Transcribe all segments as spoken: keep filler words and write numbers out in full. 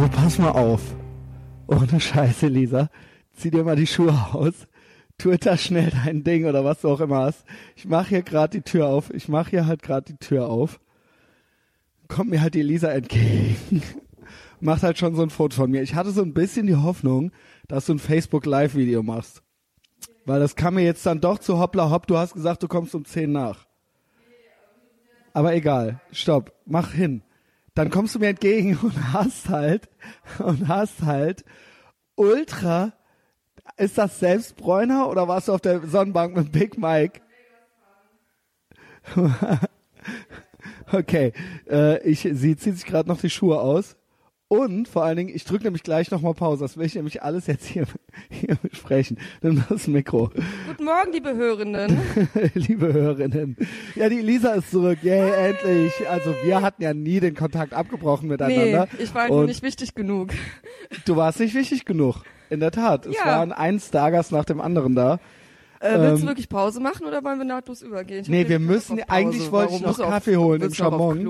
So, pass mal auf. Ohne Scheiße, Lisa. Zieh dir mal die Schuhe aus. Twitter schnell dein Ding oder was du auch immer hast. Ich mache hier gerade die Tür auf. Ich mache hier halt gerade die Tür auf. Kommt mir halt die Lisa entgegen. Macht halt schon so ein Foto von mir. Ich hatte so ein bisschen die Hoffnung, dass du ein Facebook-Live-Video machst. Weil das kam mir jetzt dann doch zu hoppla hopp. Du hast gesagt, du kommst um zehn nach. Aber egal. Stopp. Mach hin. Dann kommst du mir entgegen und hast halt, und hast halt ultra, ist das selbst Bräuner oder warst du auf der Sonnenbank mit Big Mike? Okay, äh, ich, sie zieht sich gerade noch die Schuhe aus. Und vor allen Dingen, ich drücke nämlich gleich nochmal Pause. Das will ich nämlich alles jetzt hier, hier besprechen. Nimm das Mikro. Guten Morgen, liebe Hörerinnen. Liebe Hörerinnen. Ja, die Lisa ist zurück. Yay, hey, endlich. Also wir hatten ja nie den Kontakt abgebrochen miteinander. Nee, ich war nur nicht wichtig genug. Du warst nicht wichtig genug. In der Tat. Es ja. waren ein Stargast nach dem anderen da. Äh, willst du wirklich Pause machen oder wollen wir nahtlos übergehen? Ich nee, wir müssen, eigentlich wollte ich noch Kaffee auf, holen im Chamon.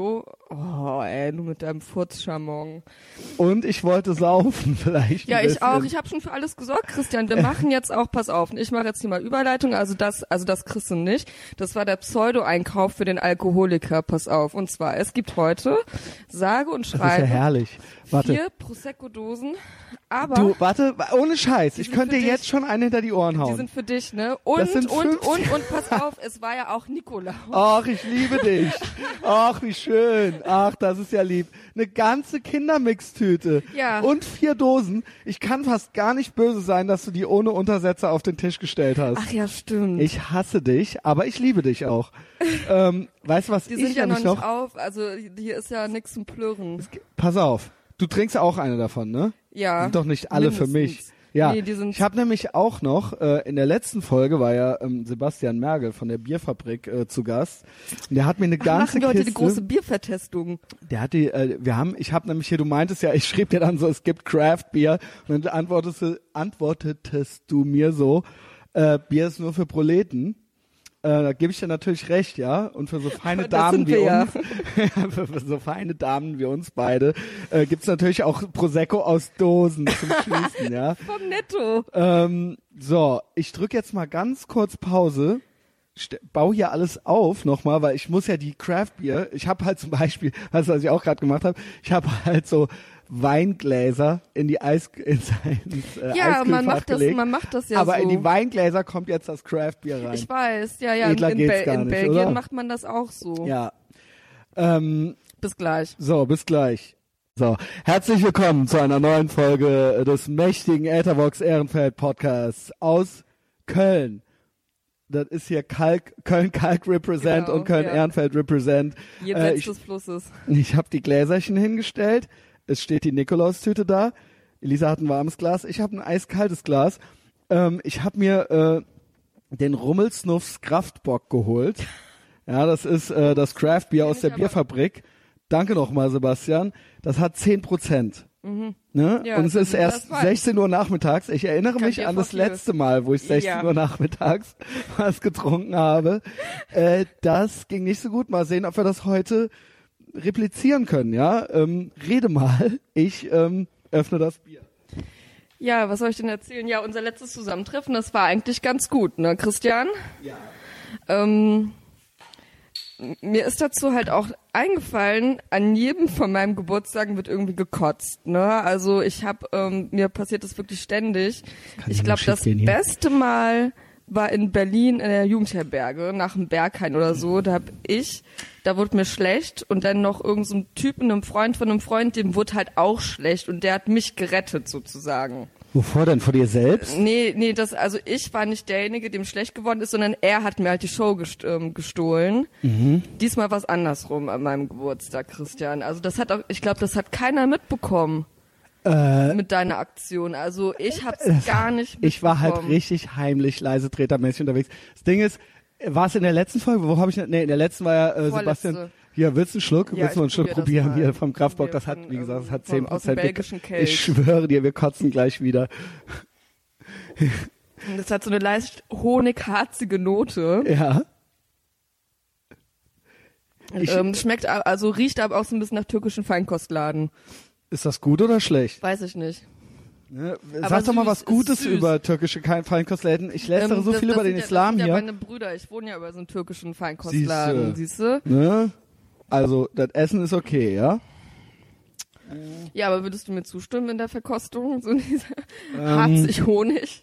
Oh, ey, du mit deinem Furz-Chamon. Und ich wollte saufen vielleicht. Ja, ich auch. Ich habe schon für alles gesorgt, Christian. Wir machen jetzt auch, pass auf, ich mache jetzt hier mal Überleitung. Also das, also das kriegst du nicht. Das war der Pseudo-Einkauf für den Alkoholiker. Pass auf. Und zwar, es gibt heute, sage und schreibe. Das ist ja herrlich. Warte. Vier Prosecco-Dosen. Aber. Du, warte, ohne Scheiß. Ich könnte dir jetzt schon einen hinter die Ohren hauen. Die sind für dich, ne? Und, und, und, und, und, pass auf, es war ja auch Nikolaus. Ach, ich liebe dich. Ach, wie schön. Ach, das ist ja lieb. Eine ganze Kindermixtüte. Ja. Und vier Dosen. Ich kann fast gar nicht böse sein, dass du die ohne Untersetzer auf den Tisch gestellt hast. Ach ja, stimmt. Ich hasse dich, aber ich liebe dich auch. ähm, weißt du, was die ich sind ja nämlich noch noch... nicht auf, also hier ist ja nichts zum Plürren. Pass auf. Du trinkst auch eine davon, ne? Ja. Die sind doch nicht alle mindestens. für mich. Ja, nee, die sind ich habe nämlich auch noch, äh, in der letzten Folge war ja ähm, Sebastian Mergel von der Bierfabrik äh, zu Gast. Und der hat mir eine Ach, ganze machen wir heute Kiste... die große Biervertestung. Der hat die, äh, wir haben, ich habe nämlich hier, du meintest ja, ich schrieb dir dann so, es gibt Craft Beer. Und dann antwortest du, antwortetest du mir so, äh, Bier ist nur für Proleten. Äh, da gebe ich dir natürlich recht, ja. Und für so feine das Damen wie ja. uns, für, für so feine Damen wie uns beide, äh, gibt's natürlich auch Prosecco aus Dosen zum Schließen, ja. Vom Netto. Ähm, so, ich drück jetzt mal ganz kurz Pause. St- bau hier alles auf nochmal, weil ich muss ja die Craft Beer, ich habe halt zum Beispiel, das was ich auch gerade gemacht habe, ich habe halt so Weingläser in die Eis ins, ins äh, Ja, man Eiskühlfach macht das, gelegt. man macht das ja Aber so. in die Weingläser kommt jetzt das Craft Beer rein. Ich weiß, ja, ja. Edler in, geht's Bel- gar in nicht, Belgien oder? macht man das auch so. Ja. Ähm, Bis gleich. so, bis gleich. So, herzlich willkommen zu einer neuen Folge des mächtigen Etherbox Ehrenfeld Podcasts aus Köln. Das ist hier Kalk, Köln-Kalk Represent Genau, und Köln-Ehrenfeld ja. Represent. Jenseits Äh, ich des Flusses. ich habe die Gläserchen hingestellt. Es steht die Nikolaustüte da. Elisa hat ein warmes Glas. Ich habe ein eiskaltes Glas. Ähm, ich habe mir äh, den Rummelsnuffs Kraftbock geholt. Ja, das ist äh, das Craft Beer aus der Bierfabrik. Danke nochmal, Sebastian. Das hat zehn Prozent. Mhm. Ne? Ja, und es ist erst sechzehn Uhr nachmittags. Ich erinnere mich an das letzte Mal, wo ich sechzehn Uhr nachmittags was getrunken habe. Äh, das ging nicht so gut. Mal sehen, ob wir das heute replizieren können. Ja, ähm, rede mal. Ich ähm, öffne das Bier. Ja, was soll ich denn erzählen? Ja, unser letztes Zusammentreffen, das war eigentlich ganz gut, ne, Christian? Ja. Ähm, mir ist dazu halt auch eingefallen, an jedem von meinem Geburtstagen wird irgendwie gekotzt, ne? Also ich habe, ähm, mir passiert das wirklich ständig. Ich glaube, das beste Mal war in Berlin in der Jugendherberge, nach dem Berghain oder so. Da hab ich, da wurde mir schlecht und dann noch irgend so ein Typ, einem Freund von einem Freund, dem wurde halt auch schlecht und der hat mich gerettet sozusagen. Wovor denn? Vor dir selbst? Nee, nee, das, also ich war nicht derjenige, dem schlecht geworden ist, sondern er hat mir halt die Show gest- ähm, gestohlen. Mhm. Diesmal war es andersrum an meinem Geburtstag, Christian. Also das hat auch, ich glaube, das hat keiner mitbekommen. Äh, mit deiner Aktion. Also ich hab's äh, gar nicht mitbekommen. Ich war halt richtig heimlich, leise tretermäßig unterwegs. Das Ding ist, war es in der letzten Folge? Wo habe ich Nee, in der letzten war ja äh, Sebastian. Hier, willst du einen Schluck? Ja, willst du einen Schluck probieren hier vom Kraftbock? Hier Das hat, von, wie gesagt, das hat vom, zehn Prozent. Ich schwöre dir, wir kotzen gleich wieder. Das hat so eine leicht honigharzige Note. Ja. Ich, ähm, schmeckt, also riecht aber auch so ein bisschen nach türkischen Feinkostladen. Ist das gut oder schlecht? Weiß ich nicht. Ne? Aber Sag doch mal süß, was Gutes ist süß. über türkische Kein- Feinkostläden. Ich lästere Ähm, so das- viel das über sind den ja, Islam das sind hier. ja meine Brüder. Ich wohne ja über so einen türkischen Feinkostladen, siehst du? Ne? Also, das Essen ist okay, ja? Ja, aber würdest du mir zustimmen in der Verkostung? So dieser Ähm. Harzig-Honig?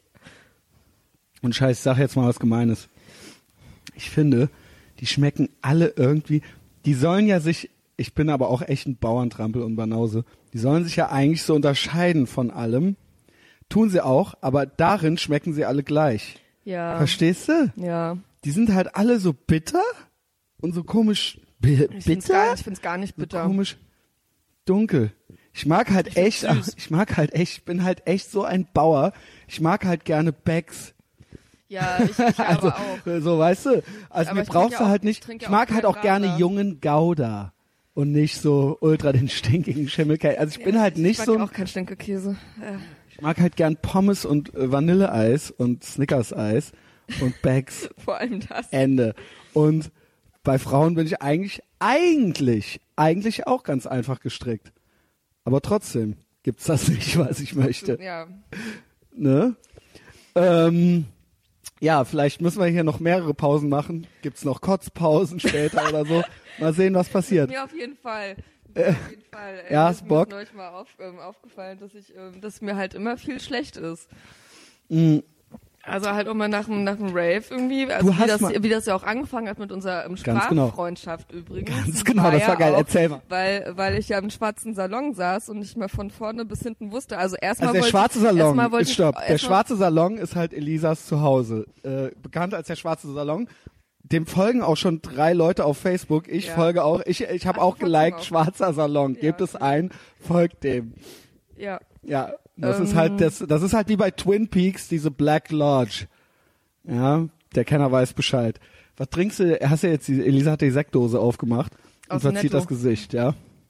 Und scheiß, ich sag jetzt mal was Gemeines. Ich finde, die schmecken alle irgendwie, die sollen ja sich, ich bin aber auch echt ein Bauerntrampel und Banause, die sollen sich ja eigentlich so unterscheiden von allem. Tun sie auch, aber darin schmecken sie alle gleich. Ja. Verstehst du? Ja. Die sind halt alle so bitter und so komisch bi- Ich find's bitter. gar, ich find's gar nicht so bitter. komisch dunkel. Ich mag halt Ich find's echt, süß. ich mag halt echt, ich bin halt echt so ein Bauer. Ich mag halt gerne Becks. Ja, ich, ich Also, aber auch. so, weißt du, also Aber mir ich brauchst trinke du ja halt auch- nicht, ich trinke ich ja auch mag halt keinen auch gerne Radler. jungen Gouda und nicht so ultra den stinkigen Schimmelkäse. Also ich bin Ja, halt nicht ich so, mag ein- auch kein Stinkekäse. Ja. ich mag halt gern Pommes und äh, Vanilleeis und Snickers-Eis und Bags, Vor allem das. Ende. Und bei Frauen bin ich eigentlich, eigentlich, eigentlich auch ganz einfach gestrickt. Aber trotzdem gibt's das nicht, was ich möchte. Ja. Ne? Ähm, ja, vielleicht müssen wir hier noch mehrere Pausen machen. Gibt's noch Kotzpausen später oder so. Mal sehen, was passiert. Mir auf jeden Fall. Mir auf jeden Fall. Äh, ja, mir hast ist Bock? mir neulich mal auf, ähm, aufgefallen, dass ich, ähm, dass mir halt immer viel schlecht ist. Mm, Also halt auch mal nach dem, nach dem Rave irgendwie, also Du wie hast das, mal- wie das ja auch angefangen hat mit unserer ähm, Ganz genau. Sprachfreundschaft übrigens. Ganz genau, das war geil. ja auch, Erzähl mal. Weil, weil ich ja im schwarzen Salon saß und nicht mehr von vorne bis hinten wusste. Also erstmal Also der wollte schwarze ich, Salon, erstmal wollte ist ich- stopp. Der erstmal- schwarze Salon ist halt Elisas Zuhause. Äh, bekannt als der schwarze Salon. Dem folgen auch schon drei Leute auf Facebook. Ich Ja. folge auch. Ich, ich habe Ach, auch du folgst ihm geliked, auch. schwarzer Salon. Gebt Ja, es okay. ein, folgt dem. Ja. Ja, das Ähm. ist halt das, das ist halt wie bei Twin Peaks, diese Black Lodge. Ja, der Kenner weiß Bescheid. Was trinkst du? Hast du jetzt die, Elisa hat die Sektdose aufgemacht und Aus dem verzieht Netto. das Gesicht, ja.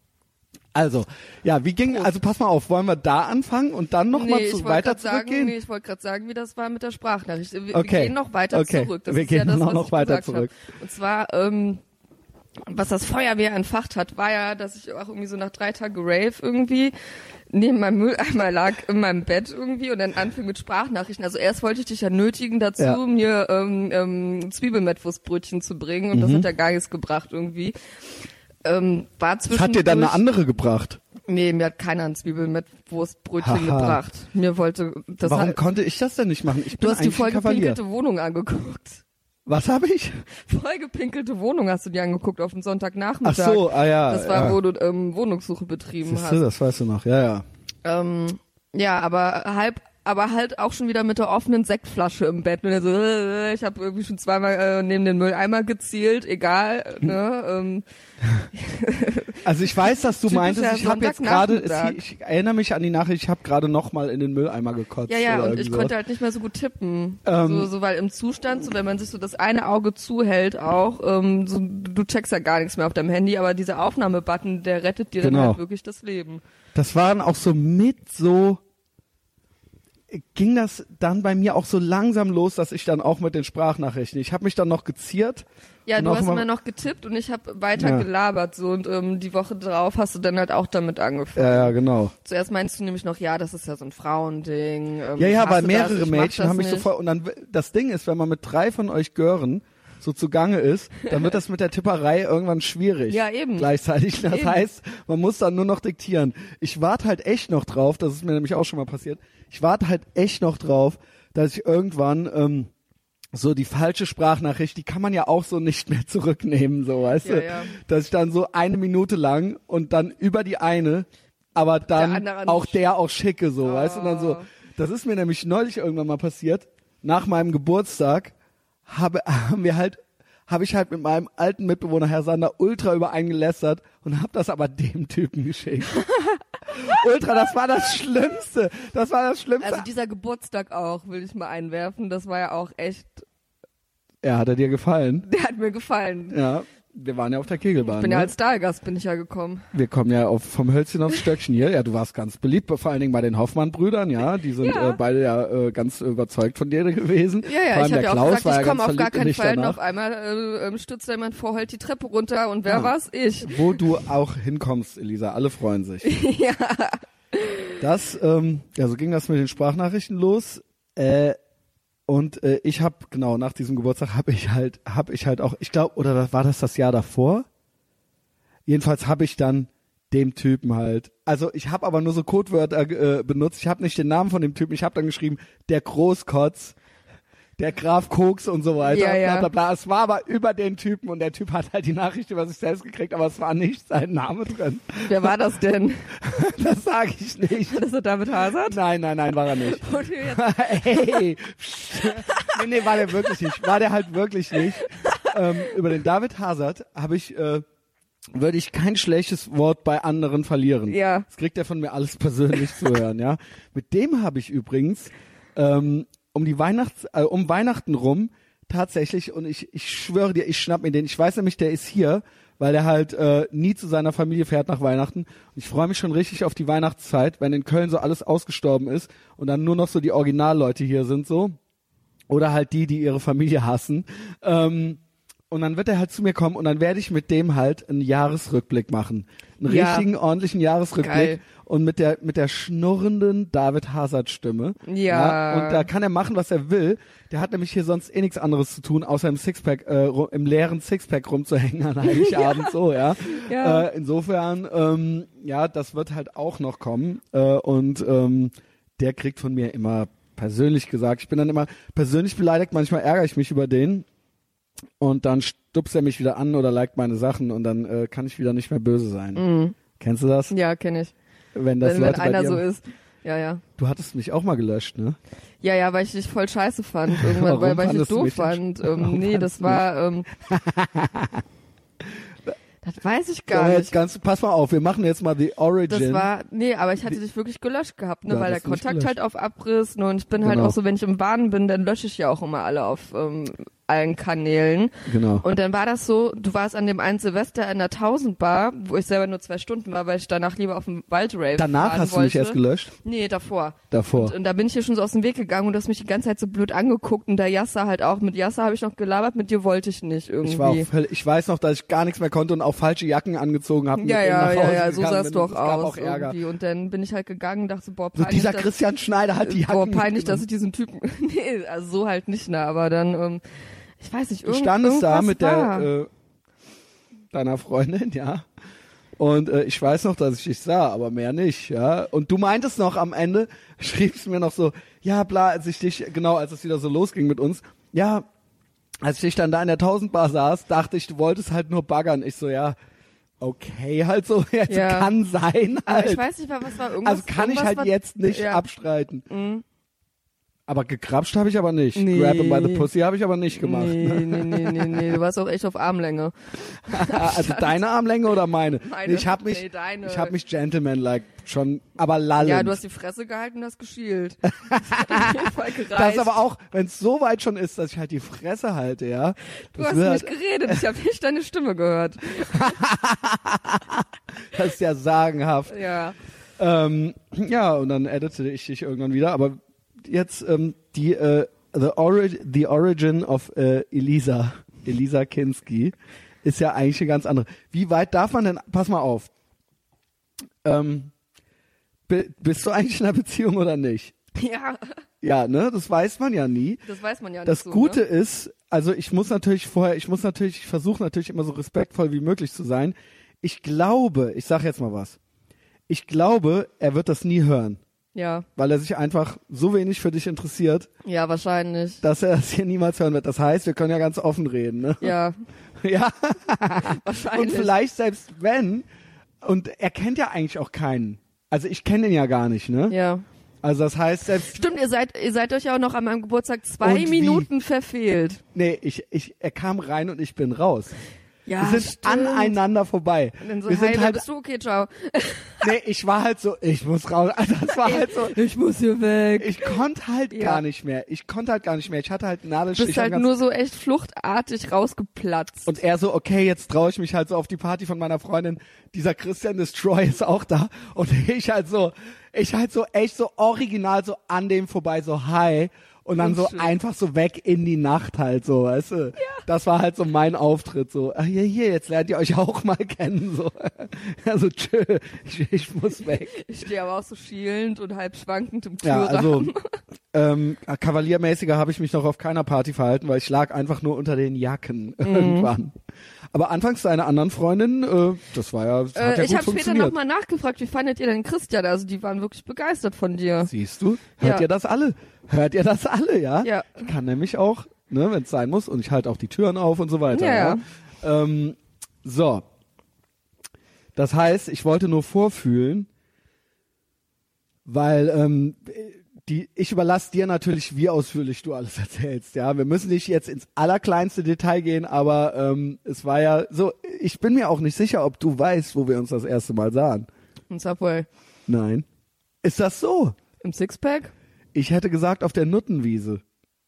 Also, ja, wie ging, also pass mal auf, wollen wir da anfangen und dann nochmal Nee, zu, ich wollte weiter grad sagen, zurückgehen? nee, ich wollte gerade sagen, wie das war mit der Sprachnachricht. Wir, Okay. wir gehen noch weiter Okay. zurück. Das Wir ist ja gehen das, noch- was noch ich weiter gesagt zurück. Hab. Und zwar, ähm, was das Feuerwehr entfacht hat, war ja, dass ich auch irgendwie so nach drei Tagen Rave irgendwie neben meinem Mülleimer lag in meinem Bett irgendwie und dann anfing mit Sprachnachrichten. Also erst wollte ich dich ja nötigen dazu, Ja. mir ähm, ähm, Zwiebelmettwurstbrötchen zu bringen und das hat ja gar nichts gebracht irgendwie. Ähm, war Das hat dir dann eine zwischendurch- andere gebracht. Nee, mir hat keiner ein Zwiebelmettwurstbrötchen Haha. gebracht. Mir wollte das Warum hat, konnte ich das denn nicht machen? Ich Du bin hast die eigentlich ein Kavalier. vollgepinkelte Wohnung angeguckt. Was habe ich? Vollgepinkelte Wohnung hast du dir angeguckt auf dem Sonntagnachmittag. Ach so, ah ja. Das war, ja. wo du ähm, Wohnungssuche betrieben Siehst du, hast. das weißt du noch, ja, ja. Ähm, ja, aber halb, aber halt auch schon wieder mit der offenen Sektflasche im Bett. Und er so, äh, ich habe irgendwie schon zweimal äh, neben den Mülleimer gezielt, egal. Ne? Ähm, Also ich weiß, dass du Typischer meintest, ich habe jetzt gerade, es- Sonntagnachmittag. ich erinnere mich an die Nachricht, ich habe gerade noch mal in den Mülleimer gekotzt. ja, ja, oder und irgendwie ich sowas. konnte halt nicht mehr so gut tippen. Ähm, so, so, weil im Zustand, so wenn man sich so das eine Auge zuhält auch, ähm, so, du checkst ja gar nichts mehr auf deinem Handy, aber dieser Aufnahmebutton, der rettet dir Genau. dann halt wirklich das Leben. Das waren auch so mit so, ging das dann bei mir auch so langsam los, dass ich dann auch mit den Sprachnachrichten, ich habe mich dann noch geziert. Ja, und du auch hast immer- immer noch getippt und ich habe weiter Ja. gelabert so und ähm, die Woche drauf hast du dann halt auch damit angefangen. Ja, ja, genau. Zuerst meinst du nämlich noch, ja, das ist ja so ein Frauending. Ähm, Ja, ja, ich weil hasse mehrere das, ich mach Mädchen das haben mich nicht. so voll, und dann, das Ding ist, wenn man mit drei von euch Gören so zugange ist, dann wird das mit der Tipperei irgendwann schwierig. Ja, eben. Gleichzeitig. Das Eben. heißt, man muss dann nur noch diktieren. Ich warte halt echt noch drauf, das ist mir nämlich auch schon mal passiert, ich warte halt echt noch drauf, dass ich irgendwann, ähm, so die falsche Sprachnachricht, die kann man ja auch so nicht mehr zurücknehmen, so, weißt Ja, du? ja. Dass ich dann so eine Minute lang und dann über die eine, aber dann andere auch nicht. der auch schicke, so, Oh. weißt du? Und dann so, das ist mir nämlich neulich irgendwann mal passiert. Nach meinem Geburtstag habe, haben wir halt, habe ich halt mit meinem alten Mitbewohner Herr Sander ultra über einen gelästert und habe das aber dem Typen geschickt. Ultra, das war das Schlimmste. Das war das Schlimmste. Also dieser Geburtstag auch, will ich mal einwerfen, das war ja auch echt, ja, hat er dir gefallen? der hat mir gefallen. Ja. wir waren ja auf der Kegelbahn. Ich bin ne? ja als Stargast bin ich ja gekommen. Wir kommen ja auf, vom Hölzchen aufs Stöckchen hier. Ja, du warst ganz beliebt, vor allen Dingen bei den Hoffmann-Brüdern, ja. Die sind Ja. äh, beide ja äh, ganz überzeugt von dir gewesen. Ja, ja, vor allem ich habe der ja auch Klaus gesagt, war ich ja komme ganz auf gar verliebt in keinen dich Fall. Und danach. auf einmal äh, ähm, stürzt da jemand vor, heult die Treppe runter und wer Ja. war's? Ich. Wo du auch hinkommst, Elisa. Alle freuen sich. Ja. Das, ähm, ja, so ging das mit den Sprachnachrichten los. Äh, und äh, ich habe genau nach diesem Geburtstag habe ich halt, habe ich halt auch, ich glaube, oder das, war das das Jahr davor? Jedenfalls habe ich dann dem Typen halt, also ich habe aber nur so Codewörter äh, benutzt. Ich habe nicht den Namen von dem Typen. Ich habe dann geschrieben, der Großkotz, der Graf Koks und so weiter. Ja, ja. Bla, bla, bla. Es war aber über den Typen und der Typ hat halt die Nachricht über sich selbst gekriegt, aber es war nicht sein Name drin. Wer war das denn? Das sage ich nicht. War das der David Hazard? Nein, nein, nein, war er nicht. Und jetzt, Hey, pst. nee, nee, war der wirklich nicht. War der halt wirklich nicht. Ähm, über den David Hazard habe ich, äh, würde ich kein schlechtes Wort bei anderen verlieren. Ja. Das kriegt er von mir alles persönlich zu hören, ja. Mit dem habe ich übrigens ähm, um die Weihnachts, äh, um Weihnachten rum tatsächlich, und ich, ich schwöre dir, ich schnapp mir den. Ich weiß nämlich, der ist hier, weil der halt äh, nie zu seiner Familie fährt nach Weihnachten. Und ich freue mich schon richtig auf die Weihnachtszeit, wenn in Köln so alles ausgestorben ist und dann nur noch so die Originalleute hier sind so. Oder halt die, die ihre Familie hassen. Ähm, und dann wird er halt zu mir kommen und dann werde ich mit dem halt einen Jahresrückblick machen. Einen Ja. richtigen, ordentlichen Jahresrückblick. Geil. Und mit der mit der schnurrenden David Hazard Stimme. Ja. Und da kann er machen, was er will. Der hat nämlich hier sonst eh nichts anderes zu tun, außer im Sixpack, äh, ru- im leeren Sixpack rumzuhängen an Heiligabend, so, ja. Ja. Äh, insofern, ähm, ja, das wird halt auch noch kommen. Äh, und ähm, der kriegt von mir immer persönlich gesagt, ich bin dann immer persönlich beleidigt, manchmal ärgere ich mich über den. Und dann stupst er mich wieder an oder liked meine Sachen und dann äh, kann ich wieder nicht mehr böse sein. Mhm. Kennst du das? Ja, kenne ich. Wenn das Wenn, wenn Leute bei einer dir, so ist. Ja, ja. Du hattest mich auch mal gelöscht, ne? Ja, ja, weil ich dich voll scheiße fand. Irgendwann, Warum weil, weil ich dich fandest du doof mich denn fand. sch- Ähm, Warum nee, das fandest du war. Ähm, das weiß ich gar Aber nicht. jetzt ganz, pass mal auf, wir machen jetzt mal The Origin. Das war, nee, aber ich hatte dich wirklich gelöscht gehabt, ne, Ja, weil der das ist nicht Kontakt gelöscht. halt auf Abriss, ne, und ich bin halt Genau. auch so, wenn ich im Baden bin, dann lösche ich ja auch immer alle auf ähm, allen Kanälen. Genau. Und dann war das so, du warst an dem einen Silvester in der tausend Bar, wo ich selber nur zwei Stunden war, weil ich danach lieber auf dem Waldrave Danach fahren hast du wollte. mich erst gelöscht? Nee, davor. Davor. Und, und da bin ich hier schon so aus dem Weg gegangen und du hast mich die ganze Zeit so blöd angeguckt und der Yasser halt auch. Mit Yasser habe ich noch gelabert, mit dir wollte ich nicht irgendwie. Ich war auch völlig, ich weiß noch, dass ich gar nichts mehr konnte und auch falsche Jacken angezogen habe. ja, ja, ja, ja, so sahst du auch Es gab aus auch Ärger. irgendwie. Und dann bin ich halt gegangen und dachte so, boah, So peinlich, dieser dass- Christian Schneider hat die Jacken boah, peinlich, dass ich mitgenommen. diesen Typen, nee, also so halt nicht, ne, aber dann, ähm, ich weiß nicht, Du irgend, standest da irgendwas mit war. der, äh, deiner Freundin, ja. Und äh, ich weiß noch, dass ich dich sah, aber mehr nicht, ja. Und du meintest noch am Ende, schriebst mir noch so, ja, bla, als ich dich, genau, als es wieder so losging mit uns, ja, als ich dich dann da in der tausend-Bar saß, dachte ich, du wolltest halt nur baggern. Ich so, ja, okay, halt so, jetzt Ja. kann sein Aber halt. ich weiß nicht, was war irgendwas. Also kann ich irgendwas halt war, jetzt nicht ja. abstreiten. Mhm. Aber gekrapscht habe ich aber nicht. Nee. Grab him by the pussy habe ich aber nicht gemacht. Nee, nee, nee, nee, nee, du warst auch echt auf Armlänge. Also deine Armlänge oder meine? Meine. Nee, ich habe mich, Nee, deine. ich habe mich gentleman-like schon, aber lallend. Ja, du hast die Fresse gehalten und hast geschielt. Das hat auf jeden Fall gereicht. das ist aber auch, wenn es so weit schon ist, dass ich halt die Fresse halte, ja. Du Das, hast wird, nicht geredet, ich habe nicht deine Stimme gehört. das ist ja sagenhaft. Ja. Ähm, ja, und dann editete ich dich irgendwann wieder, aber jetzt ähm, die äh, the, ori the Origin of äh, Elisa, Elisa Kinski ist ja eigentlich eine ganz andere. Wie weit darf man denn, pass mal auf, ähm, bi- bist du eigentlich in einer Beziehung oder nicht? Ja, Ja, ne, das weiß man ja nie. das weiß man ja nicht Das so, Gute ne? ist, also ich muss natürlich vorher, ich muss natürlich, ich versuche natürlich immer so respektvoll wie möglich zu sein. Ich glaube, ich sag jetzt mal was, ich glaube, er wird das nie hören, Ja, weil er sich einfach so wenig für dich interessiert, ja, wahrscheinlich. dass er das hier niemals hören wird. Das heißt, wir können ja ganz offen reden, ne? Ja, Ja. wahrscheinlich. Und vielleicht selbst wenn, und er kennt ja eigentlich auch keinen. Also ich kenne ihn ja gar nicht, ne? Ja. Also das heißt selbst, Stimmt, ihr seid, ihr seid euch ja auch noch an meinem Geburtstag zwei Und wie? Minuten verfehlt. nee, ich, ich, er kam rein und ich bin raus. Ja, wir sind stimmt. aneinander vorbei. Und dann so, wir hi, sind wer halt, bist du? Okay, ciao. nee, ich war halt so, ich muss raus. Also das war halt so, Ich muss hier weg. ich konnte halt Ja. gar nicht mehr. Ich konnte halt gar nicht mehr. Ich hatte halt einen Du Nadelstich. bist halt am nur so echt fluchtartig rausgeplatzt. Und er so, okay, jetzt traue ich mich halt so auf die Party von meiner Freundin. Dieser Christian Destroy ist auch da. Und ich halt so, ich halt so echt so original so an dem vorbei, so hi. Und dann so Unschön. einfach so weg in die Nacht halt so, weißt du. Ja. Das war halt so mein Auftritt, so, ah, hier, hier, jetzt lernt ihr euch auch mal kennen, so. Also tschö, ich, ich muss weg. Ich stehe aber auch so schielend und halb schwankend im Ja, Türrahmen. also ähm, kavaliermäßiger habe ich mich noch auf keiner Party verhalten, weil ich lag einfach nur unter den Jacken Mhm. irgendwann. Aber anfangs deine anderen Freundinnen, äh, das war ja, das hat Äh, ja ich gut habe später funktioniert. nochmal nachgefragt, wie fandet ihr denn Christian? Also die waren wirklich begeistert von dir. Siehst du? Hört Ja. ihr das alle? Hört ihr das alle, ja? Ja. Ich kann nämlich auch, ne, wenn es sein muss, und ich halte auch die Türen auf und so weiter. Ja, Ja. Ähm, so. Das heißt, ich wollte nur vorfühlen, weil ähm, die, ich überlasse dir natürlich, wie ausführlich du alles erzählst. Ja, wir müssen nicht jetzt ins allerkleinste Detail gehen, aber ähm, es war ja so. Ich bin mir auch nicht sicher, ob du weißt, wo wir uns das erste Mal sahen. Im Subway. Nein. Ist das so? Im Sixpack? Ich hätte gesagt auf der Nuttenwiese.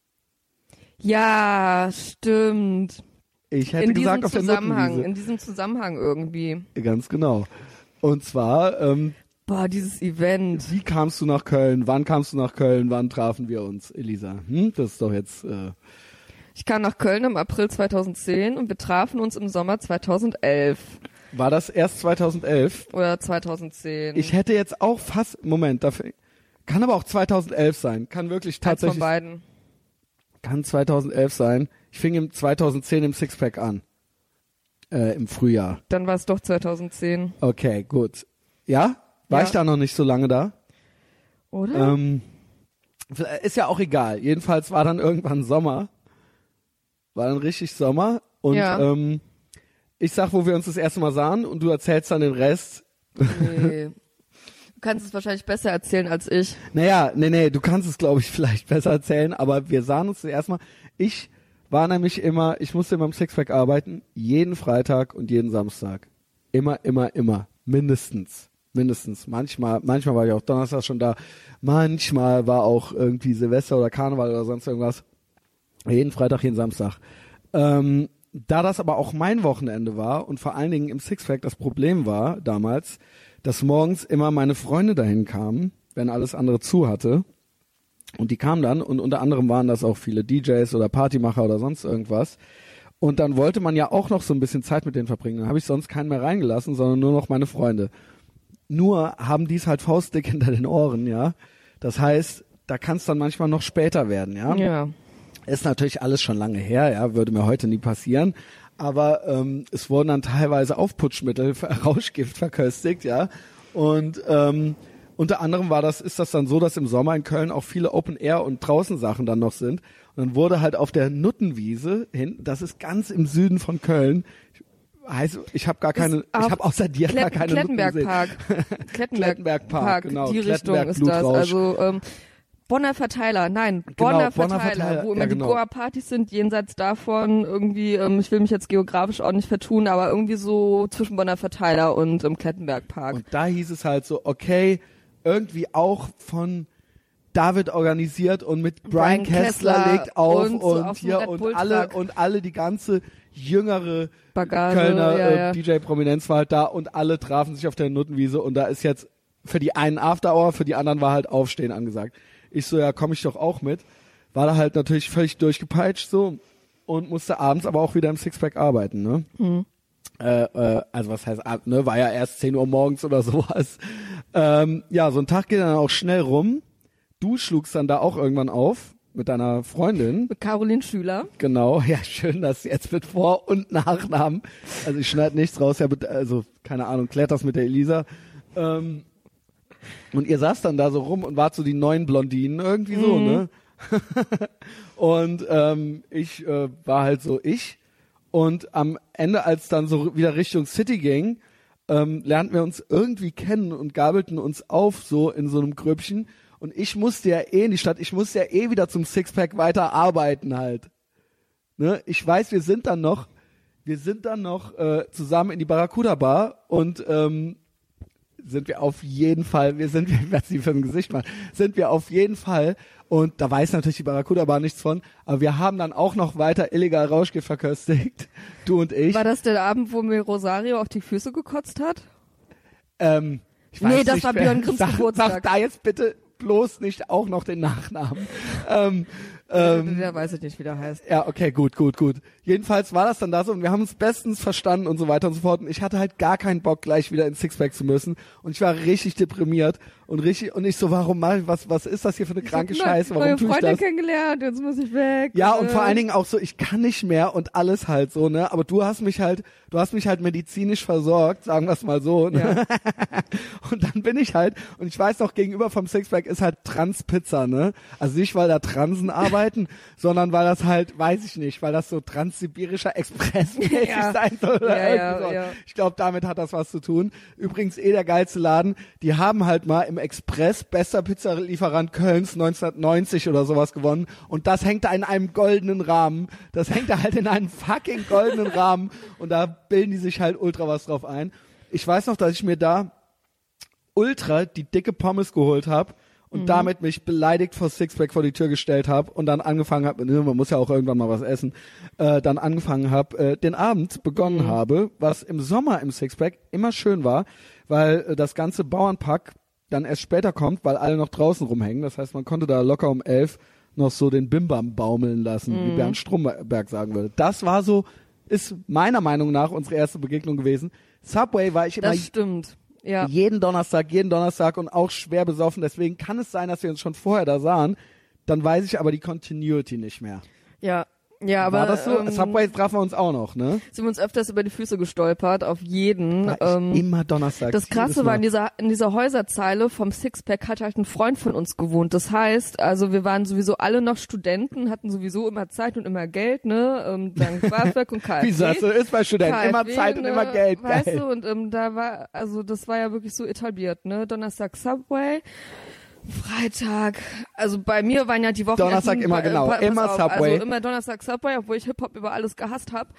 Ja, stimmt. Ich hätte in diesem gesagt auf der Zusammenhang, Nuttenwiese. in diesem Zusammenhang irgendwie. Ganz genau. Und zwar, ähm, Boah, dieses Event. wie kamst du nach Köln? Wann kamst du nach Köln? Wann trafen wir uns, Elisa? Hm? Das ist doch jetzt. Äh, Ich kam nach Köln im April zweitausendzehn und wir trafen uns im Sommer zweitausendelf war das erst zweitausendelf? oder zweitausendzehn. Ich hätte jetzt auch fast. Moment, dafür. Kann aber auch zweitausendelf sein. Kann wirklich Eins von tatsächlich. beiden. Kann zweitausendelf sein. Ich fing im zweitausendzehn im Sixpack an. Äh, Im Frühjahr. Dann war es doch zweitausendzehn, Okay, gut. Ja? War Ja. ich da noch nicht so lange da? oder? Ähm, ist ja auch egal. Jedenfalls war dann irgendwann Sommer. War dann richtig Sommer. Und Ja. ähm, ich sag, wo wir uns das erste Mal sahen und du erzählst dann den Rest. Nee. Du kannst es wahrscheinlich besser erzählen als ich. Naja, nee, nee, du kannst es, glaube ich, vielleicht besser erzählen, aber wir sahen uns das erste Mal. Ich war nämlich immer, ich musste immer im Sixpack arbeiten, jeden Freitag und jeden Samstag. Immer, immer, immer. Mindestens. Mindestens. Manchmal, manchmal war ich auch Donnerstag schon da. Manchmal war auch irgendwie Silvester oder Karneval oder sonst irgendwas. Jeden Freitag, jeden Samstag. Ähm, da das aber auch mein Wochenende war und vor allen Dingen im Sixpack das Problem war damals, dass morgens immer meine Freunde dahin kamen, wenn alles andere zu hatte. Und die kamen dann und unter anderem waren das auch viele D Js oder Partymacher oder sonst irgendwas. Und dann wollte man ja auch noch so ein bisschen Zeit mit denen verbringen. Dann habe ich sonst keinen mehr reingelassen, sondern nur noch meine Freunde. Nur haben die es halt faustdick hinter den Ohren, ja. Das heißt, da kann es dann manchmal noch später werden, ja. Ja. Ist natürlich alles schon lange her, ja, würde mir heute nie passieren. Aber ähm, es wurden dann teilweise Aufputschmittel, Rauschgift verköstigt, ja. Und ähm, unter anderem war das, ist das dann so, dass im Sommer in Köln auch viele Open-Air- und Draußensachen dann noch sind. Und dann wurde halt auf der Nuttenwiese hin, das ist ganz im Süden von Köln, heißt, ich habe gar keine, ich auch habe außer dir gar Klett keine Nutten gesehen. Klettenbergpark. Klettenbergpark, genau. Die Richtung Klettenberg, ist das. Blutrausch. Also ähm, Bonner Verteiler, nein, Bonner, Bonner Verteiler, Verteiler, wo immer ja, die genau. Goa-Partys sind, jenseits davon irgendwie, ähm, ich will mich jetzt geografisch auch nicht vertun, aber irgendwie so zwischen Bonner Verteiler und im Klettenbergpark. Und da hieß es halt so, okay, irgendwie auch von David organisiert und mit Brian, Brian Kessler, Kessler legt auf und und, so auf dem hier Red und Bull alle Truck. und alle die ganze jüngere Bagage, Kölner ja, äh, ja. D J-Prominenz war halt da und alle trafen sich auf der Nuttenwiese und da ist jetzt für die einen After Hour, für die anderen war halt Aufstehen angesagt. Ich so, ja, komm ich doch auch mit. War da halt natürlich völlig durchgepeitscht so und musste abends aber auch wieder im Sixpack arbeiten, ne? Mhm. Äh, äh, also was heißt, ab- ne, war ja erst zehn Uhr morgens oder sowas. Ähm, ja, so ein Tag geht dann auch schnell rum. Du schlugst dann da auch irgendwann auf mit deiner Freundin. Mit Caroline Schüler. Genau, ja, schön, dass jetzt mit Vor- und Nachnamen. Also ich schneide nichts raus, ja, bitte, also keine Ahnung, klärt das mit der Elisa. Ähm, und ihr saßt dann da so rum und wart so die neuen Blondinen, irgendwie so, Mhm. ne? Und ähm, ich äh, war halt so ich. Und am Ende, als dann so wieder Richtung City ging, ähm, lernten wir uns irgendwie kennen und gabelten uns auf so in so einem Grüppchen. Und ich musste ja eh in die Stadt, ich musste ja eh wieder zum Sixpack weiter arbeiten halt. Ne? Ich weiß, wir sind dann noch, wir sind dann noch äh, zusammen in die Barracuda Bar und ähm, sind wir auf jeden Fall, wir sind, was sie für ein Gesicht machen, sind wir auf jeden Fall, und da weiß natürlich die Barracuda Bar nichts von, aber wir haben dann auch noch weiter illegal Rauschgift verköstigt, du und ich. War das der Abend, wo mir Rosario auf die Füße gekotzt hat? Ähm, ich weiß nee, das nicht, war Björn Grimms sag, Geburtstag. Sag da jetzt bitte bloß nicht auch noch den Nachnamen. ähm, ähm, der weiß ich nicht, wie der heißt. Ja, okay, gut, gut, gut. Jedenfalls war das dann da so und wir haben uns bestens verstanden und so weiter und so fort. Und ich hatte halt gar keinen Bock, gleich wieder ins Sixpack zu müssen. Und ich war richtig deprimiert und richtig, und ich so, warum mach ich, was, was ist das hier für eine kranke ich Scheiße? Warum neue tue ich Freunde das? kennengelernt, jetzt muss ich weg. Ja, äh. und vor allen Dingen auch so, ich kann nicht mehr und alles halt so, ne? Aber du hast mich halt, du hast mich halt medizinisch versorgt, sagen wir es mal so. Ne? Ja. Und dann bin ich halt, und ich weiß noch, gegenüber vom Sixpack ist halt Transpizza, ne? Also nicht, weil da Transen arbeiten, sondern weil das halt, weiß ich nicht, weil das so transsibirischer Expressmäßig Ja. sein soll. Oder Ja, ja, irgendwie so. ja. Ich glaube, damit hat das was zu tun. Übrigens eh der geilste Laden. Die haben halt mal im Express bester Pizzalieferant Kölns neunzehnhundertneunzig oder sowas gewonnen. Und das hängt da in einem goldenen Rahmen. Das hängt da halt in einem fucking goldenen Rahmen. Und da bilden die sich halt ultra was drauf ein. Ich weiß noch, dass ich mir da ultra die dicke Pommes geholt habe und mhm. damit mich beleidigt vor Sixpack vor die Tür gestellt habe und dann angefangen habe, man muss ja auch irgendwann mal was essen, äh, dann angefangen habe, äh, den Abend begonnen mhm. habe, was im Sommer im Sixpack immer schön war, weil äh, das ganze Bauernpack dann erst später kommt, weil alle noch draußen rumhängen. Das heißt, man konnte da locker um elf noch so den Bimbam baumeln lassen, mhm. wie Bernd Stromberg sagen würde. Das war so, ist meiner Meinung nach unsere erste Begegnung gewesen. Subway war ich immer das stimmt. Ja. jeden Donnerstag, jeden Donnerstag und auch schwer besoffen. Deswegen kann es sein, dass wir uns schon vorher da sahen. Dann weiß ich aber die Continuity nicht mehr. Ja. Ja, aber war das so? Ähm, Subway trafen wir uns auch noch, ne? Sind wir uns öfters über die Füße gestolpert, auf jeden. War Ähm, ich immer Donnerstag. das Krasse war, in dieser, in dieser Häuserzeile vom Sixpack hat halt ein Freund von uns gewohnt. Das heißt, also wir waren sowieso alle noch Studenten, hatten sowieso immer Zeit und immer Geld, ne? Ähm, dank BAföG und K f W. Wie das so ist bei Studenten. K f W, immer Zeit ne? und immer Geld. Weißt Geil. du, und ähm, da war, also das war ja wirklich so etabliert, ne? Donnerstag Subway. Freitag, also bei mir waren ja die Wochen Donnerstag immer, genau, immer Subway. Also immer Donnerstag Subway, obwohl ich Hip-Hop über alles gehasst habe.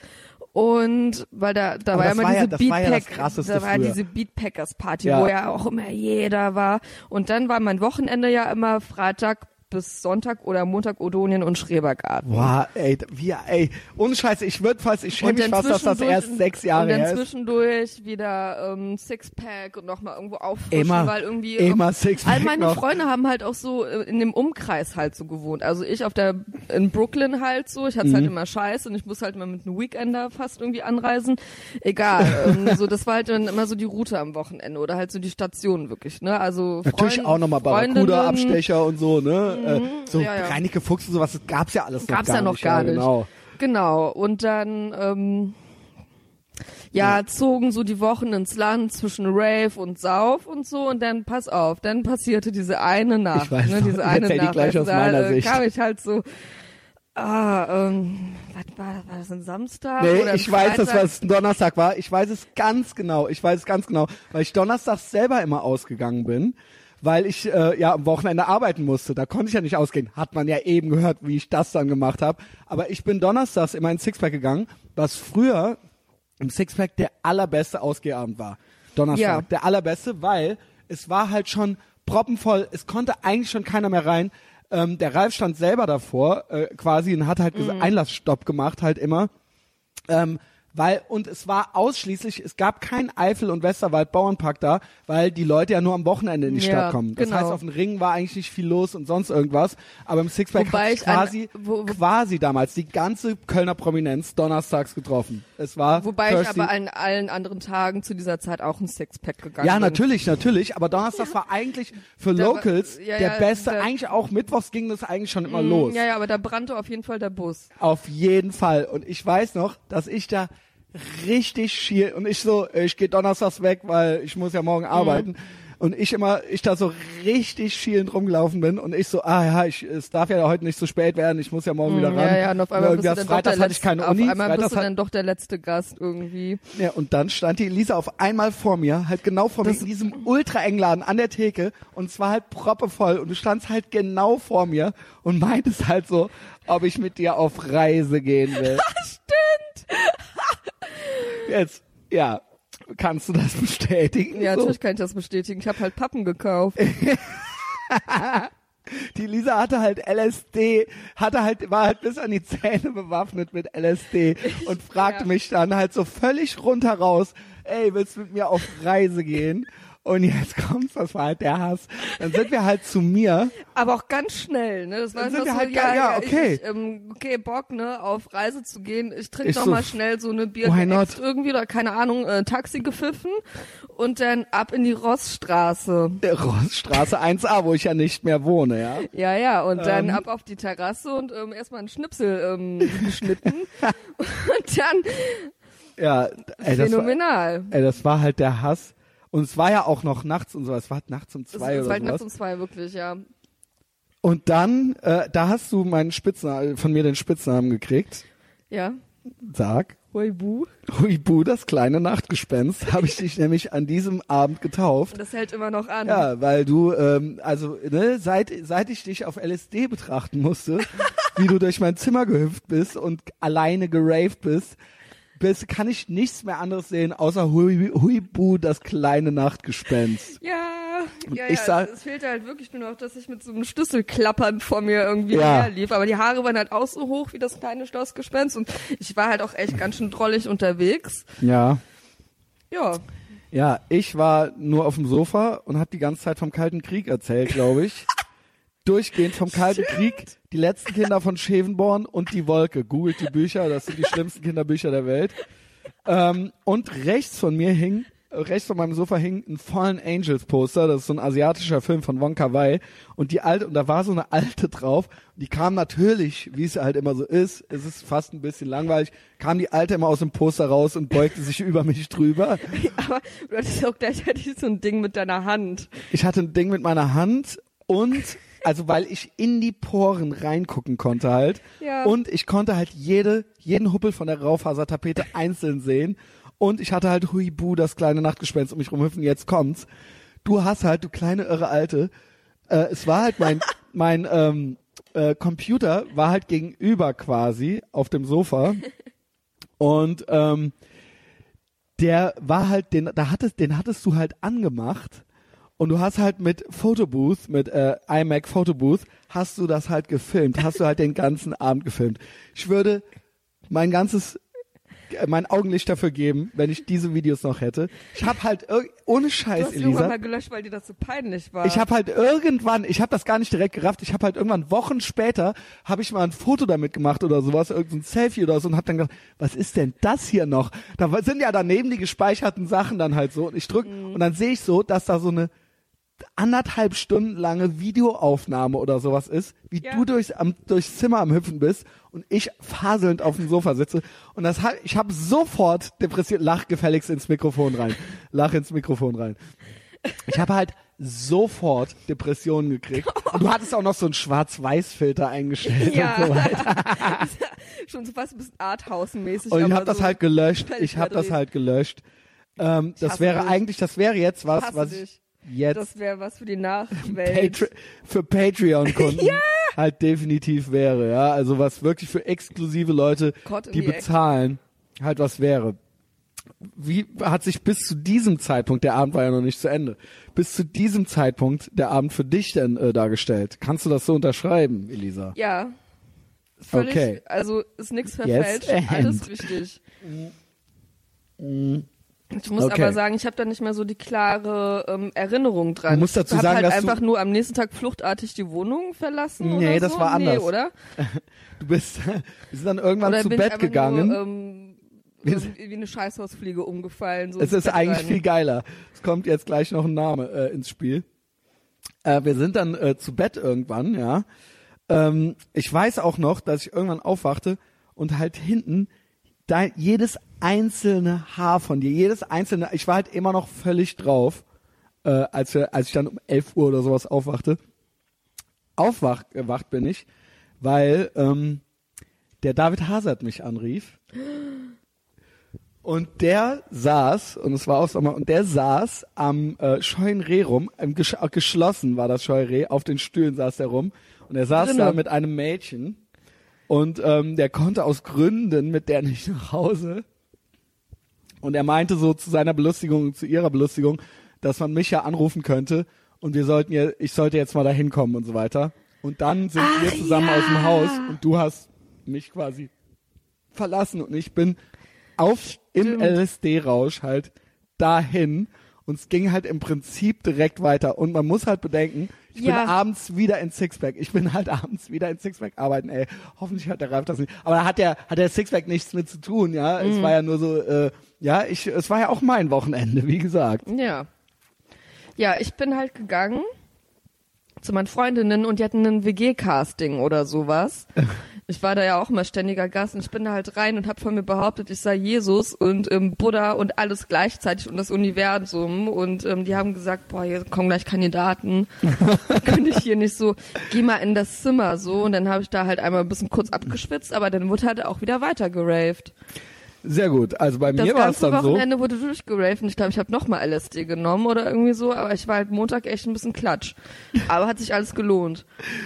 Und weil da da Aber war ja das immer war ja- diese das war ja das Beatpack, Krasseste da war ja früher. diese Beatpackers Party, Ja. wo ja auch immer jeder war. Und dann war mein Wochenende ja immer Freitag bis Sonntag oder Montag Odonien und Schrebergarten. Boah, ey, wie, ey, ohne Scheiße, ich würde fast, ich schäme Und mich dann fast, dass das zwischendurch- erst sechs Jahre Und dann her ist. zwischendurch wieder ähm, Sixpack und nochmal irgendwo auffrischen, Immer, weil irgendwie immer auch, Sixpack all meine noch. Freunde haben halt auch so äh, in dem Umkreis halt so gewohnt. Also ich auf der in Brooklyn halt so, ich hatte Mhm. halt immer Scheiße und ich muss halt immer mit einem Weekender fast irgendwie anreisen. Egal, ähm, so das war halt dann immer so die Route am Wochenende oder halt so die Station wirklich, ne? Also Natürlich Freund- auch nochmal Freundinnen, Barracuda-Abstecher und so, ne? Mhm, äh, so ja, ja. Reineke Fuchs und sowas, das gab's ja alles noch Gab's gar ja noch nicht. gar ja, nicht. Genau. Genau, und dann ähm, ja, zogen so die Wochen ins Land zwischen Rave und Sauf und so und dann, pass auf, dann passierte diese eine Nacht, Ich weiß ne, noch, diese eine erzähl die Nacht, gleich aus da meiner äh, Sicht. kam ich halt so, ah, ähm, was war, war das ein Samstag Nee, oder ein ich weiß, dass Freitag? es ein Donnerstag war. Ich weiß es ganz genau. Ich weiß es ganz genau, weil ich donnerstags selber immer ausgegangen bin, weil ich äh, ja am Wochenende arbeiten musste. Da konnte ich ja nicht ausgehen. Hat man ja eben gehört, wie ich das dann gemacht habe. Aber ich bin donnerstags immer ins Sixpack gegangen, was früher im Sixpack der allerbeste Ausgehabend war. Donnerstag, Ja. der allerbeste, weil es war halt schon proppenvoll. Es konnte eigentlich schon keiner mehr rein. Ähm, der Ralf stand selber davor, äh, quasi, und hat halt mhm. Einlassstopp gemacht, halt immer. Ähm, weil, und es war ausschließlich, es gab kein Eifel- und Westerwald Bauernpark da, weil die Leute ja nur am Wochenende in die Ja, Stadt kommen. Das genau. heißt, auf dem Ring war eigentlich nicht viel los und sonst irgendwas. Aber im Sixpack Wobei hat sich ich an- quasi, wo- wo- quasi damals die ganze Kölner Prominenz donnerstags getroffen. Es war Wobei ich Thirsty. aber an allen anderen Tagen zu dieser Zeit auch ein Sixpack gegangen Ja, bin. natürlich, natürlich. Aber Donnerstags war eigentlich für Da war- Locals ja, der ja, beste. da- Eigentlich auch mittwochs ging das eigentlich schon immer Mm, los. Ja, ja, aber da brannte auf jeden Fall der Bus. Auf jeden Fall. Und ich weiß noch, dass ich da richtig schiel und ich so, ich gehe donnerstags weg, weil ich muss ja morgen arbeiten. Und ich immer, ich da so richtig schielend rumgelaufen bin und ich so, ah ja, ich, es darf ja heute nicht so spät werden, ich muss ja morgen wieder ran. Ja, ja, und auf einmal bist du Irgendwas, dann doch Freitags der hatte ich letzte, keine auf Uni. einmal Freitags bist du hat- dann doch der letzte Gast irgendwie. Ja, und dann stand die Elisa auf einmal vor mir, halt genau vor mir, in diesem ultra engen Laden an der Theke und zwar halt proppevoll und du standst halt genau vor mir und meintest halt so, ob ich mit dir auf Reise gehen will. Stimmt! Jetzt, ja, kannst du das bestätigen? Ja, so? natürlich kann ich das bestätigen. Ich habe halt Pappen gekauft. Die Lisa hatte halt L S D, hatte halt, war halt bis an die Zähne bewaffnet mit L S D und fragte ja. mich dann halt so völlig runter raus, ey, willst du mit mir auf Reise gehen? Und jetzt kommt's, das war halt der Hass. Dann sind wir halt zu mir. Aber auch ganz schnell, ne? Das war Dann einfach sind wir so, halt ja, ga- ja, ja, okay. Ich, ähm, okay, Bock, ne, auf Reise zu gehen. Ich trinke Ich noch so, mal schnell so eine Bier why not? geäxt irgendwie oder keine Ahnung, äh, Taxi gepfiffen und dann ab in die Rossstraße. Der Rossstraße eins a, wo ich ja nicht mehr wohne, ja. Ja, ja, und dann Ähm. ab auf die Terrasse und ähm, erstmal einen Schnipsel ähm, geschnitten und dann Ja, ey, das war, phänomenal. ey, das war halt der Hass. Und es war ja auch noch nachts und so, es war halt nachts um Das zwei ist oder halt nachts sowas. um zwei, wirklich, ja. Und dann, äh, da hast du meinen Spitznamen, von mir den Spitznamen gekriegt. Ja. Sag. Huibu. Huibu, das kleine Nachtgespenst, habe ich dich nämlich an diesem Abend getauft. Das hält immer noch an. Ja, weil du, ähm, also, ne, seit, seit ich dich auf L S D betrachten musste, wie du durch mein Zimmer gehüpft bist und alleine geraved bist, bist, kann ich nichts mehr anderes sehen, außer Hui, Huibu, das kleine Nachtgespenst. Ja, ja, ich ja. sag- es, es fehlte halt wirklich nur noch, dass ich mit so einem Schlüssel klappern vor mir irgendwie Ja. herlief. Aber die Haare waren halt auch so hoch wie das kleine Schlossgespenst und ich war halt auch echt ganz schön drollig unterwegs. Ja. Ja. Ja, ich war nur auf dem Sofa und habe die ganze Zeit vom Kalten Krieg erzählt, glaube ich. Durchgehend vom Kalten Krieg, die letzten Kinder von Schevenborn und die Wolke. Googelt die Bücher, das sind die schlimmsten Kinderbücher der Welt. Ähm, und rechts von mir hing, äh, rechts von meinem Sofa hing ein Fallen Angels Poster, das ist so ein asiatischer Film von Wong Kar-wai. Und die alte, und da war so eine alte drauf, und die kam natürlich, wie es halt immer so ist, es ist fast ein bisschen langweilig, kam die alte immer aus dem Poster raus und beugte sich über mich drüber. Aber du hattest auch gleichzeitig so ein Ding mit deiner Hand. Ich hatte ein Ding mit meiner Hand und, also weil ich in die Poren reingucken konnte halt. Ja. Und ich konnte halt jede, jeden Huppel von der Raufasertapete einzeln sehen. Und ich hatte halt Huibu, das kleine Nachtgespenst, um mich rumhüpfen. Jetzt kommt's. Du hast halt, du kleine irre Alte. Äh, es war halt mein, mein ähm, äh, Computer war halt gegenüber quasi auf dem Sofa. Und ähm, der war halt, den, da hattest, den hattest du halt angemacht. Und du hast halt mit Photobooth, mit äh, iMac Photobooth, hast du das halt gefilmt. Hast du halt den ganzen Abend gefilmt. Ich würde mein ganzes, äh, mein Augenlicht dafür geben, wenn ich diese Videos noch hätte. Ich habe halt, irg- ohne Du Scheiß, hast irgendwann Elisa, mal gelöscht, weil dir das so peinlich war. ich habe halt irgendwann, ich habe das gar nicht direkt gerafft, ich habe halt irgendwann Wochen später, habe ich mal ein Foto damit gemacht oder sowas, irgendein Selfie oder so und habe dann gedacht, was ist denn das hier noch? Da wa- sind ja daneben die gespeicherten Sachen dann halt so und ich drück Mhm. und dann sehe ich so, dass da so eine anderthalb Stunden lange Videoaufnahme oder sowas ist, wie Ja. du durchs, am, durchs Zimmer am Hüpfen bist und ich faselnd auf dem Sofa sitze und das hat, ich habe sofort depressiert, lach gefälligst ins Mikrofon rein, lach ins Mikrofon rein. Ich habe halt sofort Depressionen gekriegt und du hattest auch noch so einen Schwarz-Weiß-Filter eingestellt Ja. und so weiter. Schon so fast ein bisschen Arthouse-mäßig. Und ich aber habe das so halt gelöscht, völlig ich habe das verdreht. halt gelöscht. Ähm, das hasse wäre dich. eigentlich, das wäre jetzt was, Hasse was dich. ich jetzt Das wäre was für die Nachwelt. Patre- für Patreon-Kunden halt definitiv wäre, ja. Also was wirklich für exklusive Leute, Gott in die die Ecke. bezahlen, halt was wäre. Wie hat sich bis zu diesem Zeitpunkt, der Abend war ja noch nicht zu Ende, bis zu diesem Zeitpunkt der Abend für dich denn äh, dargestellt? Kannst du das so unterschreiben, Elisa? Ja. Völlig, Okay. also ist nichts Yes, verfälscht, and. alles richtig. Ich muss Okay. aber sagen, ich habe da nicht mehr so die klare ähm, Erinnerung dran. Du musst dazu ich hab sagen, halt dass einfach du- nur am nächsten Tag fluchtartig die Wohnung verlassen Nee, oder das so. war anders. Nee, oder? Du bist, wir sind dann irgendwann Oder zu bin ich Bett einfach gegangen. Nur, ähm, ähm, wie eine Scheißhausfliege umgefallen. So Es ins ist Bett eigentlich rein. viel geiler. Es kommt jetzt gleich noch ein Name äh, ins Spiel. Äh, wir sind dann äh, zu Bett irgendwann, ja. Ähm, ich weiß auch noch, dass ich irgendwann aufwachte und halt hinten dein, jedes einzelne Haar von dir, jedes einzelne, ich war halt immer noch völlig drauf, äh, als, wir, als ich dann um elf Uhr oder sowas aufwachte. Aufwacht gewacht bin ich, weil ähm, der David Hazard mich anrief. Und der saß, und es war auch Sommer, und der saß am äh, Scheunenreh rum, im Gesch äh, geschlossen war das Scheunenreh, auf den Stühlen saß er rum. Und er saß Drinne. da mit einem Mädchen. Und ähm, der konnte aus Gründen mit der nicht nach Hause. Und er meinte so zu seiner Belustigung, zu ihrer Belustigung, dass man mich ja anrufen könnte und wir sollten ja, ich sollte jetzt mal da hinkommen und so weiter. Und dann sind Ach, wir zusammen ja. aus dem Haus und du hast mich quasi verlassen und ich bin auf im L S D-Rausch halt dahin und es ging halt im Prinzip direkt weiter und man muss halt bedenken, ich Ja. bin abends wieder in Sixpack. Ich bin halt abends wieder in Sixpack arbeiten, ey. Hoffentlich hat der Ralf das nicht. Aber da hat der, hat der Sixpack nichts mit zu tun, ja. Mhm. Es war ja nur so, äh, ja, ich, es war ja auch mein Wochenende, wie gesagt. Ja. Ja, ich bin halt gegangen zu meinen Freundinnen und die hatten ein W G-Casting oder sowas. Ich war da ja auch immer ständiger Gast und ich bin da halt rein und habe von mir behauptet, ich sei Jesus und ähm, Buddha und alles gleichzeitig und das Universum und ähm, die haben gesagt, boah, hier kommen gleich Kandidaten, könnte ich hier nicht so, geh mal in das Zimmer so und dann habe ich da halt einmal ein bisschen kurz abgeschwitzt, aber dann wurde halt auch wieder weiter geraved. Sehr gut. Also bei Das mir war es ganze dann so. Wochenende wurde durchgeraved und ich glaube, ich habe nochmal L S D genommen oder irgendwie so, aber ich war halt Montag echt ein bisschen klatsch. Aber hat sich alles gelohnt.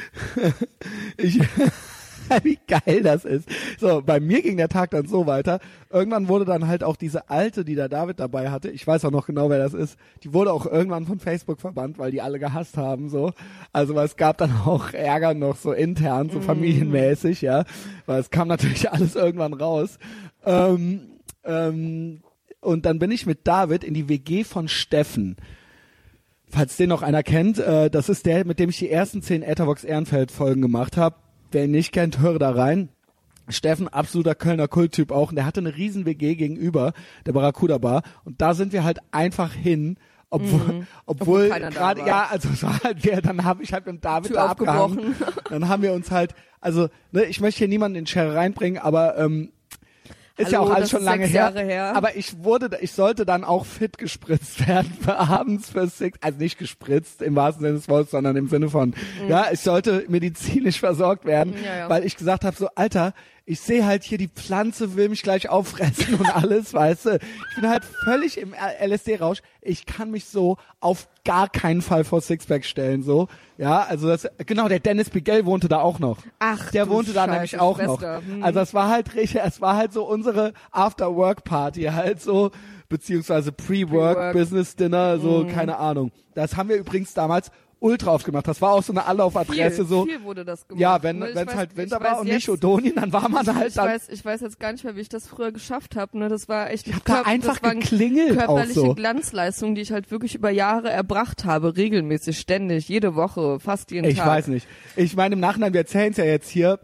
Ich, wie geil das ist. So, bei mir ging der Tag dann so weiter. Irgendwann wurde dann halt auch diese alte, die der David dabei hatte, ich weiß auch noch genau, wer das ist, die wurde auch irgendwann von Facebook verbannt, weil die alle gehasst haben, so. Also, weil es gab dann auch Ärger noch so intern, so familienmäßig, ja. Weil es kam natürlich alles irgendwann raus. Ähm, ähm, und dann bin ich mit David in die W G von Steffen. Falls den noch einer kennt, äh, das ist der, mit dem ich die ersten zehn Ethervox Ehrenfeld Folgen gemacht habe. Wer ihn nicht kennt, höre da rein. Steffen, absoluter Kölner Kulttyp auch. Und der hatte eine riesen W G gegenüber der Barracuda Bar. Und da sind wir halt einfach hin, obwohl, Mhm. obwohl Obwohl keiner da gerade, war. ja, also es war halt, wir, dann habe ich halt mit David Tür da abgehangen. aufgebrochen. Dann haben wir uns halt, also, ne, ich möchte hier niemanden in die Schere reinbringen, aber, ähm, ist ja Hallo, auch alles das schon ist lange sechs her, Jahre her. aber ich wurde, ich sollte dann auch fit gespritzt werden für abends für Six, also nicht gespritzt im wahrsten Sinne des Wortes, sondern im Sinne von, mhm. ja, ich sollte medizinisch versorgt werden, Ja, ja. weil ich gesagt habe so, Alter, ich sehe halt hier die Pflanze will mich gleich auffressen und alles, weißt du. Ich bin halt völlig im L S D-Rausch. Ich kann mich so auf gar keinen Fall vor Sixpack stellen, so. Ja, also das, genau, der Dennis Bigel wohnte da auch noch. Ach, der du wohnte da Scheiße, nämlich auch Schwester. noch. Hm. Also es war halt richtig, es war halt so unsere After-Work-Party halt so, beziehungsweise Pre-Work-Business-Dinner, so, Mhm. keine Ahnung. Das haben wir übrigens damals ultra oft gemacht. Das war auch so eine Anlaufadresse, viel, so. viel wurde das gemacht. Ja, wenn ne? Ich es weiß- halt Winter ich war weiß und jetzt- nicht Odonien, dann war man halt ich dann. weiß, ich weiß jetzt gar nicht mehr, wie ich das früher geschafft habe. Ne? Das war echt Ich hab da körp- einfach das waren geklingelt auch körperliche so. Glanzleistung, die ich halt wirklich über Jahre erbracht habe, regelmäßig, ständig, jede Woche, fast jeden Ich Tag. weiß nicht. Ich meine, im Nachhinein, wir erzählen es ja jetzt hier,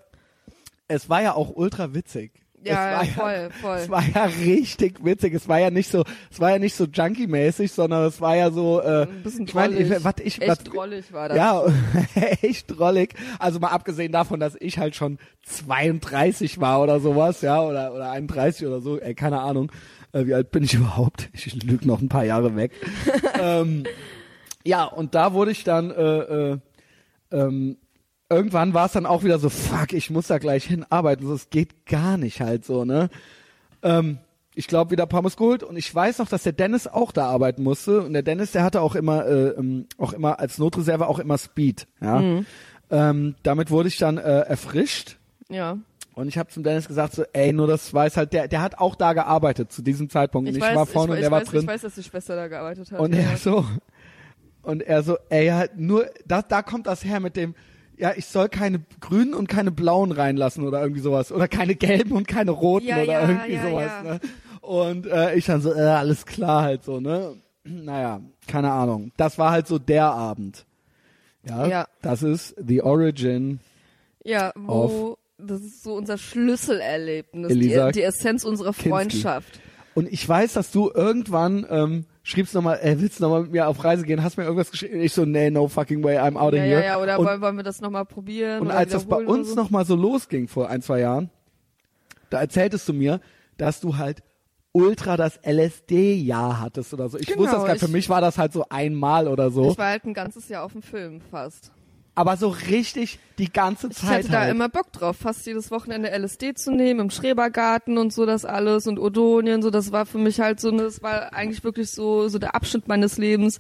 es war ja auch ultra witzig. Ja, es ja, war voll, voll. Es war ja richtig witzig. Es war ja nicht so, es war ja nicht so Junkie-mäßig, sondern es war ja so, äh, Ein bisschen ich meine, drollig. ich, was ich, Echt was, drollig war das. ja, echt drollig. Also mal abgesehen davon, dass ich halt schon zweiunddreißig war oder sowas, ja, oder, oder einunddreißig oder so, ey, keine Ahnung. Äh, wie alt bin ich überhaupt? Ich lüge noch ein paar Jahre weg. ähm, ja, und da wurde ich dann, äh, äh, ähm, irgendwann war es dann auch wieder so, fuck, ich muss da gleich hinarbeiten, so, es geht gar nicht halt so, ne. Ähm, ich glaube, wieder Pommes geholt und ich weiß noch, dass der Dennis auch da arbeiten musste und der Dennis, der hatte auch immer, äh, ähm, auch immer als Notreserve auch immer Speed, ja. Mhm. Ähm, damit wurde ich dann äh, erfrischt Ja. und ich habe zum Dennis gesagt so, ey, nur das weiß halt, der, der hat auch da gearbeitet zu diesem Zeitpunkt Ich, und ich weiß, war vorne ich, und ich der war weiß, drin. Ich weiß, dass die Schwester da gearbeitet hat. Und ja. er so, und er so, ey, halt nur, da, da kommt das her mit dem, ja, ich soll keine grünen und keine blauen reinlassen oder irgendwie sowas. Oder keine gelben und keine roten Ja, oder ja, irgendwie ja, sowas, ja. ne? Und äh, ich dann so, äh, alles klar halt so, ne? Naja, keine Ahnung. Das war halt so der Abend. Ja, Ja. das ist the origin. Ja, wo, das ist so unser Schlüsselerlebnis, Elisa die, die Essenz unserer Kinski. Freundschaft. Und ich weiß, dass du irgendwann ähm, schriebst nochmal, äh, willst du nochmal mit mir auf Reise gehen? Hast mir irgendwas geschrieben? Ich so, nee, no fucking way, I'm out of Ja, here. ja, ja, oder und, wollen, wollen wir das nochmal probieren? und oder als das bei wiederholen uns oder so? nochmal so losging vor ein, zwei Jahren, da erzähltest du mir, dass du halt ultra das L S D-Jahr hattest oder so. Ich Genau, wusste das gar nicht. Für ich- mich war das halt so einmal oder so. Ich war halt ein ganzes Jahr auf dem Film fast. Aber so richtig die ganze Ich Zeit hatte da halt. immer Bock drauf, fast jedes Wochenende L S D zu nehmen, im Schrebergarten und so das alles und Odonien, so das war für mich halt so, das war eigentlich wirklich so so der Abschnitt meines Lebens,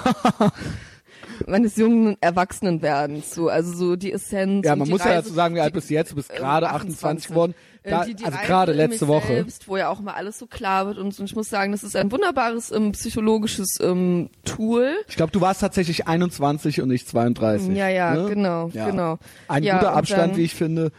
meines jungen Erwachsenenwerdens, so also so die Essenz. Ja, und man die muss ja Reise, dazu sagen, wie alt die- bist du jetzt? Du bist ähm, gerade achtundzwanzig geworden. Da, die, die also Reise gerade in letzte mich Woche. Selbst, wo ja auch mal alles so klar wird und, so. Und ich muss sagen, das ist ein wunderbares ähm, psychologisches ähm, Tool. Ich glaube, du warst tatsächlich einundzwanzig und nicht zweiunddreißig. Ja, ja, ne? genau, Ja. genau. Ein ja, guter und Abstand, dann, wie ich finde.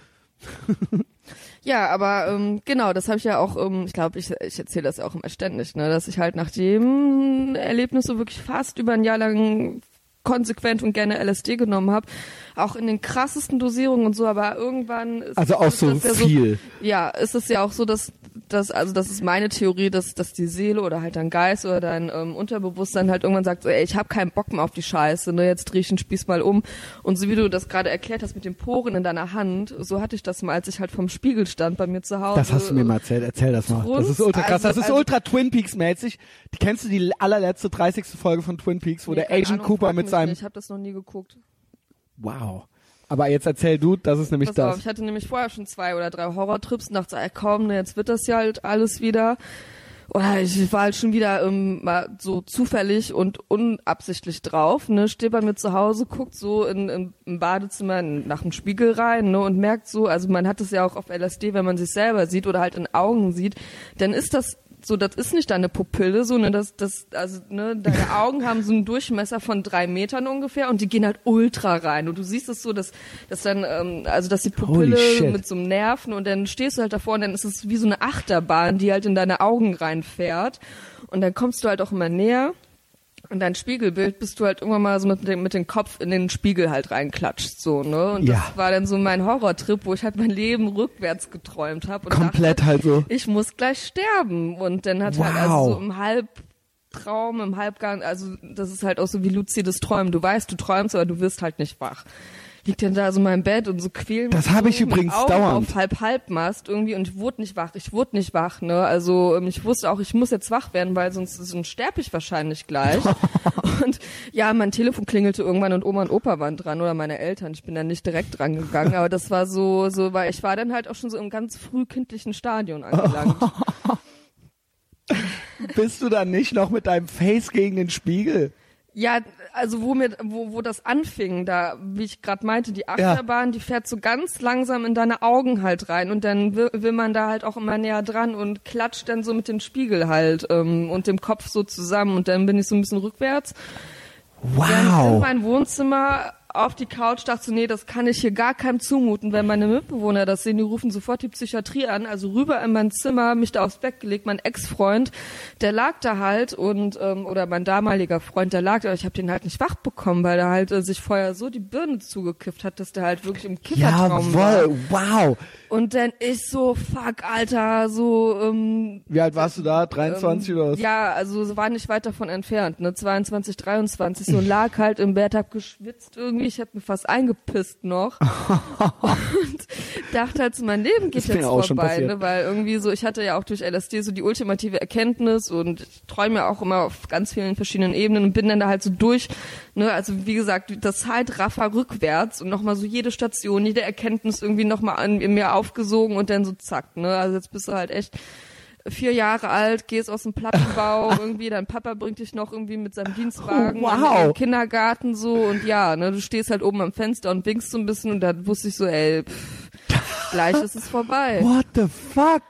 Ja, aber ähm, genau, das habe ich ja auch, ähm, ich glaube, ich, ich erzähle das ja auch immer ständig, ne, dass ich halt nach dem Erlebnis so wirklich fast über ein Jahr lang konsequent und gerne L S D genommen habe, auch in den krassesten Dosierungen und so, aber irgendwann ist Also auch ist so das ja viel. So, ja, ist es ja auch so, dass dass also das ist meine Theorie, dass dass die Seele oder halt dein Geist oder dein ähm, Unterbewusstsein halt irgendwann sagt, so, ey, ich habe keinen Bock mehr auf die Scheiße, ne, jetzt dreh ich den Spieß mal um. Und so wie du das gerade erklärt hast mit den Poren in deiner Hand, so hatte ich das mal, als ich halt vorm Spiegel stand bei mir zu Hause. Das hast du mir mal erzählt. Erzähl das mal. Strunz, Das ist ultra krass. also- das ist also- ultra Twin Peaks mäßig. Die kennst du die allerletzte dreißigste Folge von Twin Peaks, wo Nee, der keine Agent Ahnung, Cooper frag mit mich seinem nicht, ich habe das noch nie geguckt. Wow. Aber jetzt erzähl du, das ist nämlich Pass das. auf, ich hatte nämlich vorher schon zwei oder drei Horrortrips und dachte, ey, komm, ne, jetzt wird das ja halt alles wieder. Oder ich war halt schon wieder ähm, mal so zufällig und unabsichtlich drauf, ne, steht bei mir zu Hause, guckt so in, in, im Badezimmer in, nach dem Spiegel rein, ne, und merkt so, also man hat es ja auch auf L S D, wenn man sich selber sieht oder halt in Augen sieht, dann ist das so, das ist nicht deine Pupille, so, ne, das, das, also, ne, deine Augen haben so einen Durchmesser von drei Metern ungefähr und die gehen halt ultra rein und du siehst es so, dass, dass dann, ähm, also, dass die Pupille Holy shit. mit so einem Nerven und dann stehst du halt davor und dann ist es wie so eine Achterbahn, die halt in deine Augen reinfährt und dann kommst du halt auch immer näher. Und dein Spiegelbild, bist du halt irgendwann mal so mit dem, mit dem Kopf in den Spiegel halt reinklatscht, so, ne? Und Ja. das war dann so mein Horrortrip, wo ich halt mein Leben rückwärts geträumt habe. Komplett halt so. Ich muss gleich sterben. Und dann hat Wow. halt also so im Halbtraum, im Halbgang, also das ist halt auch so wie luzides Träumen. Du weißt, du träumst, aber du wirst halt nicht wach. Liegt dann da so in meinem Bett und so quälen. Das habe ich mit übrigens Augen dauernd. auf Halb-Halbmast irgendwie und ich wurde nicht wach. Ich wurde nicht wach, ne? Also ähm, ich wusste auch, ich muss jetzt wach werden, weil sonst, sonst sterbe ich wahrscheinlich gleich. Und ja, mein Telefon klingelte irgendwann und Oma und Opa waren dran oder meine Eltern. Ich bin dann nicht direkt dran gegangen, aber das war so, so, weil ich war dann halt auch schon so im ganz frühkindlichen Stadion angelangt. Bist du dann nicht noch mit deinem Face gegen den Spiegel? Ja, also wo mir, wo, wo das anfing, da, wie ich gerade meinte, die Achterbahn, die fährt so ganz langsam in deine Augen halt rein und dann will, will man da halt auch immer näher dran und klatscht dann so mit dem Spiegel halt ähm, und dem Kopf so zusammen und dann bin ich so ein bisschen rückwärts. Dann in Wow. mein Wohnzimmer auf die Couch, dachte so, nee, das kann ich hier gar keinem zumuten, wenn meine Mitbewohner das sehen, die rufen sofort die Psychiatrie an, also rüber in mein Zimmer, mich da aufs Bett gelegt, mein Ex-Freund, der lag da halt und, ähm, oder mein damaliger Freund, der lag da, aber ich habe den halt nicht wach bekommen, weil der halt äh, sich vorher so die Birne zugekifft hat, dass der halt wirklich im Kiffertraum war. Jawohl, wow. Und dann ich so, fuck, Alter, so, ähm, Wie alt warst du da? dreiundzwanzig ähm, oder was? ja, also es war nicht weit davon entfernt, ne, zweiundzwanzig, dreiundzwanzig, so lag halt im Bett, hab geschwitzt irgendwie, ich hab mir fast eingepisst noch und dachte halt so, mein Leben geht Das ist mir jetzt auch schon vorbei, passiert. ne, weil irgendwie so, ich hatte ja auch durch L S D so die ultimative Erkenntnis und ich träume ja auch immer auf ganz vielen verschiedenen Ebenen und bin dann da halt so durch, ne, also wie gesagt, das Zeitraffer rückwärts und nochmal so jede Station, jede Erkenntnis irgendwie nochmal an in mir aufgesogen und dann so zack, ne, also jetzt bist du halt echt vier Jahre alt, gehst aus dem Plattenbau irgendwie, dein Papa bringt dich noch irgendwie mit seinem Dienstwagen Oh, wow. in den Kindergarten so und ja, ne, du stehst halt oben am Fenster und winkst so ein bisschen und da wusste ich so, ey, pff, gleich ist es vorbei. What the fuck?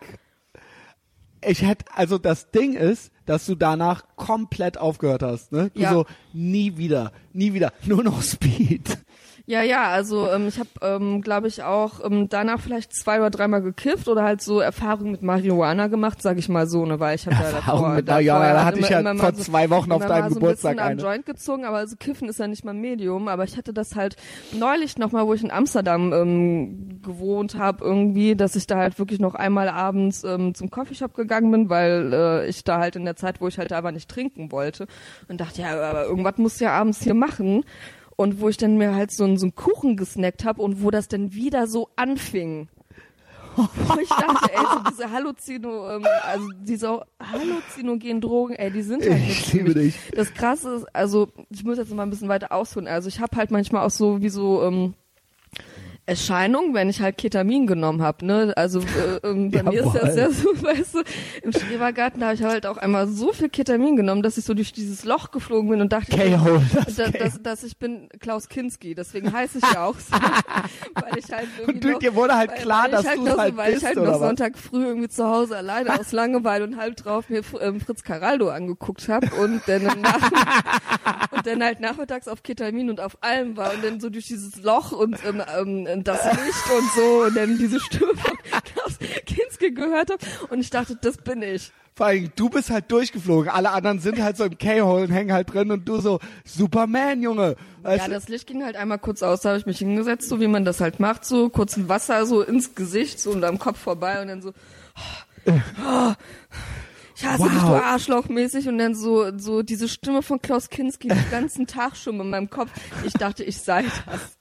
Ich hätte, also das Ding ist, dass du danach komplett aufgehört hast, ne? Du Ja. so, nie wieder, nie wieder, nur noch Speed. Ja, ja, also ähm, ich habe, ähm, glaube ich, auch ähm, danach vielleicht zwei oder dreimal gekifft oder halt so Erfahrungen mit Marihuana gemacht, sag ich mal so, ne, weil ich habe ja Erfahrung davor, mit davor Marihuana, da halt hatte ich ja immer vor mal so, zwei Wochen auf immer deinem mal so Geburtstag ein bisschen eine. am Joint gezogen, aber also Kiffen ist ja nicht mein Medium, aber ich hatte das halt neulich nochmal, wo ich in Amsterdam ähm, gewohnt habe irgendwie, dass ich da halt wirklich noch einmal abends ähm, zum Coffeeshop gegangen bin, weil äh, ich da halt in der Zeit, wo ich halt da war, nicht trinken wollte und dachte, ja, aber irgendwas musst du ja abends hier machen. Und wo ich dann mir halt so einen, so einen Kuchen gesnackt habe und wo das dann wieder so anfing. Wo ich dachte, ey, so diese Halluzino, ähm, also diese halluzinogenen Drogen, ey, die sind halt Ich nichts für liebe mich. dich. Das Krasse ist, also ich muss jetzt noch mal ein bisschen weiter ausholen. Also ich habe halt manchmal auch so wie so ähm, Erscheinung, wenn ich halt Ketamin genommen habe, ne? Also äh, ähm, bei mir ist das ja so, weißt du, im Schrebergarten, da habe ich halt auch einmal so viel Ketamin genommen, dass ich so durch dieses Loch geflogen bin und dachte, K-Hole, dass, dass, dass, dass ich bin Klaus Kinski, deswegen heiße ich ja auch so, weil ich halt irgendwie Und du, noch, dir wurde halt weil, klar, weil dass halt du noch, halt weil bist, ich halt oder noch was? Sonntag früh irgendwie zu Hause alleine aus Langeweile und halb drauf mir ähm, Fritz Caraldo angeguckt habe und dann nach, und dann halt nachmittags auf Ketamin und auf allem war und dann so durch dieses Loch und ähm, ähm, das Licht und so und dann diese Stimme von Klaus Kinski gehört habe und ich dachte, das bin ich. Vor allem, du bist halt durchgeflogen. Alle anderen sind halt so im K-Hole und hängen halt drin und du so, Superman, Junge. Weißt Ja, du? das Licht ging halt einmal kurz aus, da habe ich mich hingesetzt, so wie man das halt macht, so kurz ein Wasser so ins Gesicht, so und am Kopf vorbei und dann so, oh, ich hasse Wow. dich, du Arschloch-mäßig und dann so, so diese Stimme von Klaus Kinski den ganzen Tag schon in meinem Kopf. Ich dachte, ich sei das.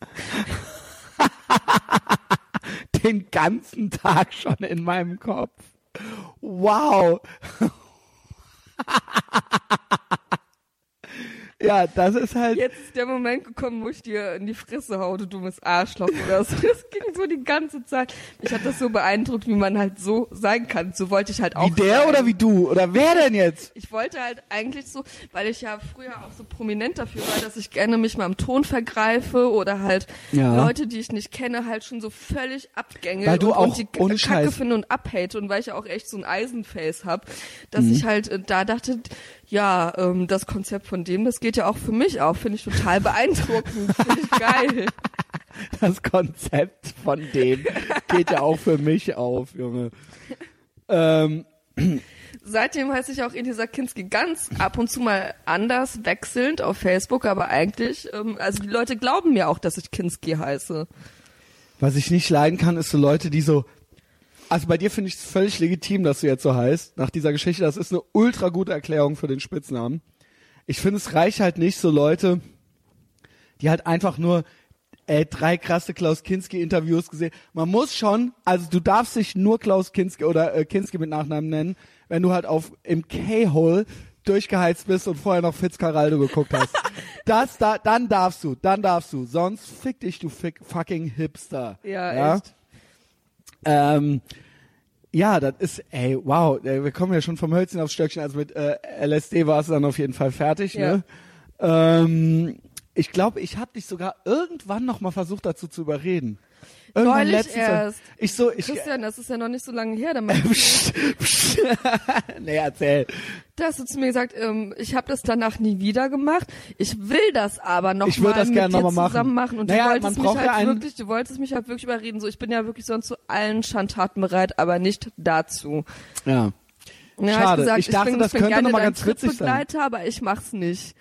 Den ganzen Tag schon in meinem Kopf. Wow. Ja, das ist halt... Jetzt ist der Moment gekommen, wo ich dir in die Fresse hau, du dummes Arschloch oder so. Das ging so die ganze Zeit. Mich hat das so beeindruckt, wie man halt so sein kann. So wollte ich halt auch Wie der sein. oder wie du? Oder wer denn jetzt? Ich wollte halt eigentlich so, weil ich ja früher auch so prominent dafür war, dass ich gerne mich mal im Ton vergreife oder halt Ja. Leute, die ich nicht kenne, halt schon so völlig abgänge Weil du und, auch und die ohne Kacke Scheiß- finde und abhate und weil ich ja auch echt so ein Eisenface hab, dass Mhm. ich halt äh, da dachte, ja, ähm, das Konzept von dem, das geht ja auch für mich auf, finde ich total beeindruckend, finde ich geil. Das Konzept von dem geht ja auch für mich auf, Junge. Ähm, Seitdem heiße ich auch Elisa Kinski ganz ab und zu mal anders, wechselnd auf Facebook, aber eigentlich, ähm, also die Leute glauben mir auch, dass ich Kinski heiße. was ich nicht leiden kann, ist so Leute, die so... Also bei dir finde ich es völlig legitim, dass du jetzt so heißt. Nach dieser Geschichte, das ist eine ultra gute Erklärung für den Spitznamen. Ich finde, es reicht halt nicht so Leute, die halt einfach nur äh, drei krasse Klaus Kinski-Interviews gesehen. Man muss schon, also du darfst dich nur Klaus Kinski oder äh, Kinski mit Nachnamen nennen, wenn du halt auf im K-Hole durchgeheizt bist und vorher noch Fitz Caraldo geguckt hast. Das da, dann darfst du, dann darfst du. Sonst fick dich, du fick, fucking Hipster. Ja, echt. Ähm, ja, das ist, ey, wow, ey, wir kommen ja schon vom Hölzchen aufs Stöckchen, also mit äh, L S D war es dann auf jeden Fall fertig, Ja. ne? Ähm, ich glaube, ich habe dich sogar irgendwann noch mal versucht dazu zu überreden. Irgendwann Neulich letztens, erst. Ich so, ich, Christian, das ist ja noch nicht so lange her. Da, meinte ich, psch, psch. Nee, erzähl. da hast du zu mir gesagt, ähm, ich habe das danach nie wieder gemacht. Ich will das aber noch Ich würd mal das mit gerne dir noch mal machen. zusammen machen. Und Naja, du man wolltest mich braucht halt ja einen- wirklich, du wolltest mich halt wirklich überreden. So, ich bin ja wirklich sonst zu allen Schandtaten bereit, aber nicht dazu. Ja. Und dann hab Schade. ich gesagt, Ich dachte, bin, das ich bin könnte gerne noch mal dein ganz witzig sein. Trittbegleiter, aber ich mach's nicht.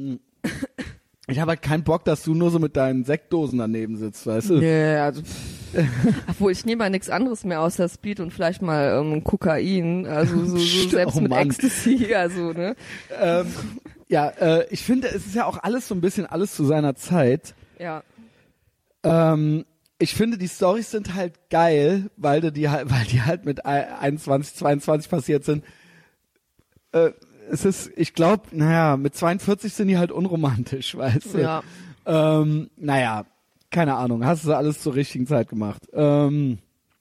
Ich habe halt keinen Bock, dass du nur so mit deinen Sektdosen daneben sitzt, weißt du? Nee, also pff. Obwohl ich nehme ja nichts anderes mehr außer Speed und vielleicht mal ähm, Kokain, also so, so selbst Oh mit Mann. Ecstasy, also ne. Ähm, ja, äh, ich finde, es ist ja auch alles so ein bisschen alles zu seiner Zeit. Ja. Ähm, ich finde, die Storys sind halt geil, weil die, die halt, weil die halt mit einundzwanzig, zweiundzwanzig passiert sind. Äh, es ist, ich glaube, naja, mit zweiundvierzig sind die halt unromantisch, weißt du? Ja. Ähm, naja, keine Ahnung, hast du alles zur richtigen Zeit gemacht. Ähm,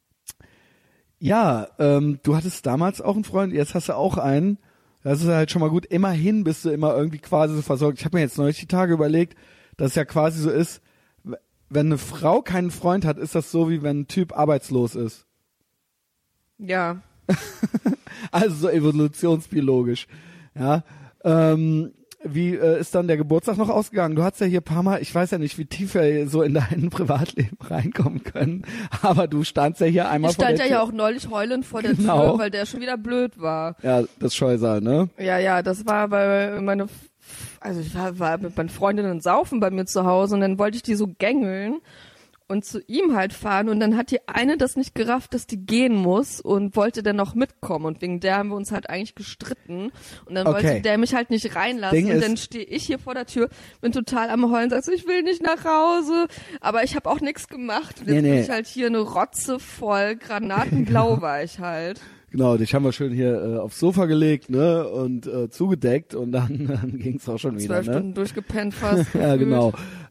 ja, ähm, du hattest damals auch einen Freund, jetzt hast du auch einen. Das ist halt schon mal gut. Immerhin bist du immer irgendwie quasi so versorgt. Ich habe mir jetzt neulich die Tage überlegt, dass es ja quasi so ist, w- wenn eine Frau keinen Freund hat, ist das so, wie wenn ein Typ arbeitslos ist. Ja. Also so evolutionsbiologisch. Ja. Ähm, wie äh, ist dann der Geburtstag noch ausgegangen? Du hast ja hier ein paar Mal, ich weiß ja nicht, wie tief wir so in dein Privatleben reinkommen können, aber du standst ja hier einmal Ich vor stand der ja Tür. ja auch neulich heulend vor der Genau. Tür, weil der schon wieder blöd war. Ja, das Scheusal, ne? Ja, ja, das war, weil meine, also ich war, war mit meinen Freundinnen saufen bei mir zu Hause und dann wollte ich die so gängeln und zu ihm halt fahren und dann hat die eine das nicht gerafft, dass die gehen muss und wollte dann noch mitkommen und wegen der haben wir uns halt eigentlich gestritten und dann Okay. wollte der mich halt nicht reinlassen Ding und ist- dann stehe ich hier vor der Tür, bin total am Heulen, sag so, ich will nicht nach Hause, aber ich habe auch nichts gemacht und jetzt Nee, nee. bin ich halt hier eine Rotze voll, granatenblau war ich halt. Genau, dich haben wir schön hier äh, aufs Sofa gelegt, ne, und äh, zugedeckt und dann, dann ging's auch schon wieder, Zwölf ne? Stunden durchgepennt fast. Ja, gefühlt. genau.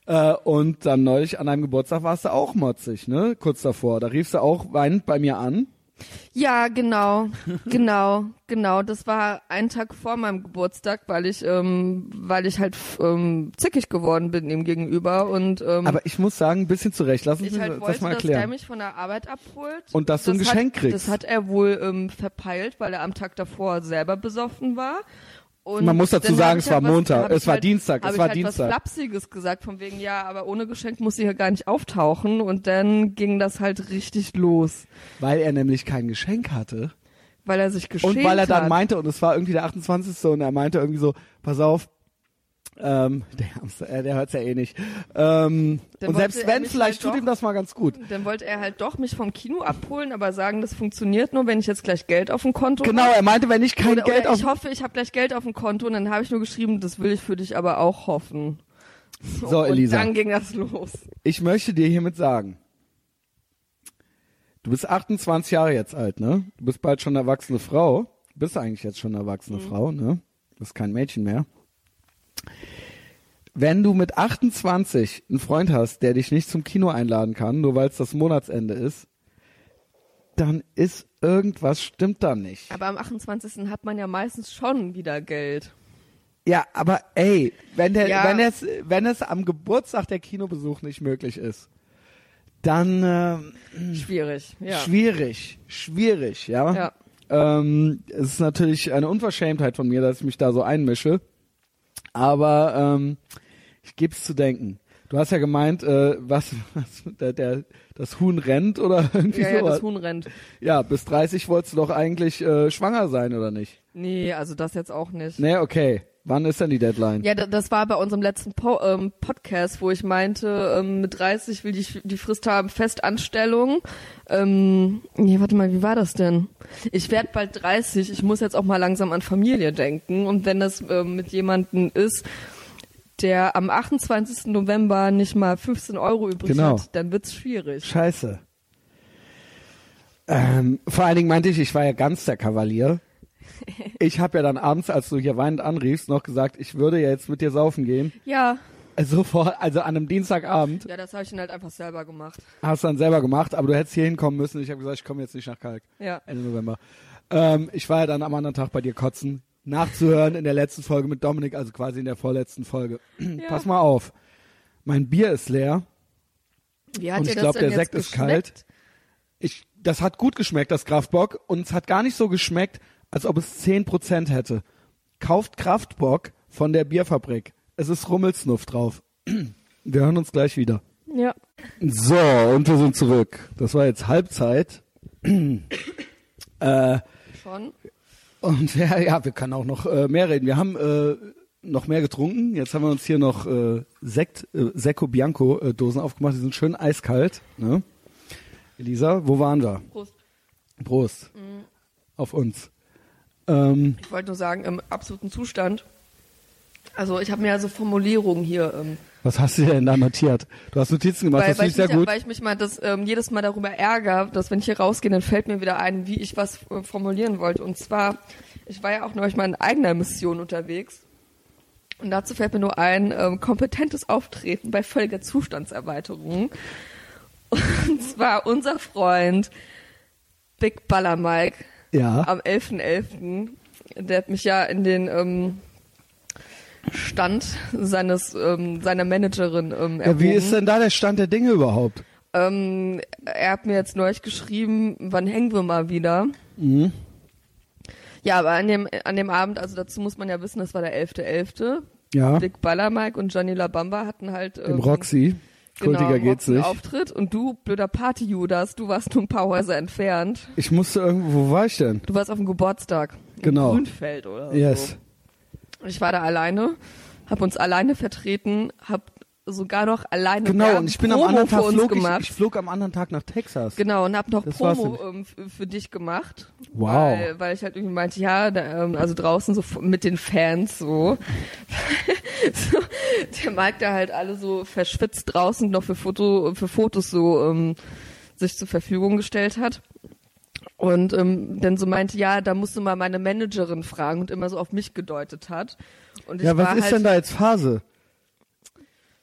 Äh, und dann neulich an einem Geburtstag warst du auch motzig, ne? Kurz davor. Da riefst du auch weinend bei mir an. Ja, genau, genau, genau. Das war ein Tag vor meinem Geburtstag, weil ich, ähm, weil ich halt ähm, zickig geworden bin ihm gegenüber und ähm, Aber ich muss sagen, ein bisschen zurecht. Lass uns ich halt das wollte, mal dass der erklären. mich von der Arbeit abholt. Und dass du ein Das Geschenk hat, kriegst. Das hat er wohl ähm, verpeilt, weil er am Tag davor selber besoffen war. Und Man muss dazu dann sagen, hab es ich war halt was- Montag, hab ich es war halt, Dienstag, hab es ich war halt Dienstag. was Flapsiges gesagt, von wegen, ja, aber ohne Geschenk muss sie hier gar nicht auftauchen. Und dann ging das halt richtig los, Weil er nämlich kein Geschenk hatte. weil er sich geschämt Und weil er dann hat. meinte, und es war irgendwie der achtundzwanzigste und er meinte irgendwie so, pass auf, ähm, der, Hamster, äh, der hört's ja eh nicht. Ähm, Dann und wollte selbst er wenn, mich vielleicht halt tut ihm doch- das mal ganz gut. Dann wollte er halt doch mich vom Kino abholen, aber sagen, das funktioniert nur, wenn ich jetzt gleich Geld auf dem Konto Genau, habe. er meinte, wenn ich kein Oder, Geld oder auf... ich hoffe, ich habe gleich Geld auf dem Konto und dann habe ich nur geschrieben, das will ich für dich aber auch hoffen. So, Elisa. Und dann ging das los. Ich möchte dir hiermit sagen, du bist achtundzwanzig Jahre jetzt alt, ne? Du bist bald schon eine erwachsene Frau. Du bist eigentlich jetzt schon eine erwachsene Mhm. Frau, ne? Du bist kein Mädchen mehr. Wenn du mit achtundzwanzig einen Freund hast, der dich nicht zum Kino einladen kann, nur weil es das Monatsende ist, dann ist irgendwas stimmt da nicht. Aber am achtundzwanzigsten hat man ja meistens schon wieder Geld. Ja, aber ey, wenn der, Ja. wenn es, wenn es am Geburtstag der Kinobesuch nicht möglich ist, dann ähm, Schwierig, ja. schwierig, schwierig, ja. Ja. Ähm, es ist natürlich eine Unverschämtheit von mir, dass ich mich da so einmische. Aber ähm, ich gebe es zu denken. Du hast ja gemeint, äh, was, was der, der, das Huhn rennt oder irgendwie Ja, ja, sowas. das Huhn rennt. Ja, bis dreißig wolltest du doch eigentlich äh, schwanger sein, oder nicht? Nee, also das jetzt auch nicht. Nee, okay. Wann ist denn die Deadline? Ja, da- das war bei unserem letzten po ähm, Podcast, wo ich meinte, ähm, mit dreißig will ich die Frist haben, Festanstellung. Ähm, nee, warte mal, wie war das denn? Ich werde bald dreißig, ich muss jetzt auch mal langsam an Familie denken. Und wenn das ähm, mit jemandem ist, der am achtundzwanzigsten November nicht mal fünfzehn Euro übrig Genau. hat, dann wird's schwierig. Scheiße. Ähm, vor allen Dingen meinte ich, ich war ja ganz der Kavalier. Ich habe ja dann abends, als du hier weinend anriefst, noch gesagt, ich würde ja jetzt mit dir saufen gehen. Ja, Also, vor, also an einem Dienstagabend ja, das habe ich dann halt einfach selber gemacht. hast du dann selber gemacht, aber du hättest hier hinkommen müssen. Ich habe gesagt, ich komme jetzt nicht nach Kalk. Ja. Ende November. Ähm, ich war ja dann am anderen Tag bei dir kotzen. Nachzuhören in der letzten Folge mit Dominik, also quasi in der vorletzten Folge. Ja. Pass mal auf. Mein Bier ist leer. Wie hat Und dir ich das glaub, denn der jetzt Sekt ist geschmeckt? kalt. Ich, das hat gut geschmeckt, das Kraftbock. Und es hat gar nicht so geschmeckt, als ob es zehn Prozent hätte. Kauft Kraftbock von der Bierfabrik. Es ist Rummelsnuff drauf. Wir hören uns gleich wieder. Ja. So, und wir sind zurück. Das war jetzt Halbzeit. äh, Schon? und ja, ja, wir können auch noch äh, mehr reden. Wir haben äh, noch mehr getrunken. Jetzt haben wir uns hier noch äh, Sekt, äh, Secco Bianco äh, Dosen aufgemacht. Die sind schön eiskalt. Ne? Elisa, wo waren wir? Prost. Prost. Auf uns. Ähm, Ich wollte nur sagen, im absoluten Zustand. Also ich habe mir ja so Formulierungen hier, ähm, was hast du denn da notiert? Du hast Notizen gemacht, weil, das weil, finde ich ich sehr mich, gut. weil ich mich mal das ähm, jedes Mal darüber ärgere, dass wenn ich hier rausgehe, dann fällt mir wieder ein, wie ich was äh, formulieren wollte. Und zwar, ich war ja auch neulich mal in eigener Mission unterwegs. Und dazu fällt mir nur ein, ähm, kompetentes Auftreten bei völliger Zustandserweiterung. Und zwar unser Freund Big Baller Mike Ja. am elften elften Der hat mich ja in den ähm, Stand seines ähm, seiner Managerin ähm, erhoben. Ja, wie ist denn da der Stand der Dinge überhaupt? Ähm, er hat mir jetzt neulich geschrieben, wann hängen wir mal wieder. Mhm. Ja, aber an dem an dem Abend, also dazu muss man ja wissen, das war der elfte elfte Ja, Big Baller Mike und Johnny LaBamba hatten halt im ähm, Roxy. genau, Kultiger geht's einen nicht. Auftritt und du, blöder Party-Judas, du warst nur ein paar Häuser entfernt. Ich musste irgendwo, wo war ich denn? Du warst auf dem Geburtstag. Genau. In Grünfeld oder Yes. so. Ich war da alleine, hab uns alleine vertreten, hab sogar noch alleine Genau, und ich bin am Promo anderen für Tag uns flog ich, gemacht. ich flog am anderen Tag nach Texas. Genau, und hab noch Das Promo war's ähm, f- für dich gemacht. Wow. Weil, weil ich halt irgendwie meinte, ja, da, ähm, also draußen so f- mit den Fans so. so der Mike da halt alle so verschwitzt draußen noch für Foto, für Fotos so ähm, sich zur Verfügung gestellt hat. Und ähm, dann so meinte, ja, da musst du mal meine Managerin fragen und immer so auf mich gedeutet hat. Und ich Ja, was war ist halt, denn da jetzt Phase?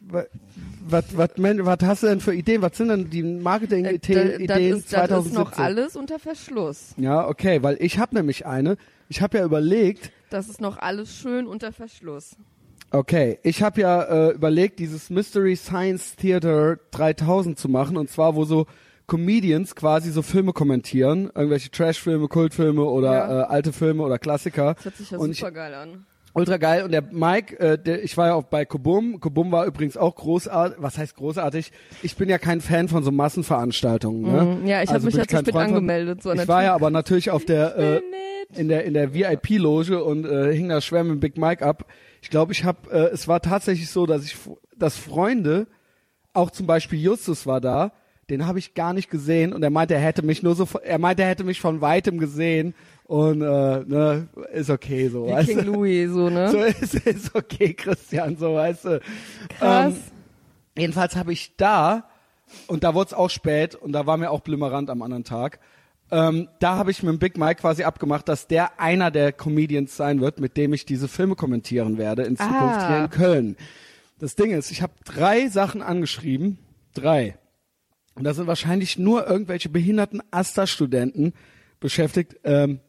Was, was, was hast du denn für Ideen? Was sind denn die Marketing-Ideen äh, da, das ist, zwanzig siebzehn? Das ist noch alles unter Verschluss. Ja, okay, weil ich habe nämlich eine. Ich habe ja überlegt. Das ist noch alles schön unter Verschluss. Okay, ich habe ja äh, überlegt, dieses Mystery Science Theater dreitausend zu machen, und zwar wo so Comedians quasi so Filme kommentieren, irgendwelche Trash-Filme, Kultfilme oder ja. äh, alte Filme oder Klassiker. Das hört sich ja und super ich, geil an. Ultra geil. Und der Mike, äh, der, ich war ja auch bei Kobum. Kobum war übrigens auch großartig. Was heißt großartig? Ich bin ja kein Fan von so Massenveranstaltungen. Ne? Mm, ja, ich habe also mich jetzt nicht mit angemeldet. So ich war ja aber natürlich auf der äh, in der in der V I P-Loge und äh, hing da schwer mit Big Mike ab. Ich glaube, ich habe, äh, es war tatsächlich so, dass ich, dass Freunde, auch zum Beispiel Justus war da, den habe ich gar nicht gesehen und er meinte, er hätte mich nur so, er meinte, er hätte mich von weitem gesehen. Und äh, ne, ist okay so, Wie weißt King du? Louis, so, ne? So ist, ist okay, Christian, so, weißt du. Krass. Ähm, jedenfalls habe ich da, und da wurde es auch spät, und da war mir auch Blümmerant am anderen Tag, ähm, da habe ich mit Big Mike quasi abgemacht, dass der einer der Comedians sein wird, mit dem ich diese Filme kommentieren werde in Zukunft Ah. hier in Köln. Das Ding ist, ich habe drei Sachen angeschrieben, drei. Und da sind wahrscheinlich nur irgendwelche behinderten Asta-Studenten beschäftigt, ähm,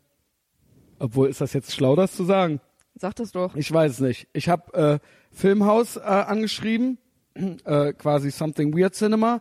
obwohl, ist das jetzt schlau, das zu sagen? Sag das doch. Ich weiß es nicht. Ich habe äh, Filmhaus äh, angeschrieben, äh, quasi Something Weird Cinema,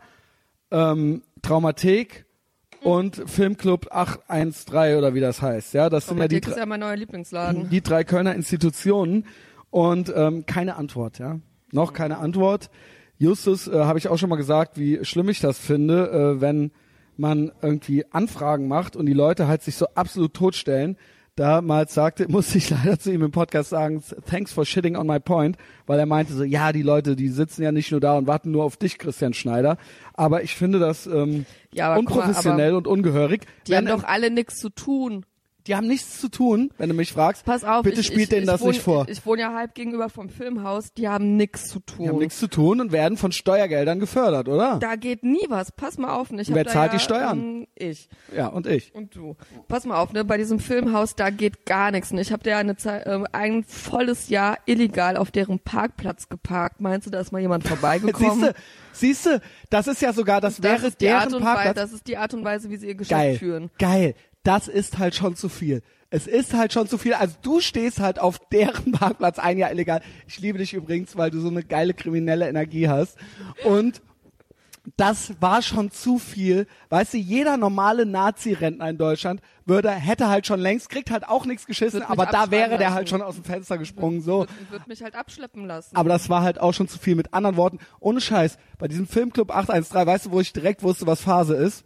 ähm, Traumathek und Filmclub acht eins drei oder wie das heißt. Ja, das sind ja die, Das ist ja mein neuer Lieblingsladen. die drei Kölner Institutionen und ähm, keine Antwort. Ja, noch keine Antwort. Justus, äh, habe ich auch schon mal gesagt, wie schlimm ich das finde, äh, wenn man irgendwie Anfragen macht und die Leute halt sich so absolut totstellen. Damals sagte, musste ich leider zu ihm im Podcast sagen, thanks for shitting on my point, weil er meinte so, ja, die Leute, die sitzen ja nicht nur da und warten nur auf dich, Christian Schneider. Aber ich finde das ähm, Ja, aber guck mal, unprofessionell aber und ungehörig. Die Wenn, haben doch alle nichts zu tun. die haben nichts zu tun, wenn du mich fragst. Pass auf, bitte ich, spielt ich, denen ich das wohne, nicht vor. Ich, ich wohne ja halb gegenüber vom Filmhaus, die haben nichts zu tun. Die haben nichts zu tun und werden von Steuergeldern gefördert, oder? Da geht nie was. Pass mal auf. Ne? Ich Wer hab da zahlt ja, die Steuern? Ähm, ich. Ja, und ich. Und du. Pass mal auf, ne? Bei diesem Filmhaus, da geht gar nichts. Ne? Ich habe da eine Zeit, äh, ein volles Jahr illegal auf deren Parkplatz geparkt. Meinst du, da ist mal jemand vorbeigekommen? Siehste, siehste, das ist ja sogar, das, das wäre ist die Art deren und Parkplatz. Weise, das ist die Art und Weise, wie sie ihr Geschäft Geil, führen. geil. Das ist halt schon zu viel. Es ist halt schon zu viel. Also du stehst halt auf deren Parkplatz ein Jahr illegal. Ich liebe dich übrigens, weil du so eine geile kriminelle Energie hast. Und das war schon zu viel. Weißt du, jeder normale Nazi-Rentner in Deutschland würde, hätte halt schon längst, kriegt halt auch nichts geschissen, Wird mich aber da wäre abschreiben der halt lassen. schon aus dem Fenster gesprungen, so. Wird, wird mich halt abschleppen lassen. Aber das war halt auch schon zu viel. Mit anderen Worten, ohne Scheiß, bei diesem Filmclub acht eins drei, weißt du, wo ich direkt wusste, was Phase ist?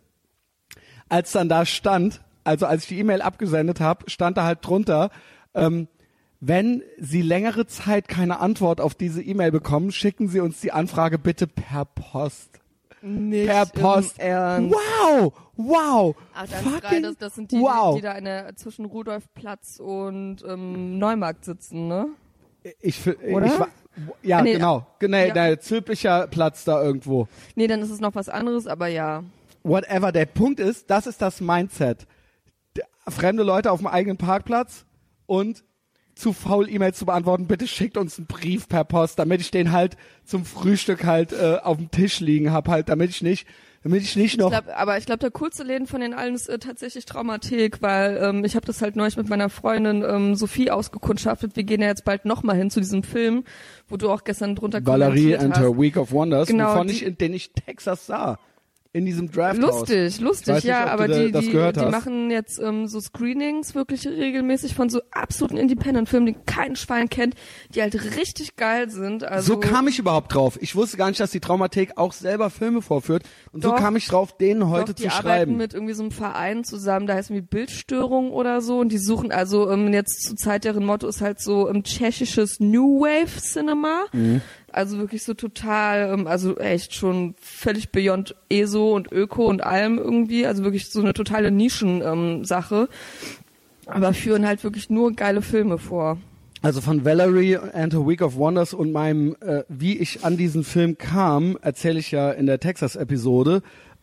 Als dann da stand, also als ich die E-Mail abgesendet habe, stand da halt drunter, ähm, wenn Sie längere Zeit keine Antwort auf diese E-Mail bekommen, schicken Sie uns die Anfrage bitte per Post. Nicht Per Post. im Ernst. Wow, wow, Ach, das, ist fucking geil, das, das sind die, wow. die da in der, zwischen Rudolfplatz und ähm, Neumarkt sitzen, ne? Ich, fi- Oder? ich war, ja, Ah, nee, genau, genau, ja. der Zülpicher Platz da irgendwo. Nee, dann ist es noch was anderes, aber ja. Whatever, der Punkt ist, das ist das Mindset. Der, fremde Leute auf dem eigenen Parkplatz und zu faul E-Mails zu beantworten, bitte schickt uns einen Brief per Post, damit ich den halt zum Frühstück halt äh, auf dem Tisch liegen hab, halt, damit ich nicht, damit ich nicht noch... Ich glaub, aber ich glaube, der coolste Läden von den allen ist äh, tatsächlich Traumathek, weil ähm, ich habe das halt neulich mit meiner Freundin ähm, Sophie ausgekundschaftet. Wir gehen ja jetzt bald nochmal hin zu diesem Film, wo du auch gestern drunter Valerie kommentiert and hast. her Week of Wonders, Genau, wovon die- ich, in den ich Texas sah. In diesem Draft Lustig, lustig, Ich weiß nicht, ja, ob du aber da- die, das die, gehört die hast. machen jetzt ähm, so Screenings wirklich regelmäßig von so absoluten Independent-Filmen, die kein Schwein kennt, die halt richtig geil sind. Also So kam ich überhaupt drauf. Ich wusste gar nicht, dass die Traumathek auch selber Filme vorführt. Und Doch, so kam ich drauf, denen heute Doch, die zu arbeiten schreiben. mit irgendwie so einem Verein zusammen, da heißt irgendwie Bildstörung oder so und die suchen also ähm, jetzt zur Zeit, deren Motto ist halt so ähm, tschechisches New Wave Cinema. Mhm. Also wirklich so total, ähm, also echt schon völlig beyond E S O und Öko und allem irgendwie, also wirklich so eine totale Nischen ähm, Sache, aber führen halt wirklich nur geile Filme vor. Also von Valerie and her Week of Wonders und meinem, äh, wie ich an diesen Film kam, erzähle ich ja in der Texas-Episode.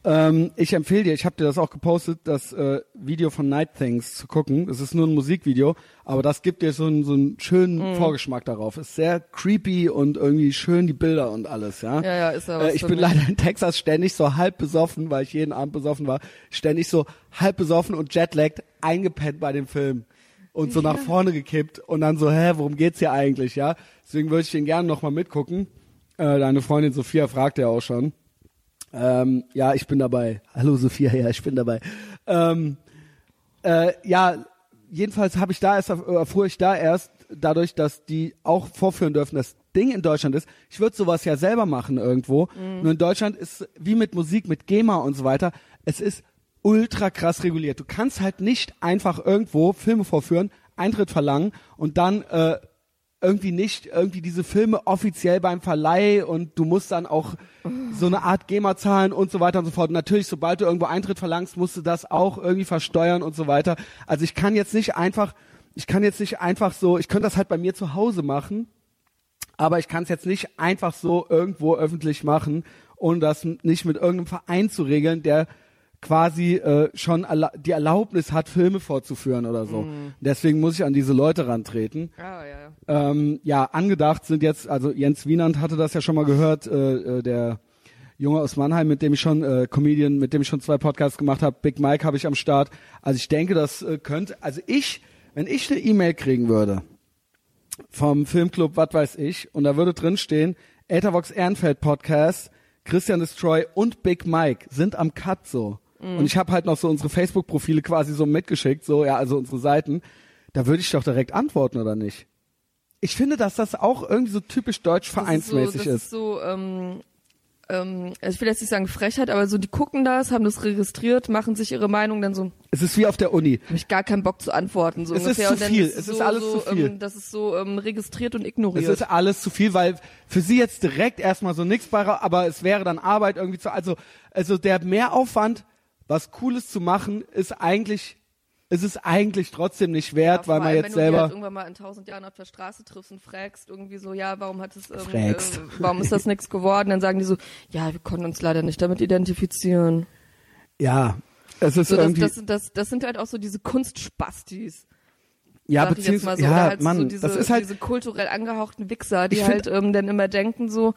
Ähm, ich empfehle dir, ich habe dir das auch gepostet, das äh, Video von Night Things zu gucken. Das ist nur ein Musikvideo, aber das gibt dir so einen, so einen schönen mm. Vorgeschmack darauf. Ist sehr creepy und irgendwie schön die Bilder und alles, ja. Ja, ja, ist aber. Äh, ich bin leider in Texas ständig so halb besoffen, weil ich jeden Abend besoffen war, ständig so halb besoffen und jetlagged eingepennt bei dem Film. Und so ja. nach vorne gekippt und dann so, hä, worum geht's hier eigentlich, ja? Deswegen würde ich den gerne nochmal mitgucken. Äh, deine Freundin Sophia fragt ja auch schon. Ähm, ja, ich bin dabei. Hallo Sophia, ja, ich bin dabei. Ähm, äh, ja, jedenfalls habe ich da erst, erfuhr ich da erst, dadurch, dass die auch vorführen dürfen, das Ding in Deutschland ist, ich würde sowas ja selber machen irgendwo, mhm. nur in Deutschland ist, wie mit Musik, mit GEMA und so weiter, es ist ultra krass reguliert. Du kannst halt nicht einfach irgendwo Filme vorführen, Eintritt verlangen und dann äh, irgendwie nicht irgendwie diese Filme offiziell beim Verleih und du musst dann auch so eine Art GEMA zahlen und so weiter und so fort. Und natürlich, sobald du irgendwo Eintritt verlangst, musst du das auch irgendwie versteuern und so weiter. Also ich kann jetzt nicht einfach, ich kann jetzt nicht einfach so, ich könnte das halt bei mir zu Hause machen, aber ich kann es jetzt nicht einfach so irgendwo öffentlich machen, ohne das nicht mit irgendeinem Verein zu regeln, der quasi äh, schon erla- die Erlaubnis hat, Filme vorzuführen oder so. Mm. Deswegen muss ich an diese Leute rantreten. Oh, ja, ja. Ähm, ja, angedacht sind jetzt, also Jens Wienand hatte das ja schon mal gehört, äh, äh, der Junge aus Mannheim, mit dem ich schon, äh, Comedian, mit dem ich schon zwei Podcasts gemacht habe, Big Mike habe ich am Start. Also ich denke, das äh, könnte, also ich, wenn ich eine E-Mail kriegen würde vom Filmclub, was weiß ich, und da würde drin stehen, Ethervox Ehrenfeld Podcast, Christian Destroy und Big Mike sind am Cut so. Und ich habe halt noch so unsere Facebook-Profile quasi so mitgeschickt, so, ja, also unsere Seiten. Da würde ich doch direkt antworten, oder nicht? Ich finde, dass das auch irgendwie so typisch deutsch vereinsmäßig ist. Das ist so, das ist so ähm, ähm, ich will jetzt nicht sagen Frechheit, aber so, die gucken das, haben das registriert, machen sich ihre Meinung dann so. Es ist wie auf der Uni. Habe ich gar keinen Bock zu antworten, so es ungefähr. Ist zu viel. Es so, ist alles so, zu viel. Ähm, das ist so ähm, registriert und ignoriert. Es ist alles zu viel, weil für sie jetzt direkt erstmal so nichts bei, aber es wäre dann Arbeit irgendwie zu, also, also der Mehraufwand, was Cooles zu machen, ist eigentlich, ist es eigentlich trotzdem nicht wert, ja, weil man allem, jetzt wenn selber. Wenn du halt irgendwann mal in tausend Jahren auf der Straße triffst und fragst irgendwie so, ja, warum hat es, ähm, äh, warum ist das nichts geworden? Dann sagen die so, ja, wir konnten uns leider nicht damit identifizieren. Ja, es ist so, das, irgendwie. Das, das, das sind halt auch so diese Kunstspastis. Ja, beziehungsweise, so. ja, halt Mann, so diese, das ist halt. Diese kulturell angehauchten Wichser, die halt ähm, dann immer denken so,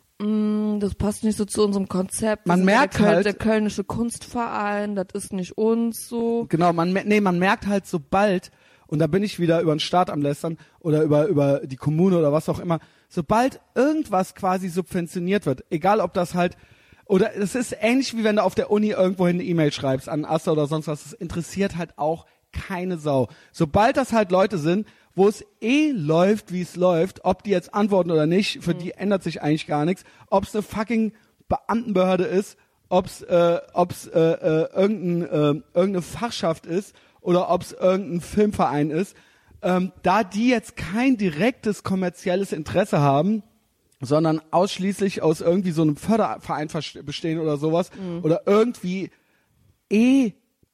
Mm, das passt nicht so zu unserem Konzept. Man merkt der Köl- halt, der Kölnische Kunstverein, das ist nicht uns so. Genau, man, nee, man merkt halt sobald, und da bin ich wieder über den Staat am Lästern oder über, über die Kommune oder was auch immer, sobald irgendwas quasi subventioniert wird, egal ob das halt, oder es ist ähnlich wie wenn du auf der Uni irgendwohin eine E-Mail schreibst an Asta oder sonst was, das interessiert halt auch keine Sau. Sobald das halt Leute sind, wo es eh läuft, wie es läuft, ob die jetzt antworten oder nicht, für mhm. die ändert sich eigentlich gar nichts. Ob es eine fucking Beamtenbehörde ist, ob es äh, ob's, äh, äh, irgendein, äh, irgendeine Fachschaft ist oder ob es irgendein Filmverein ist, ähm, da die jetzt kein direktes kommerzielles Interesse haben, sondern ausschließlich aus irgendwie so einem Förderverein bestehen oder sowas mhm. oder irgendwie eh,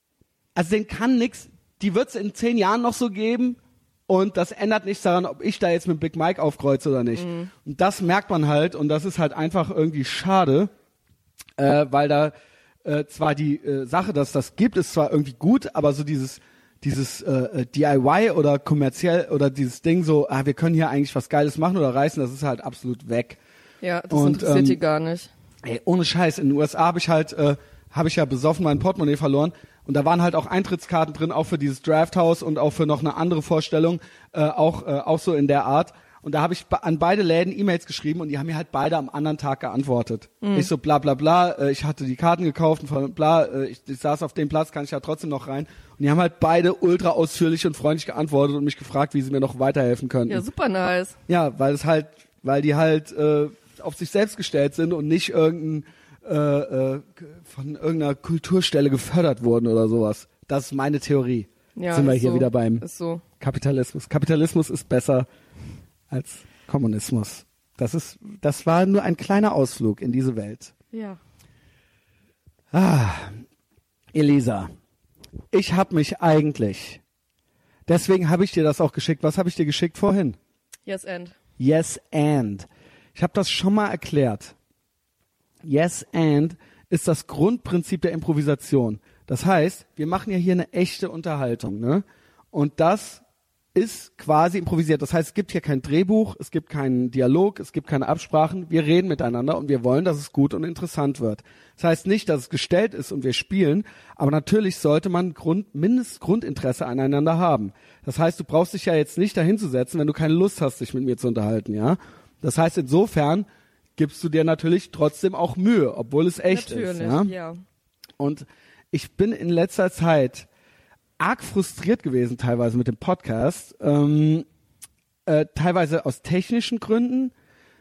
also den kann nix, die wird es in zehn Jahren noch so geben. Und das ändert nichts daran, ob ich da jetzt mit Big Mike aufkreuze oder nicht. Mhm. Und das merkt man halt und das ist halt einfach irgendwie schade, äh, weil da äh, zwar die äh, Sache, dass das gibt, ist zwar irgendwie gut, aber so dieses dieses äh, D I Y oder kommerziell oder dieses Ding so, ah, wir können hier eigentlich was Geiles machen oder reißen, das ist halt absolut weg. Ja, das und, interessiert ähm, die gar nicht. Ey, ohne Scheiß, in den U S A habe ich halt, äh, habe ich ja besoffen mein Portemonnaie verloren. Und da waren halt auch Eintrittskarten drin, auch für dieses Drafthouse und auch für noch eine andere Vorstellung, äh, auch äh, auch so in der Art. Und da habe ich be- an beide Läden E-Mails geschrieben und die haben mir halt beide am anderen Tag geantwortet. Mhm. Ich so bla bla bla, äh, ich hatte die Karten gekauft und von bla, äh, ich, ich saß auf dem Platz, kann ich ja trotzdem noch rein. Und die haben halt beide ultra ausführlich und freundlich geantwortet und mich gefragt, wie sie mir noch weiterhelfen könnten. Ja, super nice. Ja, weil es halt, weil die halt äh, auf sich selbst gestellt sind und nicht irgendein Äh, äh, von irgendeiner Kulturstelle gefördert wurden oder sowas. Das ist meine Theorie. Ja, sind wir hier so. wieder beim ist so. Kapitalismus. Kapitalismus ist besser als Kommunismus. Das ist, das war nur ein kleiner Ausflug in diese Welt. Ja. Ah, Elisa, ich habe mich eigentlich, deswegen habe ich dir das auch geschickt. Was habe ich dir geschickt vorhin? Yes and. Yes and. Ich habe das schon mal erklärt. Yes and ist das Grundprinzip der Improvisation. Das heißt, wir machen ja hier eine echte Unterhaltung, ne? Und das ist quasi improvisiert. Das heißt, es gibt hier kein Drehbuch, es gibt keinen Dialog, es gibt keine Absprachen. Wir reden miteinander und wir wollen, dass es gut und interessant wird. Das heißt nicht, dass es gestellt ist und wir spielen, aber natürlich sollte man Grund, mindestens Grundinteresse aneinander haben. Das heißt, du brauchst dich ja jetzt nicht dahinzusetzen, wenn du keine Lust hast, dich mit mir zu unterhalten, ja? Das heißt, insofern gibst du dir natürlich trotzdem auch Mühe, obwohl es echt natürlich, ist. Ja? ja. Und ich bin in letzter Zeit arg frustriert gewesen, teilweise mit dem Podcast, ähm, äh, teilweise aus technischen Gründen,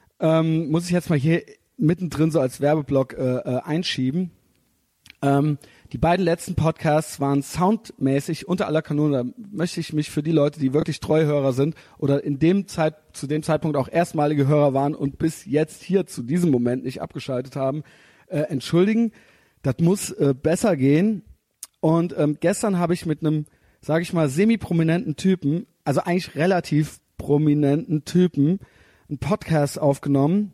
ähm, muss ich jetzt mal hier mittendrin so als Werbeblock äh, äh, einschieben. Ähm, die beiden letzten Podcasts waren soundmäßig unter aller Kanone. Da möchte ich mich für die Leute, die wirklich Treuhörer sind oder in dem Zeit, zu dem Zeitpunkt auch erstmalige Hörer waren und bis jetzt hier zu diesem Moment nicht abgeschaltet haben, äh, entschuldigen. Das muss äh, besser gehen. Und ähm, gestern habe ich mit einem, sage ich mal, semi-prominenten Typen, also eigentlich relativ prominenten Typen, einen Podcast aufgenommen.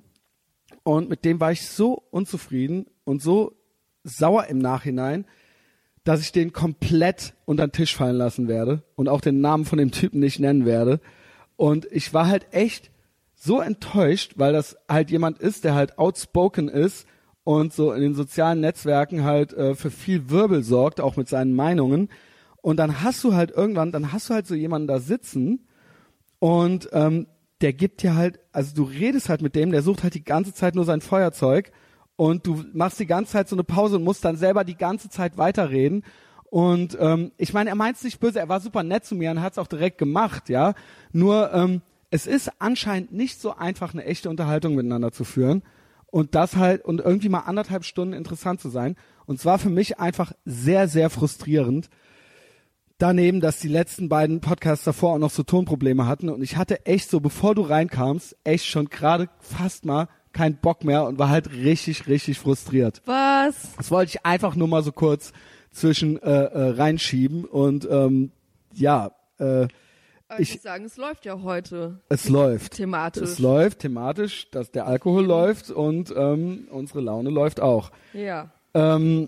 Und mit dem war ich so unzufrieden und so sauer im Nachhinein, dass ich den komplett unter den Tisch fallen lassen werde und auch den Namen von dem Typen nicht nennen werde. Und ich war halt echt so enttäuscht, weil das halt jemand ist, der halt outspoken ist und so in den sozialen Netzwerken halt äh, für viel Wirbel sorgt, auch mit seinen Meinungen. Und dann hast du halt irgendwann, dann hast du halt so jemanden da sitzen und ähm, der gibt dir halt, also du redest halt mit dem, der sucht halt die ganze Zeit nur sein Feuerzeug und du machst die ganze Zeit so eine Pause und musst dann selber die ganze Zeit weiterreden. Und ähm, ich meine, er meint's nicht böse, er war super nett zu mir und hat's auch direkt gemacht, ja. Nur ähm, es ist anscheinend nicht so einfach, eine echte Unterhaltung miteinander zu führen. Und das halt, und irgendwie mal anderthalb Stunden interessant zu sein. Und zwar für mich einfach sehr, sehr frustrierend. Daneben, dass die letzten beiden Podcasts davor auch noch so Tonprobleme hatten. Und ich hatte echt so, bevor du reinkamst, echt schon gerade fast mal keinen Bock mehr und war halt richtig, richtig frustriert. Was? Das wollte ich einfach nur mal so kurz zwischen äh, äh, reinschieben. Und ähm, ja, äh, Ich, ich muss sagen, es läuft ja heute. Es läuft. Thematisch. Es läuft thematisch, dass der Alkohol mhm. läuft und ähm, unsere Laune läuft auch. Ja. Ähm,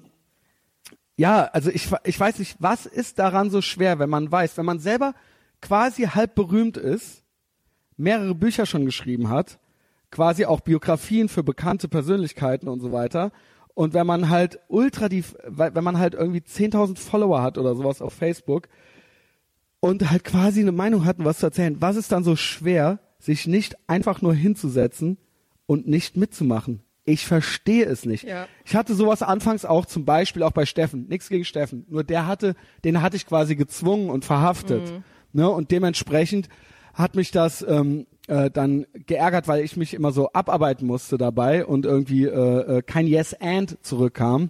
ja, also ich, ich weiß nicht, was ist daran so schwer, wenn man weiß, wenn man selber quasi halb berühmt ist, mehrere Bücher schon geschrieben hat, quasi auch Biografien für bekannte Persönlichkeiten und so weiter. Und wenn man halt ultra die, wenn man halt irgendwie zehntausend Follower hat oder sowas auf Facebook, und halt quasi eine Meinung hatten, was zu erzählen. Was ist dann so schwer, sich nicht einfach nur hinzusetzen und nicht mitzumachen? Ich verstehe es nicht. Ja. Ich hatte sowas anfangs auch, zum Beispiel auch bei Steffen. Nichts gegen Steffen. Nur der hatte, den hatte ich quasi gezwungen und verhaftet. Mhm. Ne? Und dementsprechend hat mich das ähm, äh, dann geärgert, weil ich mich immer so abarbeiten musste dabei und irgendwie äh, äh, kein Yes-and zurückkam.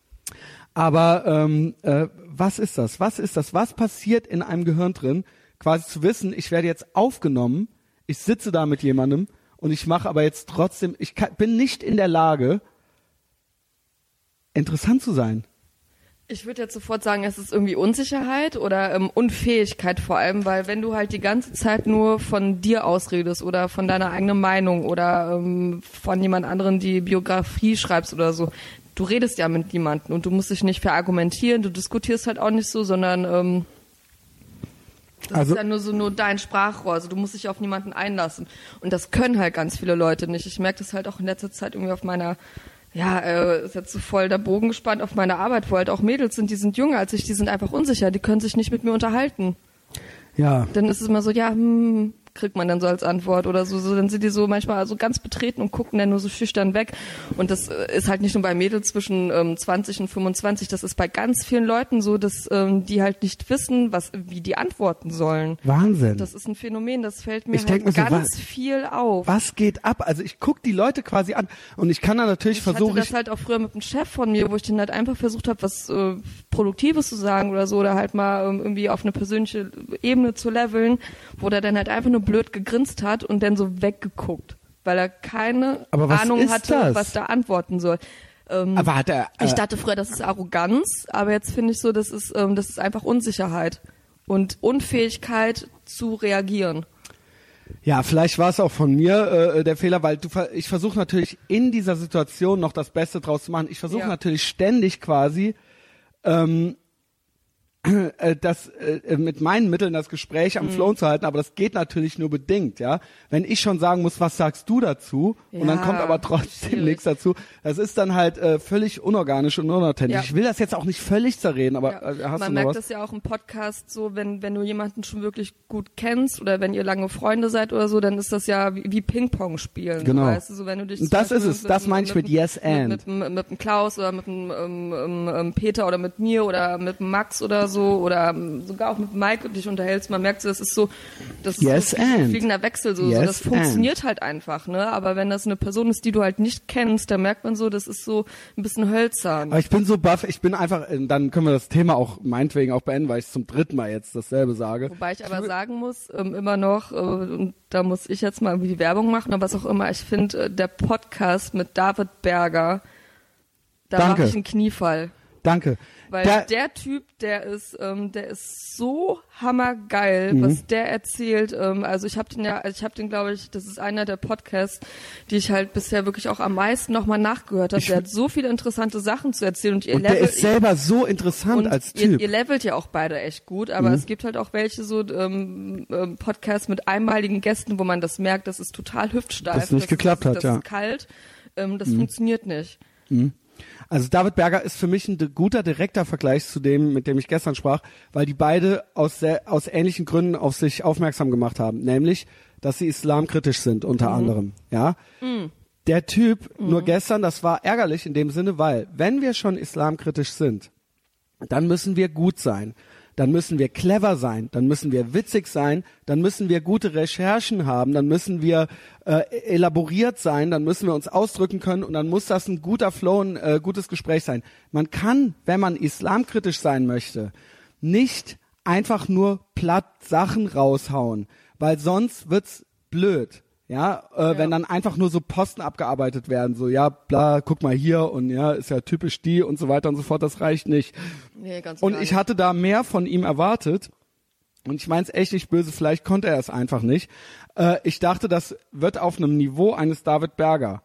Aber ähm, äh, was ist das? Was ist das? Was passiert in einem Gehirn drin? Quasi zu wissen, ich werde jetzt aufgenommen, ich sitze da mit jemandem und ich mache aber jetzt trotzdem, ich kann, bin nicht in der Lage, interessant zu sein. Ich würde jetzt sofort sagen, es ist irgendwie Unsicherheit oder ähm, Unfähigkeit vor allem, weil wenn du halt die ganze Zeit nur von dir ausredest oder von deiner eigenen Meinung oder ähm, von jemand anderen die Biografie schreibst oder so, du redest ja mit jemandem und du musst dich nicht verargumentieren, du diskutierst halt auch nicht so, sondern ähm, das also, ist ja nur so nur dein Sprachrohr, also du musst dich auf niemanden einlassen. Und das können halt ganz viele Leute nicht. Ich merke das halt auch in letzter Zeit irgendwie auf meiner, ja, äh, ist jetzt so voll der Bogen gespannt auf meine Arbeit, wo halt auch Mädels sind, die sind jünger als ich, die sind einfach unsicher, die können sich nicht mit mir unterhalten. Ja. Dann ist es immer so, ja, hm, kriegt man dann so als Antwort oder so, so dann sind die so manchmal so ganz betreten und gucken dann nur so schüchtern weg. Und das ist halt nicht nur bei Mädels zwischen ähm, zwanzig und fünfundzwanzig, das ist bei ganz vielen Leuten so, dass ähm, die halt nicht wissen, was wie die antworten sollen. Wahnsinn. Das ist ein Phänomen, das fällt mir ich halt mir so, ganz was, viel auf. Was geht ab? Also ich gucke die Leute quasi an und ich kann dann natürlich versuchen. Ich hatte das halt auch früher mit einem Chef von mir, wo ich den halt einfach versucht habe, was äh, Produktives zu sagen oder so, oder halt mal ähm, irgendwie auf eine persönliche Ebene zu leveln, wo der dann halt einfach nur blöd gegrinst hat und dann so weggeguckt, weil er keine Ahnung hatte, das? was da antworten soll. Ähm, aber hat er, äh, ich dachte früher, das ist Arroganz, aber jetzt finde ich so, das ist, ähm, das ist einfach Unsicherheit und Unfähigkeit zu reagieren. Ja, vielleicht war es auch von mir äh, der Fehler, weil du, ich versuche natürlich in dieser Situation noch das Beste draus zu machen. Ich versuche Ja. natürlich ständig quasi ähm, äh, das äh, mit meinen Mitteln das Gespräch am Mhm. Flow zu halten, aber das geht natürlich nur bedingt, ja. Wenn ich schon sagen muss, was sagst du dazu? Und dann Ja, kommt aber trotzdem schwierig. nichts dazu. Das ist dann halt äh, völlig unorganisch und unauthentisch. Ja. Ich will das jetzt auch nicht völlig zerreden, aber Ja. äh, hast Man du noch merkt was? das ja auch im Podcast so, wenn, wenn du jemanden schon wirklich gut kennst oder wenn ihr lange Freunde seid oder so, dann ist das ja wie, wie Ping-Pong spielen. Genau. So, weißt du, so wenn du dich Und zum das Beispiel ist es, das meine ich mit Yes and. Mit, mit, mit dem Klaus oder mit dem ähm, ähm, ähm, Peter oder mit mir oder mit dem Max oder so oder ähm, sogar auch mit Mike dich unterhältst, man merkt so, das ist so, das Yes ist so and. fliegender Wechsel, so, Yes so das funktioniert halt einfach, ne? Aber wenn das eine Person ist, die du halt nicht kennst, dann merkt man so, das ist so ein bisschen hölzern. Aber ich bin so baff, ich bin einfach, äh, dann können wir das Thema auch meinetwegen auch beenden, weil ich zum dritten Mal jetzt dasselbe sage. Wobei ich aber sagen muss, ähm, immer noch, äh, und da muss ich jetzt mal irgendwie die Werbung machen, aber was auch immer, ich finde, äh, der Podcast mit David Berger, da Danke. mache ich einen Kniefall. Danke. Weil Der- der, Typ, der ist, ähm, der ist so hammergeil, Mhm. was der erzählt. Ähm, also ich habe den ja, also ich habe den, glaube ich, das ist einer der Podcasts, die ich halt bisher wirklich auch am meisten nochmal nachgehört habe. Ich- Der hat so viele interessante Sachen zu erzählen und ihr Und der levelt, ist selber so interessant und als ihr, Typ. ihr levelt ja auch beide echt gut, aber Mhm. es gibt halt auch welche so ähm, ähm, Podcasts mit einmaligen Gästen, wo man das merkt, das ist total hüftsteif. Das nicht geklappt das, hat, das ja. ist kalt, ähm, das funktioniert nicht. Also David Berger ist für mich ein de- guter direkter Vergleich zu dem, mit dem ich gestern sprach, weil die beide aus sehr, aus ähnlichen Gründen auf sich aufmerksam gemacht haben, nämlich, dass sie islamkritisch sind unter anderem, ja. Der Typ, nur gestern, das war ärgerlich in dem Sinne, weil wenn wir schon islamkritisch sind, dann müssen wir gut sein. Dann müssen wir clever sein, dann müssen wir witzig sein, dann müssen wir gute Recherchen haben, dann müssen wir äh, elaboriert sein, dann müssen wir uns ausdrücken können und dann muss das ein guter Flow, ein äh, gutes Gespräch sein. Man kann, wenn man islamkritisch sein möchte, nicht einfach nur platt Sachen raushauen, weil sonst wird's blöd. Ja, äh, Ja. wenn dann einfach nur so Posten abgearbeitet werden, so ja, bla, guck mal hier und ja, ist ja typisch die und so weiter und so fort, das reicht nicht. Nee, ganz Und gar ich nicht. hatte da mehr von ihm erwartet. Und ich meine es echt nicht böse, vielleicht konnte er es einfach nicht. Äh, ich dachte, das wird auf einem Niveau eines David Berger.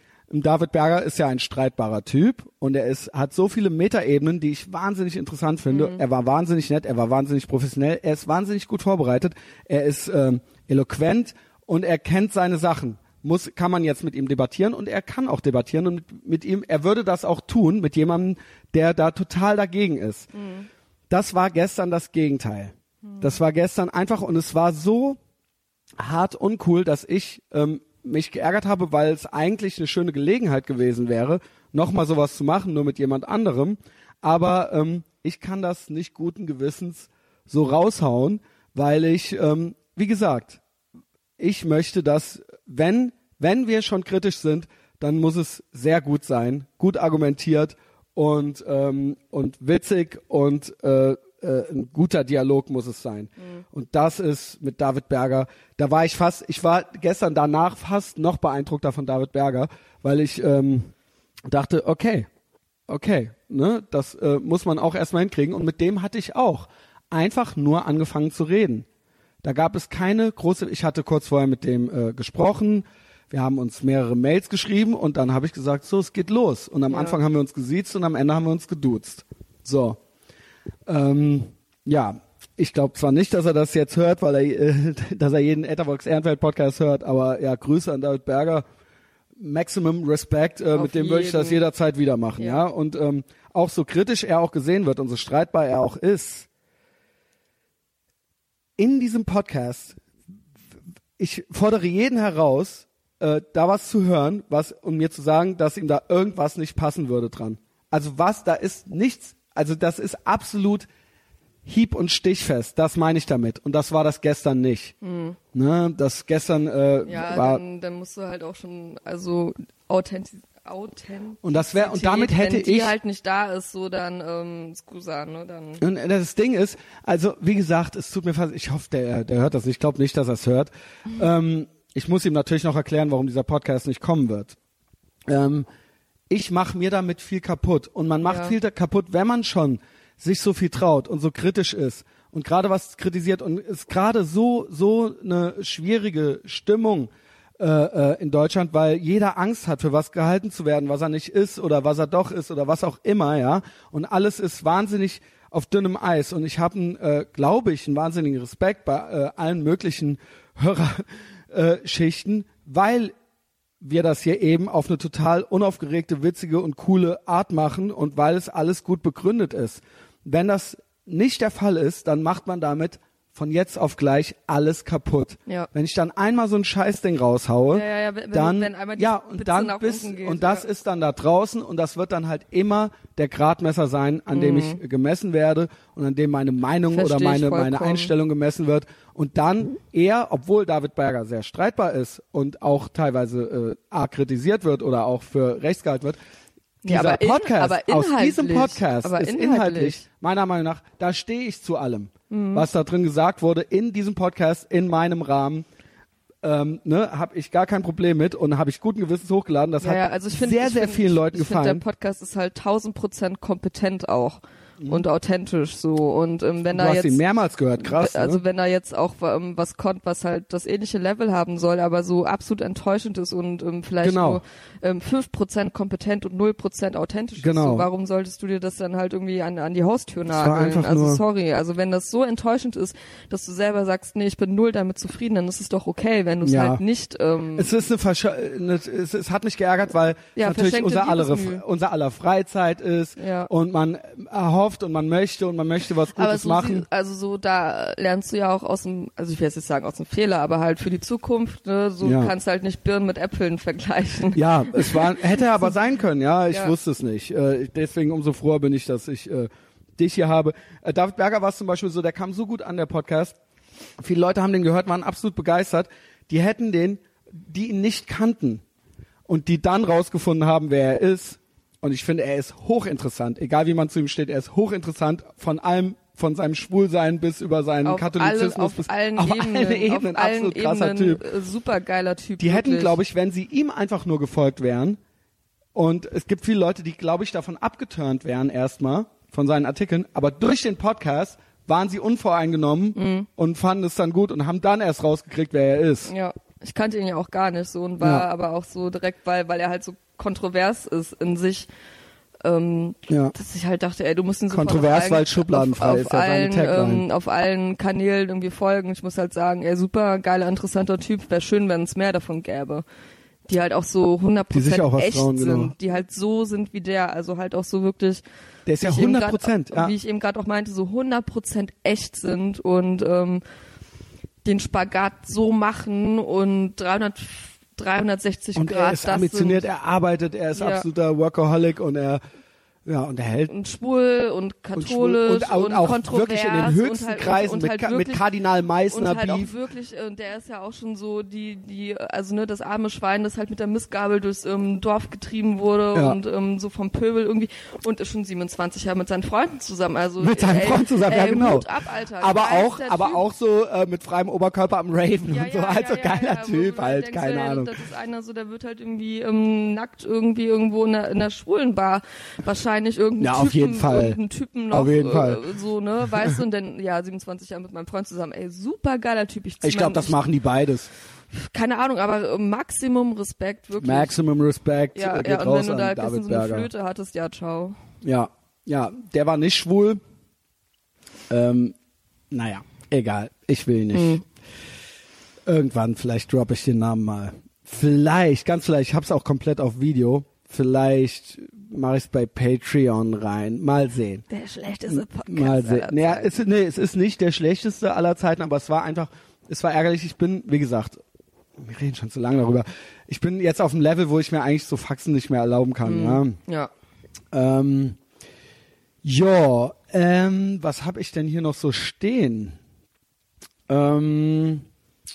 David Berger ist ja ein streitbarer Typ und er ist, hat so viele Metaebenen, die ich wahnsinnig interessant finde. Er war wahnsinnig nett, er war wahnsinnig professionell, er ist wahnsinnig gut vorbereitet, er ist ähm, eloquent und er kennt seine Sachen. Muss, kann man jetzt mit ihm debattieren und er kann auch debattieren und mit, mit ihm, er würde das auch tun mit jemandem, der da total dagegen ist. Mhm. Das war gestern das Gegenteil. Das war gestern einfach und es war so hart uncool, dass ich ähm, mich geärgert habe, weil es eigentlich eine schöne Gelegenheit gewesen wäre, nochmal sowas zu machen, nur mit jemand anderem. Aber ähm, ich kann das nicht guten Gewissens so raushauen, weil ich, ähm, wie gesagt, ich möchte, dass, wenn, wenn wir schon kritisch sind, dann muss es sehr gut sein, gut argumentiert und, ähm, und witzig und äh, äh, ein guter Dialog muss es sein. Mhm. Und das ist mit David Berger, da war ich fast, ich war gestern danach fast noch beeindruckter von David Berger, weil ich ähm, dachte, okay, okay, ne, das äh, muss man auch erstmal hinkriegen und mit dem hatte ich auch einfach nur angefangen zu reden. Da gab es keine große, ich hatte kurz vorher mit dem äh, gesprochen, wir haben uns mehrere Mails geschrieben und dann habe ich gesagt, so, es geht los. Und am Ja. Anfang haben wir uns gesiezt und am Ende haben wir uns geduzt. So. Ähm, ja, ich glaube zwar nicht, dass er das jetzt hört, weil er, äh, dass er jeden Etherbox Ehrenfeld Podcast hört, aber ja, Grüße an David Berger. Maximum Respect, äh, Auf mit dem würde ich das jeden. jederzeit wieder machen, ja. Ja. Und ähm, auch so kritisch er auch gesehen wird und so streitbar er auch ist, in diesem Podcast, ich fordere jeden heraus, äh, da was zu hören, was, um mir zu sagen, dass ihm da irgendwas nicht passen würde dran. Also was, da ist nichts, also das ist absolut hieb- und stichfest, das meine ich damit. Und das war das gestern nicht. Mhm. Ne, das gestern äh, Ja, war... dann, dann musst du halt auch schon, also authentisch. Authentizität, Und das wäre, und damit hätte wenn die ich... halt nicht da ist, so dann, ähm, Scusa, ne, dann. Und das Ding ist, also wie gesagt, es tut mir fast, ich hoffe, der, der hört das nicht, ich glaube nicht, dass er es hört. Ähm, ich muss ihm natürlich noch erklären, warum dieser Podcast nicht kommen wird. Ähm, ich mache mir damit viel kaputt und man macht Ja. viel da kaputt, wenn man schon sich so viel traut und so kritisch ist und gerade was kritisiert und ist gerade so so eine schwierige Stimmung äh, äh, in Deutschland, weil jeder Angst hat, für was gehalten zu werden, was er nicht ist oder was er doch ist oder was auch immer, ja. Und alles ist wahnsinnig auf dünnem Eis. Und ich habe, äh, glaube ich, einen wahnsinnigen Respekt bei äh, allen möglichen Hörerschichten, äh, weil wir das hier eben auf eine total unaufgeregte, witzige und coole Art machen und weil es alles gut begründet ist. Wenn das nicht der Fall ist, dann macht man damit von jetzt auf gleich alles kaputt. Ja. Wenn ich dann einmal so ein Scheißding raushaue, ja, ja, ja, wenn, dann wenn einmal die ja und Spitze dann nach bis unten geht, und das ja. ist dann da draußen und das wird dann halt immer der Gradmesser sein, an dem Mhm. ich gemessen werde und an dem meine Meinung Versteh oder meine ich meine vollkommen. Einstellung gemessen wird und dann eher, obwohl David Berger sehr streitbar ist und auch teilweise äh, arg kritisiert wird oder auch für rechts gehalten wird, Ja, dieser aber in- Podcast, aber aus diesem inhaltlich, Podcast aber ist inhaltlich. inhaltlich, meiner Meinung nach, da stehe ich zu allem, Mhm. was da drin gesagt wurde, in diesem Podcast, in meinem Rahmen, ähm, ne, habe ich gar kein Problem mit und habe ich guten Gewissens hochgeladen. Das Ja, hat ja, also ich find, sehr, ich sehr find, vielen Leuten ich gefallen. finde, der Podcast ist halt tausend Prozent kompetent auch und authentisch so. Und ähm, wenn du da hast jetzt ihn mehrmals gehört, krass. also ne? wenn da jetzt auch ähm, was kommt, was halt das ähnliche Level haben soll, aber so absolut enttäuschend ist und ähm, vielleicht Genau. nur ähm, fünf Prozent kompetent und null Prozent authentisch Genau. ist, so, warum solltest du dir das dann halt irgendwie an, an die Haustür war nageln? einfach Also nur- sorry, also wenn das so enttäuschend ist, dass du selber sagst, nee, ich bin null damit zufrieden, dann ist es doch okay, wenn du es Ja. halt nicht ähm, Es ist eine, Versch eine es, es hat mich geärgert, weil Ja, es natürlich verschenkte unser aller, Liebesmühe. unser aller Freizeit ist Ja. und man erhofft und man möchte und man möchte was aber Gutes so, machen. sie- also so, da lernst du ja auch aus dem, also ich will jetzt nicht sagen aus dem Fehler, aber halt für die Zukunft, ne, so Ja. du kannst halt nicht Birnen mit Äpfeln vergleichen. Ja, es war, hätte aber sein können, ja, ich Ja. wusste es nicht. Äh, deswegen umso froher bin ich, dass ich äh, dich hier habe. Äh, David Berger war es zum Beispiel so, der kam so gut an, der Podcast. Viele Leute haben den gehört, waren absolut begeistert. Die hätten den, die ihn nicht kannten und die dann rausgefunden haben, wer er ist. Und ich finde, er ist hochinteressant. Egal wie man zu ihm steht, er ist hochinteressant von allem, von seinem Schwulsein bis über seinen auf Katholizismus allen, auf bis allen auf Ebenen, allen Ebenen, auf allen absolut krasser Ebenen, Typ. äh, super geiler Typ. Die hätten, wirklich. glaube ich, wenn sie ihm einfach nur gefolgt wären, und es gibt viele Leute, die, glaube ich, davon abgeturnt wären erstmal, von seinen Artikeln, aber durch den Podcast waren sie unvoreingenommen Mhm. und fanden es dann gut und haben dann erst rausgekriegt, wer er ist. Ja, ich kannte ihn ja auch gar nicht so und war Ja. aber auch so direkt, weil, weil er halt so kontrovers ist in sich, ähm, Ja. dass ich halt dachte, ey, du musst ihn sofort Kontrovers, auf allen, weil schubladenfrei auf, auf ist ja seine allen, Tagline. ähm, auf allen Kanälen irgendwie folgen. Ich muss halt sagen, ey, super geiler, interessanter Typ. Wäre schön, wenn es mehr davon gäbe. Die halt auch so hundert Die sich Prozent auch was echt trauen, sind. genau. Die halt so sind wie der. Also halt auch so wirklich, Der ist ja wie ich eben hundert grad- Prozent. Ja. wie ich eben gerade auch meinte, so hundert Prozent echt sind und ähm, den Spagat so machen und dreihundert, dreihundertsechzig Und Grad er ist das ambitioniert, sind. er arbeitet, er ist Ja. absoluter Workaholic und er, ja, und er hält Und schwul und und, schwul katholisch und, und auch kontrovers wirklich in den höchsten und halt, Kreisen und, und mit, halt Ka- mit wirklich, Kardinal und Meissner halt auch Beef. wirklich, äh, der ist ja auch schon so die, die, also ne, das arme Schwein, das halt mit der Mistgabel durchs ähm, Dorf getrieben wurde Ja. und ähm, so vom Pöbel irgendwie und ist schon siebenundzwanzig Jahre mit seinen Freunden zusammen. Also Mit seinem ey, Freund zusammen, ey, ja genau. Hut ab, Alter. Aber Geilster auch, aber Typ. auch so äh, mit freiem Oberkörper am Raven Ja, und so, ja, also ja, ja, geiler ja, wo Typ du halt, denkst, keine ey, Ahnung. Das ist einer so, der wird halt irgendwie ähm, nackt irgendwie irgendwo in der, in der schwulen Bar wahrscheinlich irgendeinen Ja, Typen, auf jeden Fall. irgendeinen Typen noch Auf jeden äh, Fall. so, ne, weißt du, und dann, ja, siebenundzwanzig Jahre mit meinem Freund zusammen, ey, super geiler Typ. Ich, Ich glaube, das machen die beides. Keine Ahnung, aber äh, Maximum Respekt, wirklich. Maximum Respect ja, äh, geht ja, und raus wenn du da an gestern David so eine Berger. Flöte hattest, ja, ciao. Ja, ja, der war nicht schwul. Ähm, naja, egal, ich will nicht. Mhm. Irgendwann, vielleicht droppe ich den Namen mal. Vielleicht, ganz vielleicht, ich hab's auch komplett auf Video. Vielleicht mache ich es bei Patreon rein. Mal sehen. Der schlechteste Podcast Mal sehen. aller Naja, Zeiten. es, nee, es ist nicht der schlechteste aller Zeiten, aber es war einfach, es war ärgerlich. Ich bin, wie gesagt, wir reden schon zu lange darüber. Ich bin jetzt auf dem Level, wo ich mir eigentlich so Faxen nicht mehr erlauben kann. Mhm. Ja. Ja. Ähm, ja, ähm, was habe ich denn hier noch so stehen? Ähm,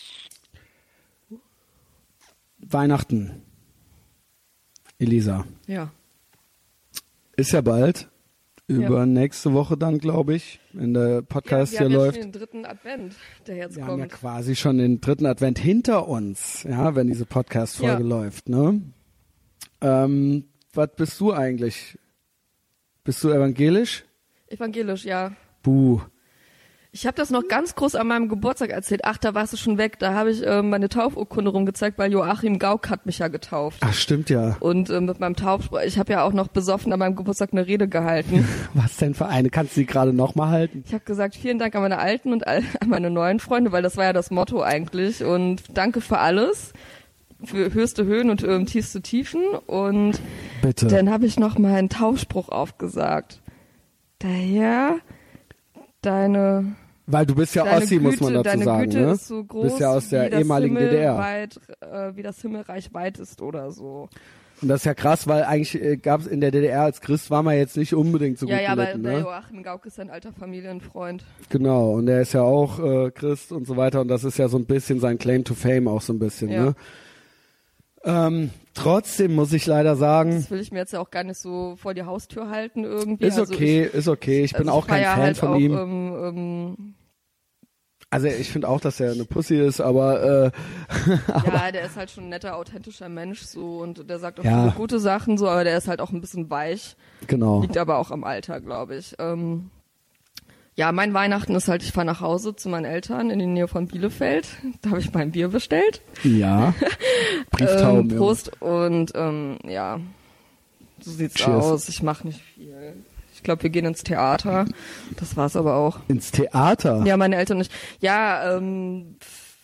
Weihnachten. Elisa. Ja. Ist ja bald. Über Ja. nächste Woche dann, glaube ich, wenn der Podcast ja, wir hier haben läuft. Ja schon den dritten Advent, der jetzt Wir haben ja kommt. quasi schon den dritten Advent hinter uns, ja, wenn diese Podcast-Folge Ja. läuft, ne? Ähm, was bist du eigentlich? Bist du evangelisch? Evangelisch, ja. Buh. Ich habe das noch ganz groß an meinem Geburtstag erzählt. Ach, da warst du schon weg. Da habe ich äh, meine Taufurkunde rumgezeigt, weil Joachim Gauck hat mich ja getauft. Ach, stimmt ja. Und äh, mit meinem Taufspruch, ich habe ja auch noch besoffen an meinem Geburtstag eine Rede gehalten. Was denn für eine? Kannst du die gerade noch mal halten? Ich habe gesagt, vielen Dank an meine alten und all, an meine neuen Freunde, weil das war ja das Motto eigentlich. Und danke für alles, für höchste Höhen und ähm, tiefste Tiefen. Und Bitte. Dann habe ich noch meinen Taufspruch aufgesagt. Daher, deine... Weil du bist ja deine Ossi, Güte, muss man dazu deine sagen. Güte Ne? ist so groß, bist ja aus der wie das ehemaligen Himmel D D R. Weit, äh, wie das Himmelreich weit ist oder so. Und das ist ja krass, weil eigentlich äh, gab es in der D D R als Christ war man jetzt nicht unbedingt so ja, gut ja, gelitten. aber der Ne? Joachim Gauck ist ein alter Familienfreund. Genau, und der ist ja auch äh, Christ und so weiter und das ist ja so ein bisschen sein Claim to Fame auch so ein bisschen. Ja. Ne? Ähm, trotzdem muss ich leider sagen, Das will ich mir jetzt ja auch gar nicht so vor die Haustür halten irgendwie. ist also okay, ich, ist okay. Ich bin also auch kein feier Fan halt von auch, ihm. Ähm, ähm, Also ich finde auch, dass er eine Pussy ist, aber, äh, ja, der ist halt schon ein netter, authentischer Mensch so und der sagt auch Ja. viele gute Sachen so, aber der ist halt auch ein bisschen weich. genau. Liegt aber auch am Alter, glaube ich. Ähm, ja, mein Weihnachten ist halt, ich fahre nach Hause zu meinen Eltern in die Nähe von Bielefeld. Da habe ich mein Bier bestellt. Ja. Brieftauben. Ähm, Prost und ähm, ja, so sieht's Cheers. aus. Ich mache nicht viel. Ich glaube, wir gehen ins Theater. Das war's aber auch. Ins Theater? Ja, meine Eltern nicht. Ja, ähm,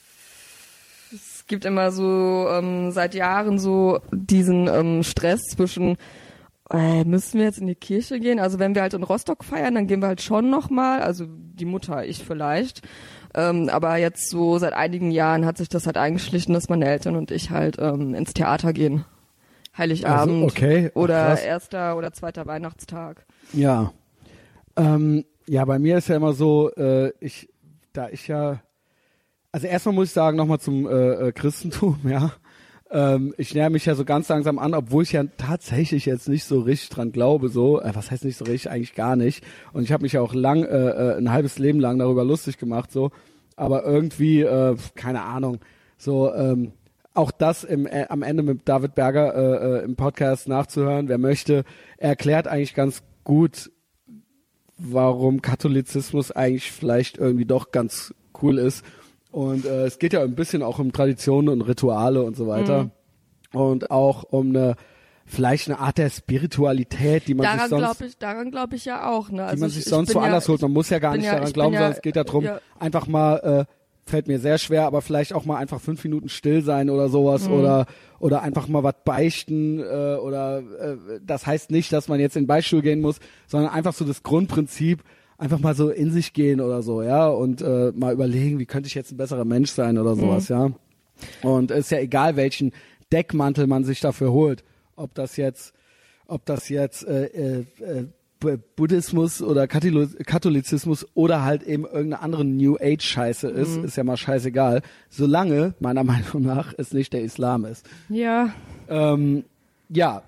es gibt immer so ähm, seit Jahren so diesen ähm, Stress zwischen äh, müssen wir jetzt in die Kirche gehen? Also wenn wir halt in Rostock feiern, dann gehen wir halt schon nochmal, also die Mutter, ich vielleicht. Ähm, aber jetzt so seit einigen Jahren hat sich das halt eingeschlichen, dass meine Eltern und ich halt ähm, ins Theater gehen. Heiligabend Also, okay. Ach, oder krass. erster oder zweiter Weihnachtstag. Ja. Ähm, ja, bei mir ist ja immer so, äh, ich, da ich ja, also erstmal muss ich sagen, nochmal zum äh, äh, Christentum, ja. Ähm, ich näher mich ja so ganz langsam an, obwohl ich ja tatsächlich jetzt nicht so richtig dran glaube, so, äh, was heißt nicht so richtig, eigentlich gar nicht. Und ich habe mich ja auch lang, äh, äh, ein halbes Leben lang darüber lustig gemacht, so. Aber irgendwie, äh, keine Ahnung, so, ähm, auch das im, äh, am Ende mit David Berger äh, äh, im Podcast nachzuhören, wer möchte, er erklärt eigentlich ganz gut, warum Katholizismus eigentlich vielleicht irgendwie doch ganz cool ist. Und äh, es geht ja ein bisschen auch um Traditionen und Rituale und so weiter. Mhm. Und auch um eine, vielleicht eine Art der Spiritualität, die man daran sich sonst... Glaub ich, daran glaube ich ja auch. Ne? Also die man ich, sich ich sonst woanders ja, holt. Man muss ja gar nicht ja, daran glauben, ja, sondern es geht ja darum, ja. einfach mal... Äh, fällt mir sehr schwer, aber vielleicht auch mal einfach fünf Minuten still sein oder sowas mhm. oder oder einfach mal was beichten äh, oder äh, das heißt nicht, dass man jetzt in den Beichtstuhl gehen muss, sondern einfach so das Grundprinzip, einfach mal so in sich gehen oder so, ja, und äh, mal überlegen, wie könnte ich jetzt ein besserer Mensch sein oder sowas, mhm. ja. Und es ist ja egal, welchen Deckmantel man sich dafür holt, ob das jetzt, ob das jetzt äh, äh, Buddhismus oder Katholizismus oder halt eben irgendeine andere New Age Scheiße ist, mhm. ist ja mal scheißegal, solange, meiner Meinung nach, es nicht der Islam ist. Ja. Ähm, ja,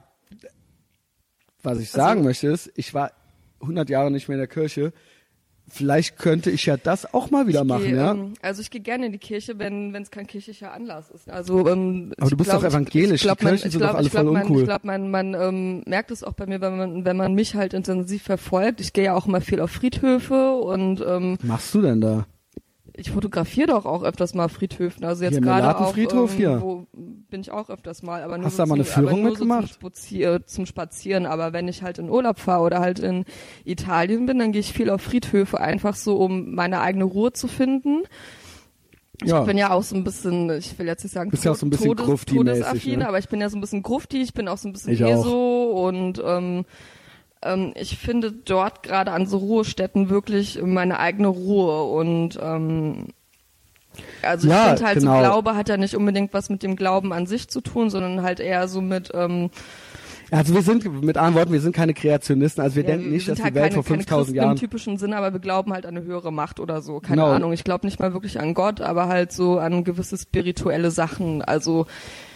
was ich sagen also, möchte ist, ich war hundert Jahre nicht mehr in der Kirche. Vielleicht könnte ich ja das auch mal wieder ich machen, geh, ja? Ähm, also ich gehe gerne in die Kirche, wenn wenn es kein kirchlicher Anlass ist. Also ähm, aber du bist glaub, doch evangelisch, ich, ich glaub, die Kirchen man, sind glaub, doch alle glaub, voll man, uncool. Ich glaube, man, man ähm, merkt es auch bei mir, wenn man wenn man mich halt intensiv verfolgt. Ich gehe ja auch immer viel auf Friedhöfe und ähm, was machst du denn da? Ich fotografiere doch auch öfters mal Friedhöfen. Also jetzt hier gerade auch Friedhof ähm, hier. wo bin ich auch öfters mal. Aber nur Hast so du da mal eine zum, Führung nur mitgemacht? So zum, Spazier, zum Spazieren. Aber wenn ich halt in Urlaub fahre oder halt in Italien bin, dann gehe ich viel auf Friedhöfe, einfach so, um meine eigene Ruhe zu finden. Ja. Ich bin ja auch so ein bisschen, ich will jetzt nicht sagen, bist ja auch so ein bisschen Todes, Grufti-mäßig, todesaffin, ne? aber ich bin ja so ein bisschen Grufti, ich bin auch so ein bisschen ich ESO und ähm, ähm, ich finde dort gerade an so Ruhestätten wirklich meine eigene Ruhe und ähm, also ich ja, finde halt genau. so Glaube hat ja nicht unbedingt was mit dem Glauben an sich zu tun, sondern halt eher so mit ähm, also wir sind, mit anderen Worten, wir sind keine Kreationisten, also wir ja, denken wir nicht, dass sind die halt Welt keine, vor keine fünftausend Christen Jahren... im typischen Sinne, aber wir glauben halt an eine höhere Macht oder so, keine Genau. Ahnung. Ich glaube nicht mal wirklich an Gott, aber halt so an gewisse spirituelle Sachen, also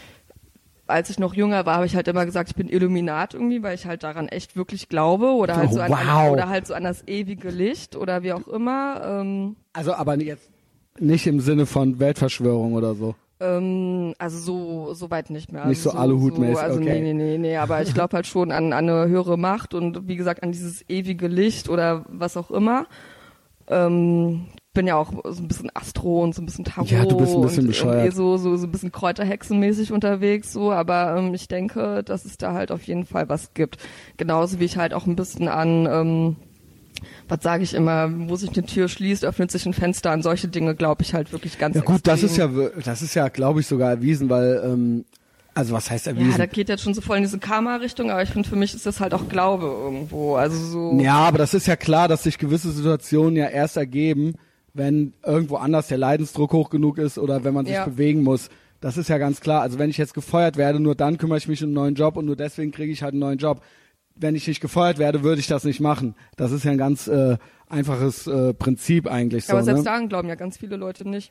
als ich noch jünger war, habe ich halt immer gesagt, ich bin Illuminat irgendwie, weil ich halt daran echt wirklich glaube oder halt Oh, so an, wow. an oder halt so an das ewige Licht oder wie auch immer. Ähm, also aber jetzt nicht im Sinne von Weltverschwörung oder so. Ähm, also so so weit nicht mehr. Nicht also so Aluhutmäßig, so, also okay. nee, nee, nee, nee, aber ich glaube halt schon an, an eine höhere Macht und wie gesagt an dieses ewige Licht oder was auch immer. ähm, bin ja auch so ein bisschen Astro und so ein bisschen Tarot. Ja, du bist ein bisschen und bescheuert. eh so, so, so ein bisschen Kräuterhexenmäßig unterwegs, so, aber ähm, ich denke, dass es da halt auf jeden Fall was gibt. Genauso wie ich halt auch ein bisschen an, ähm, was sage ich immer, wo sich eine Tür schließt, öffnet sich ein Fenster, an solche Dinge glaube ich halt wirklich ganz Ja gut, extrem. das ist ja, wir- das ist ja, glaube ich, sogar erwiesen, weil, ähm, also was heißt erwiesen? Ja, da geht jetzt schon so voll in diese Karma-Richtung, aber ich finde, für mich ist das halt auch Glaube irgendwo, also so. Ja, aber das ist ja klar, dass sich gewisse Situationen ja erst ergeben, wenn irgendwo anders der Leidensdruck hoch genug ist oder wenn man sich Ja. bewegen muss. Das ist ja ganz klar. Also wenn ich jetzt gefeuert werde, nur dann kümmere ich mich um einen neuen Job und nur deswegen kriege ich halt einen neuen Job. Wenn ich nicht gefeuert werde, würde ich das nicht machen. Das ist ja ein ganz äh, einfaches äh, Prinzip eigentlich so. Aber selbst Ne? daran glauben ja ganz viele Leute nicht.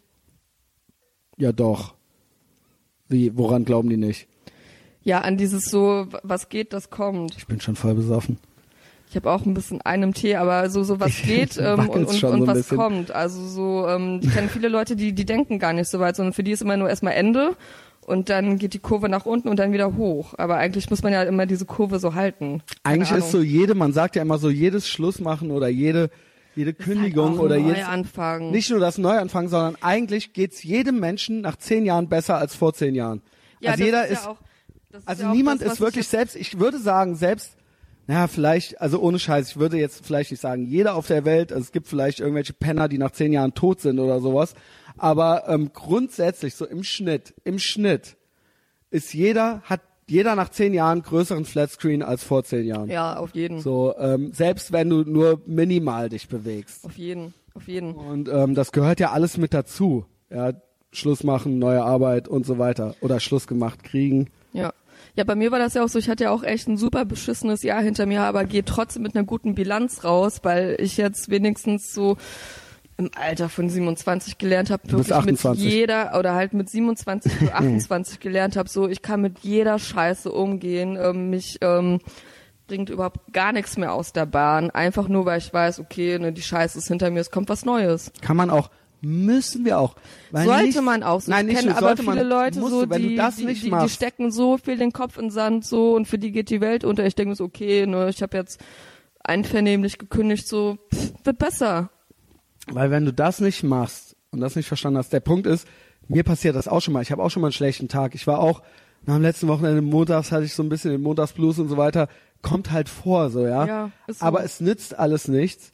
Ja doch. Wie, woran glauben die nicht? Ja, an dieses so, was geht, das kommt. Ich bin schon voll besoffen. Ich habe auch ein bisschen einen Tee, aber so, so was Ich- geht ähm, und, wackelt's und, schon und so ein was bisschen. kommt. Also so, ähm, ich kenne viele Leute, die, die denken gar nicht so weit, sondern für die ist immer nur erstmal Ende und dann geht die Kurve nach unten und dann wieder hoch. Aber eigentlich muss man ja immer diese Kurve so halten. Keine Eigentlich ist so Ahnung. jede, man sagt ja immer so, jedes Schluss machen oder jede, jede Kündigung Halt auch oder neu jedes, anfangen. nicht nur das Neuanfangen, sondern eigentlich geht's jedem Menschen nach zehn Jahren besser als vor zehn Jahren. ja, also das jeder ist, ist, ja auch, das ist also ja auch niemand das, was ist wirklich ich selbst, ich würde sagen, selbst, naja, vielleicht, also ohne Scheiß, ich würde jetzt vielleicht nicht sagen, jeder auf der Welt, also es gibt vielleicht irgendwelche Penner, die nach zehn Jahren tot sind oder sowas, aber ähm, grundsätzlich, so im Schnitt, im Schnitt, ist jeder, hat jeder nach zehn Jahren größeren Flatscreen als vor zehn Jahren. Ja, auf jeden. So, ähm, selbst wenn du nur minimal dich bewegst. Auf jeden, auf jeden. Und ähm, das gehört ja alles mit dazu. Ja, Schluss machen, neue Arbeit und so weiter. Oder Schluss gemacht kriegen. Ja. Ja, bei mir war das ja auch so, ich hatte ja auch echt ein super beschissenes Jahr hinter mir, aber gehe trotzdem mit einer guten Bilanz raus, weil ich jetzt wenigstens so im Alter von siebenundzwanzig gelernt habe, bist wirklich mit achtundzwanzig. jeder, oder halt mit siebenundzwanzig oder achtundzwanzig gelernt habe, so ich kann mit jeder Scheiße umgehen, ähm, mich ähm, bringt überhaupt gar nichts mehr aus der Bahn, einfach nur, weil ich weiß, okay, ne, die Scheiße ist hinter mir, es kommt was Neues. Kann man auch, müssen wir auch. Weil Sollte nicht, man auch so. Nein, ich nicht kenne nur, aber sollte viele man, Leute musst so, du, wenn die, du das die, nicht die, die machst. stecken so viel den Kopf in den Sand so und für die geht die Welt unter. Ich denke mir so, okay, ne, ich habe jetzt einvernehmlich gekündigt, so pff, wird besser. Weil wenn du das nicht machst und das nicht verstanden hast, der Punkt ist, mir passiert das auch schon mal. Ich habe auch schon mal einen schlechten Tag. Ich war auch, nach dem letzten Wochenende montags hatte ich so ein bisschen den Montagsblues und so weiter. Kommt halt vor, so, ja. Ja, ist so. Aber es nützt alles nichts.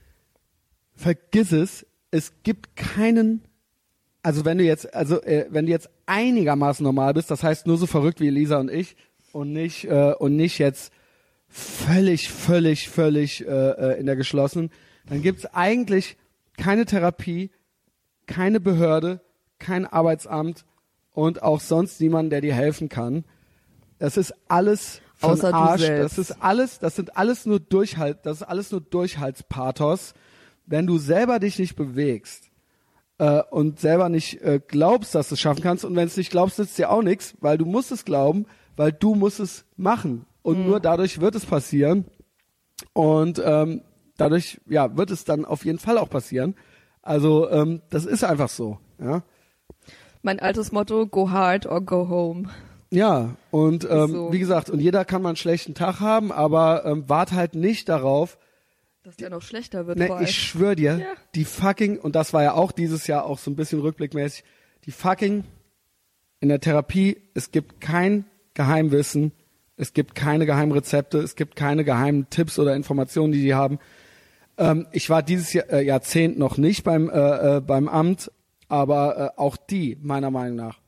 Vergiss es. Es gibt keinen, also wenn du jetzt, also äh, wenn du jetzt einigermaßen normal bist, das heißt nur so verrückt wie Elisa und ich und nicht äh, und nicht jetzt völlig, völlig, völlig äh, äh, in der geschlossenen, dann gibt's eigentlich keine Therapie, keine Behörde, kein Arbeitsamt und auch sonst niemanden, der dir helfen kann. Das ist alles von Außer du Arsch. selbst. Das ist alles, das sind alles nur Durchhalt, das ist alles nur Durchhaltspathos. Wenn du selber dich nicht bewegst äh, und selber nicht äh, glaubst, dass du es schaffen kannst und wenn es nicht glaubst, nützt dir auch nichts, weil du musst es glauben, weil du musst es machen und Mhm. nur dadurch wird es passieren und ähm, dadurch ja wird es dann auf jeden Fall auch passieren. Also ähm, das ist einfach so, ja. Mein altes Motto, go hard or go home. Ja, und ähm, so. wie gesagt, und jeder kann mal einen schlechten Tag haben, aber ähm, wart halt nicht darauf. Dass der noch schlechter wird Ne, vor allem. ich schwöre dir, Ja. die fucking, und das war ja auch dieses Jahr auch so ein bisschen rückblickmäßig, die fucking in der Therapie, es gibt kein Geheimwissen, es gibt keine Geheimrezepte, es gibt keine geheimen Tipps oder Informationen, die die haben. Ähm, ich war dieses Jahr, äh, Jahrzehnt noch nicht beim, äh, äh, beim Amt, aber äh, auch die, meiner Meinung nach,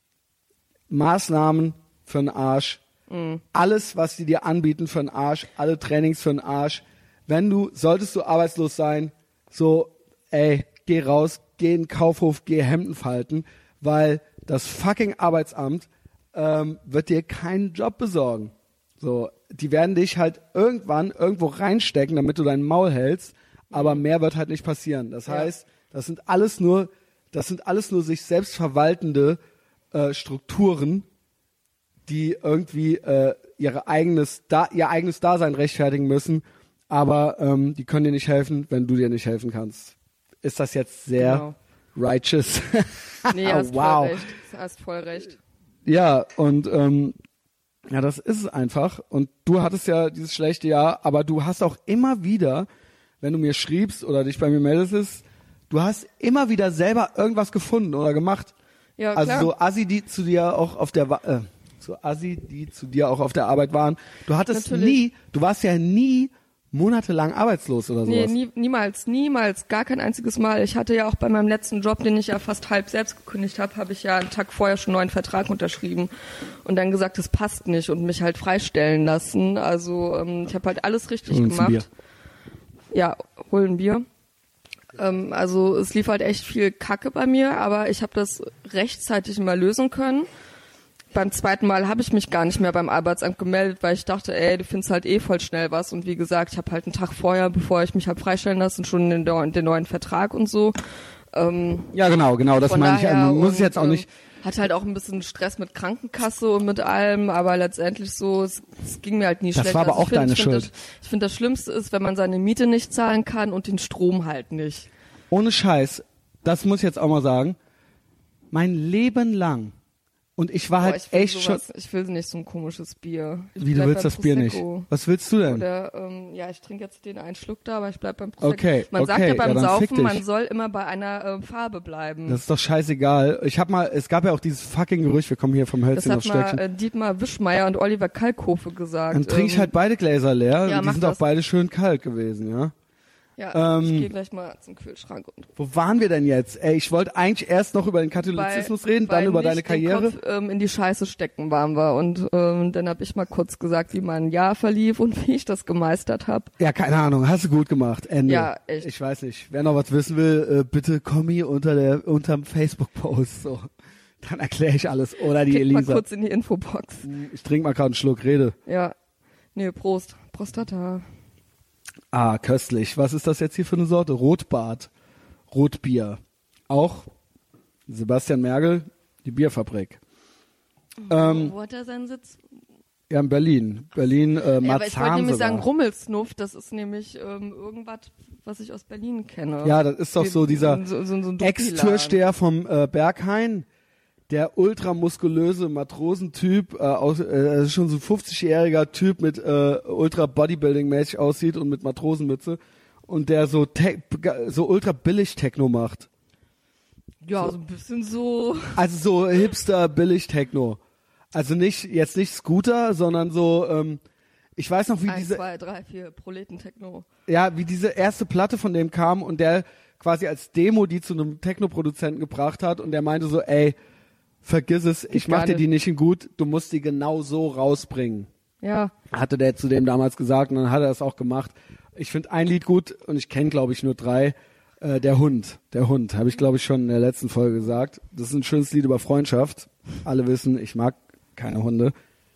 Maßnahmen für den Arsch, Mhm. alles, was die dir anbieten für den Arsch, alle Trainings für den Arsch. Wenn du, solltest du arbeitslos sein, so, ey, geh raus, geh in den Kaufhof, geh Hemden falten, weil das fucking Arbeitsamt ähm, wird dir keinen Job besorgen. So, die werden dich halt irgendwann irgendwo reinstecken, damit du dein Maul hältst, aber mehr wird halt nicht passieren. Das Ja. heißt, das sind alles nur, das sind alles nur sich selbst verwaltende äh, Strukturen, die irgendwie äh, ihre eigenes da ihr eigenes Dasein rechtfertigen müssen, aber ähm, die können dir nicht helfen, wenn du dir nicht helfen kannst. Ist das jetzt sehr Genau. righteous? Nee, hast wow. voll recht. Hast voll recht. Ja, und ähm, ja, das ist es einfach. Und du hattest ja dieses schlechte Jahr, aber du hast auch immer wieder wenn du mir schriebst oder dich bei mir meldest, du hast immer wieder selber irgendwas gefunden oder gemacht. Ja, also klar. so Assi, die zu dir auch auf der äh, so Assi, die zu dir auch auf der Arbeit waren. Du hattest Natürlich. nie, du warst ja nie monatelang arbeitslos oder sowas. Nee, nie, niemals, niemals, gar kein einziges Mal. Ich hatte ja auch bei meinem letzten Job, den ich ja fast halb selbst gekündigt habe, habe ich ja einen Tag vorher schon einen neuen Vertrag unterschrieben und dann gesagt, das passt nicht und mich halt freistellen lassen. Also ähm, ich habe halt alles richtig Hol uns ein gemacht. Bier. Ja, holen Bier. Ähm, also es lief halt echt viel Kacke bei mir, aber ich habe das rechtzeitig mal lösen können. Beim zweiten Mal habe ich mich gar nicht mehr beim Arbeitsamt gemeldet, weil ich dachte, ey, du findest halt eh voll schnell was. Und wie gesagt, ich habe halt einen Tag vorher, bevor ich mich habe freistellen lassen, schon den, den neuen Vertrag und so. Ähm, Ja, genau, genau, das von meine ich. daher Man muss und, es jetzt auch ähm, nicht. Hatte halt auch ein bisschen Stress mit Krankenkasse und mit allem, aber letztendlich so, es, es ging mir halt nie Das schlecht. war aber Also auch ich find, deine ich find Schuld. Das, ich finde, das Schlimmste ist, wenn man seine Miete nicht zahlen kann und den Strom halt nicht. Ohne Scheiß, das muss ich jetzt auch mal sagen, mein Leben lang, und ich war Boah, halt ich will echt sowas, schon, ich will nicht so ein komisches Bier. Ich wie du bleib willst beim das Bier nicht. Prosecco. Was willst du denn? Oder, ähm, ja, ich trinke jetzt den einen Schluck da, aber ich bleib beim Prosecco. Okay, man sagt okay, ja beim ja, dann fick Saufen, man dich. soll immer bei einer äh, Farbe bleiben. Das ist doch scheißegal. Ich hab mal, es gab ja auch dieses fucking Gerücht, wir kommen hier vom Das Hölzchen hat aufs mal Stöckchen. äh, Dietmar Wischmeier und Oliver Kalkofe gesagt. Dann trinke ich Ähm, halt beide Gläser leer. ja, und die mach sind das. auch beide schön kalt gewesen, ja. Ja, ich ähm, gehe gleich mal zum Kühlschrank und Wo waren wir denn jetzt? Ey, ich wollte eigentlich erst noch über den Katholizismus bei, reden, bei dann über nicht deine Karriere. Den Kopf, ähm, in die Scheiße stecken waren wir und ähm, dann habe ich mal kurz gesagt, wie mein Jahr verlief und wie ich das gemeistert habe. Ja, keine Ahnung, hast du gut gemacht. Ende. Ja, echt. Ich weiß nicht. Wer noch was wissen will, äh, bitte komm hier unter der unterm Facebook-Post. So. Dann erkläre ich alles. Oder die Klick mal Elisa. kurz in die Infobox. Ich trinke mal gerade einen Schluck, rede. Ja, nee, Prost. Prostata. Ah, köstlich. Was ist das jetzt hier für eine Sorte? Rotbart. Rotbier. Auch Sebastian Mergel, die Bierfabrik. Ähm, Wo hat er seinen Sitz? ja, in Berlin. Berlin, äh, Ja, aber ich wollte Marzahn nämlich sogar. sagen, Rummelsnuff, das ist nämlich ähm, irgendwas, was ich aus Berlin kenne. Ja, das ist doch so dieser so, so, so ein Ex-Türsteher vom äh, Berghain, der ultramuskulöse Matrosentyp, äh, aus, äh, ist schon so ein fünfzigjähriger Typ mit äh, ultra Bodybuilding-mäßig aussieht und mit Matrosenmütze und der so te- so ultra billig Techno macht. Ja, so ein bisschen so. Also so Hipster billig Techno. Also nicht jetzt nicht Scooter, sondern so ähm, ich weiß noch wie Eins, diese zwei, drei, vier, Proletentechno. ja, wie diese erste Platte von dem kam und der quasi als Demo die zu einem Techno-Produzenten gebracht hat und der meinte so, ey, vergiss es, ich gar mach dir nicht. die nicht in gut, du musst die genau so rausbringen. Ja, Hatte der zu dem damals gesagt und dann hat er das auch gemacht. Ich finde ein Lied gut und ich kenne glaube ich nur drei. Äh, der Hund, der Hund, habe ich glaube ich schon in der letzten Folge gesagt. Das ist ein schönes Lied über Freundschaft. Alle wissen, ich mag keine Hunde.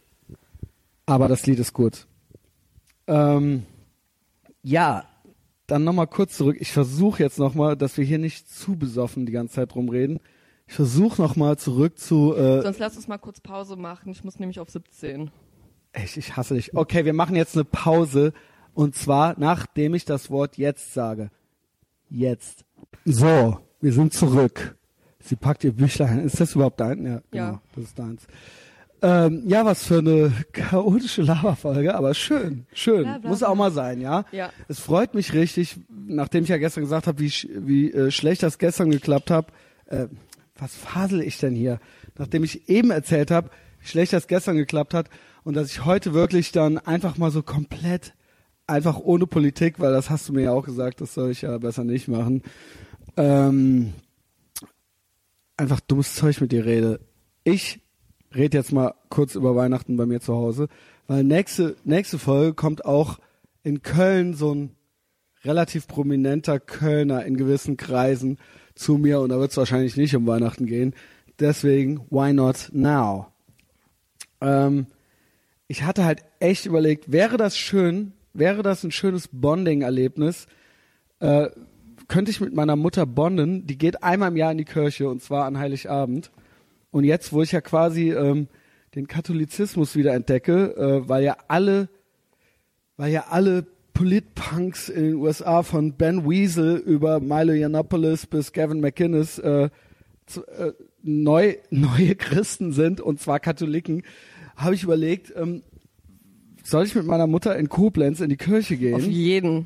Aber das Lied ist gut. Ähm, ja, dann nochmal kurz zurück. Ich versuche jetzt nochmal, dass wir hier nicht zu besoffen die ganze Zeit rumreden. Ich versuche nochmal zurück zu... Äh, sonst lass uns mal kurz Pause machen. Ich muss nämlich auf siebzehn. Echt, ich hasse dich. Okay, wir machen jetzt eine Pause. Und zwar, nachdem ich das Wort jetzt sage. Jetzt. So, wir sind zurück. Sie packt ihr Büchlein. Ist das überhaupt dein? Ja, genau, Ja. das ist deins. Ähm, ja, was für eine chaotische Laberfolge, aber schön, schön. Bla, bla, Muss bla. auch mal sein, ja? Ja. Es freut mich richtig, nachdem ich ja gestern gesagt habe, wie, sch- wie äh, schlecht das gestern geklappt hat. Äh, was fasel ich denn hier? Nachdem ich eben erzählt habe, wie schlecht das gestern geklappt hat und dass ich heute wirklich dann einfach mal so komplett, einfach ohne Politik, weil das hast du mir ja auch gesagt, das soll ich ja besser nicht machen, ähm, einfach dummes Zeug mit dir rede. Ich rede jetzt mal kurz über Weihnachten bei mir zu Hause, weil nächste, nächste Folge kommt auch in Köln so ein relativ prominenter Kölner in gewissen Kreisen zu mir und da wird es wahrscheinlich nicht um Weihnachten gehen. Deswegen, why not now? Ähm, ich hatte halt echt überlegt, wäre das schön, wäre das ein schönes Bonding-Erlebnis, äh, könnte ich mit meiner Mutter bonden, die geht einmal im Jahr in die Kirche und zwar an Heiligabend. Und jetzt, wo ich ja quasi ähm, den Katholizismus wieder entdecke, äh, weil ja alle, weil ja alle Politpunks in den U S A von Ben Weasel über Milo Yiannopoulos bis Gavin McInnes äh, zu, äh, neu, neue Christen sind und zwar Katholiken, habe ich überlegt, ähm, soll ich mit meiner Mutter in Koblenz in die Kirche gehen? Auf jeden.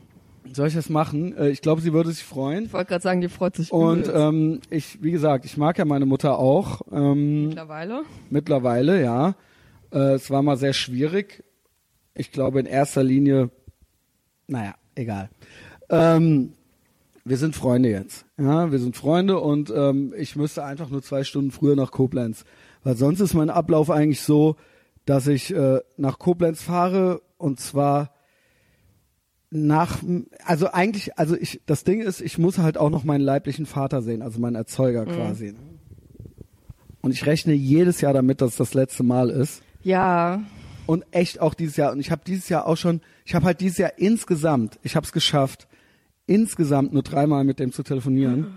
Soll ich das machen? Äh, ich glaube, sie würde sich freuen. Ich wollte gerade sagen, die freut sich Und übelst. ähm, ich, wie gesagt, ich mag ja meine Mutter auch. Ähm, Mittlerweile? Mittlerweile, ja. Äh, es war mal sehr schwierig. Ich glaube in erster Linie, naja, egal. Ähm, wir sind Freunde jetzt. Ja, wir sind Freunde und ähm, ich müsste einfach nur zwei Stunden früher nach Koblenz. Weil sonst ist mein Ablauf eigentlich so, dass ich äh, nach Koblenz fahre und zwar nach, also eigentlich, also ich, das Ding ist, ich muss halt auch noch meinen leiblichen Vater sehen, also meinen Erzeuger mhm. quasi. Und ich rechne jedes Jahr damit, dass es das letzte Mal ist. Ja. Und echt auch dieses Jahr. Und ich habe dieses Jahr auch schon, ich habe halt dieses Jahr insgesamt, ich habe es geschafft, insgesamt nur dreimal mit dem zu telefonieren.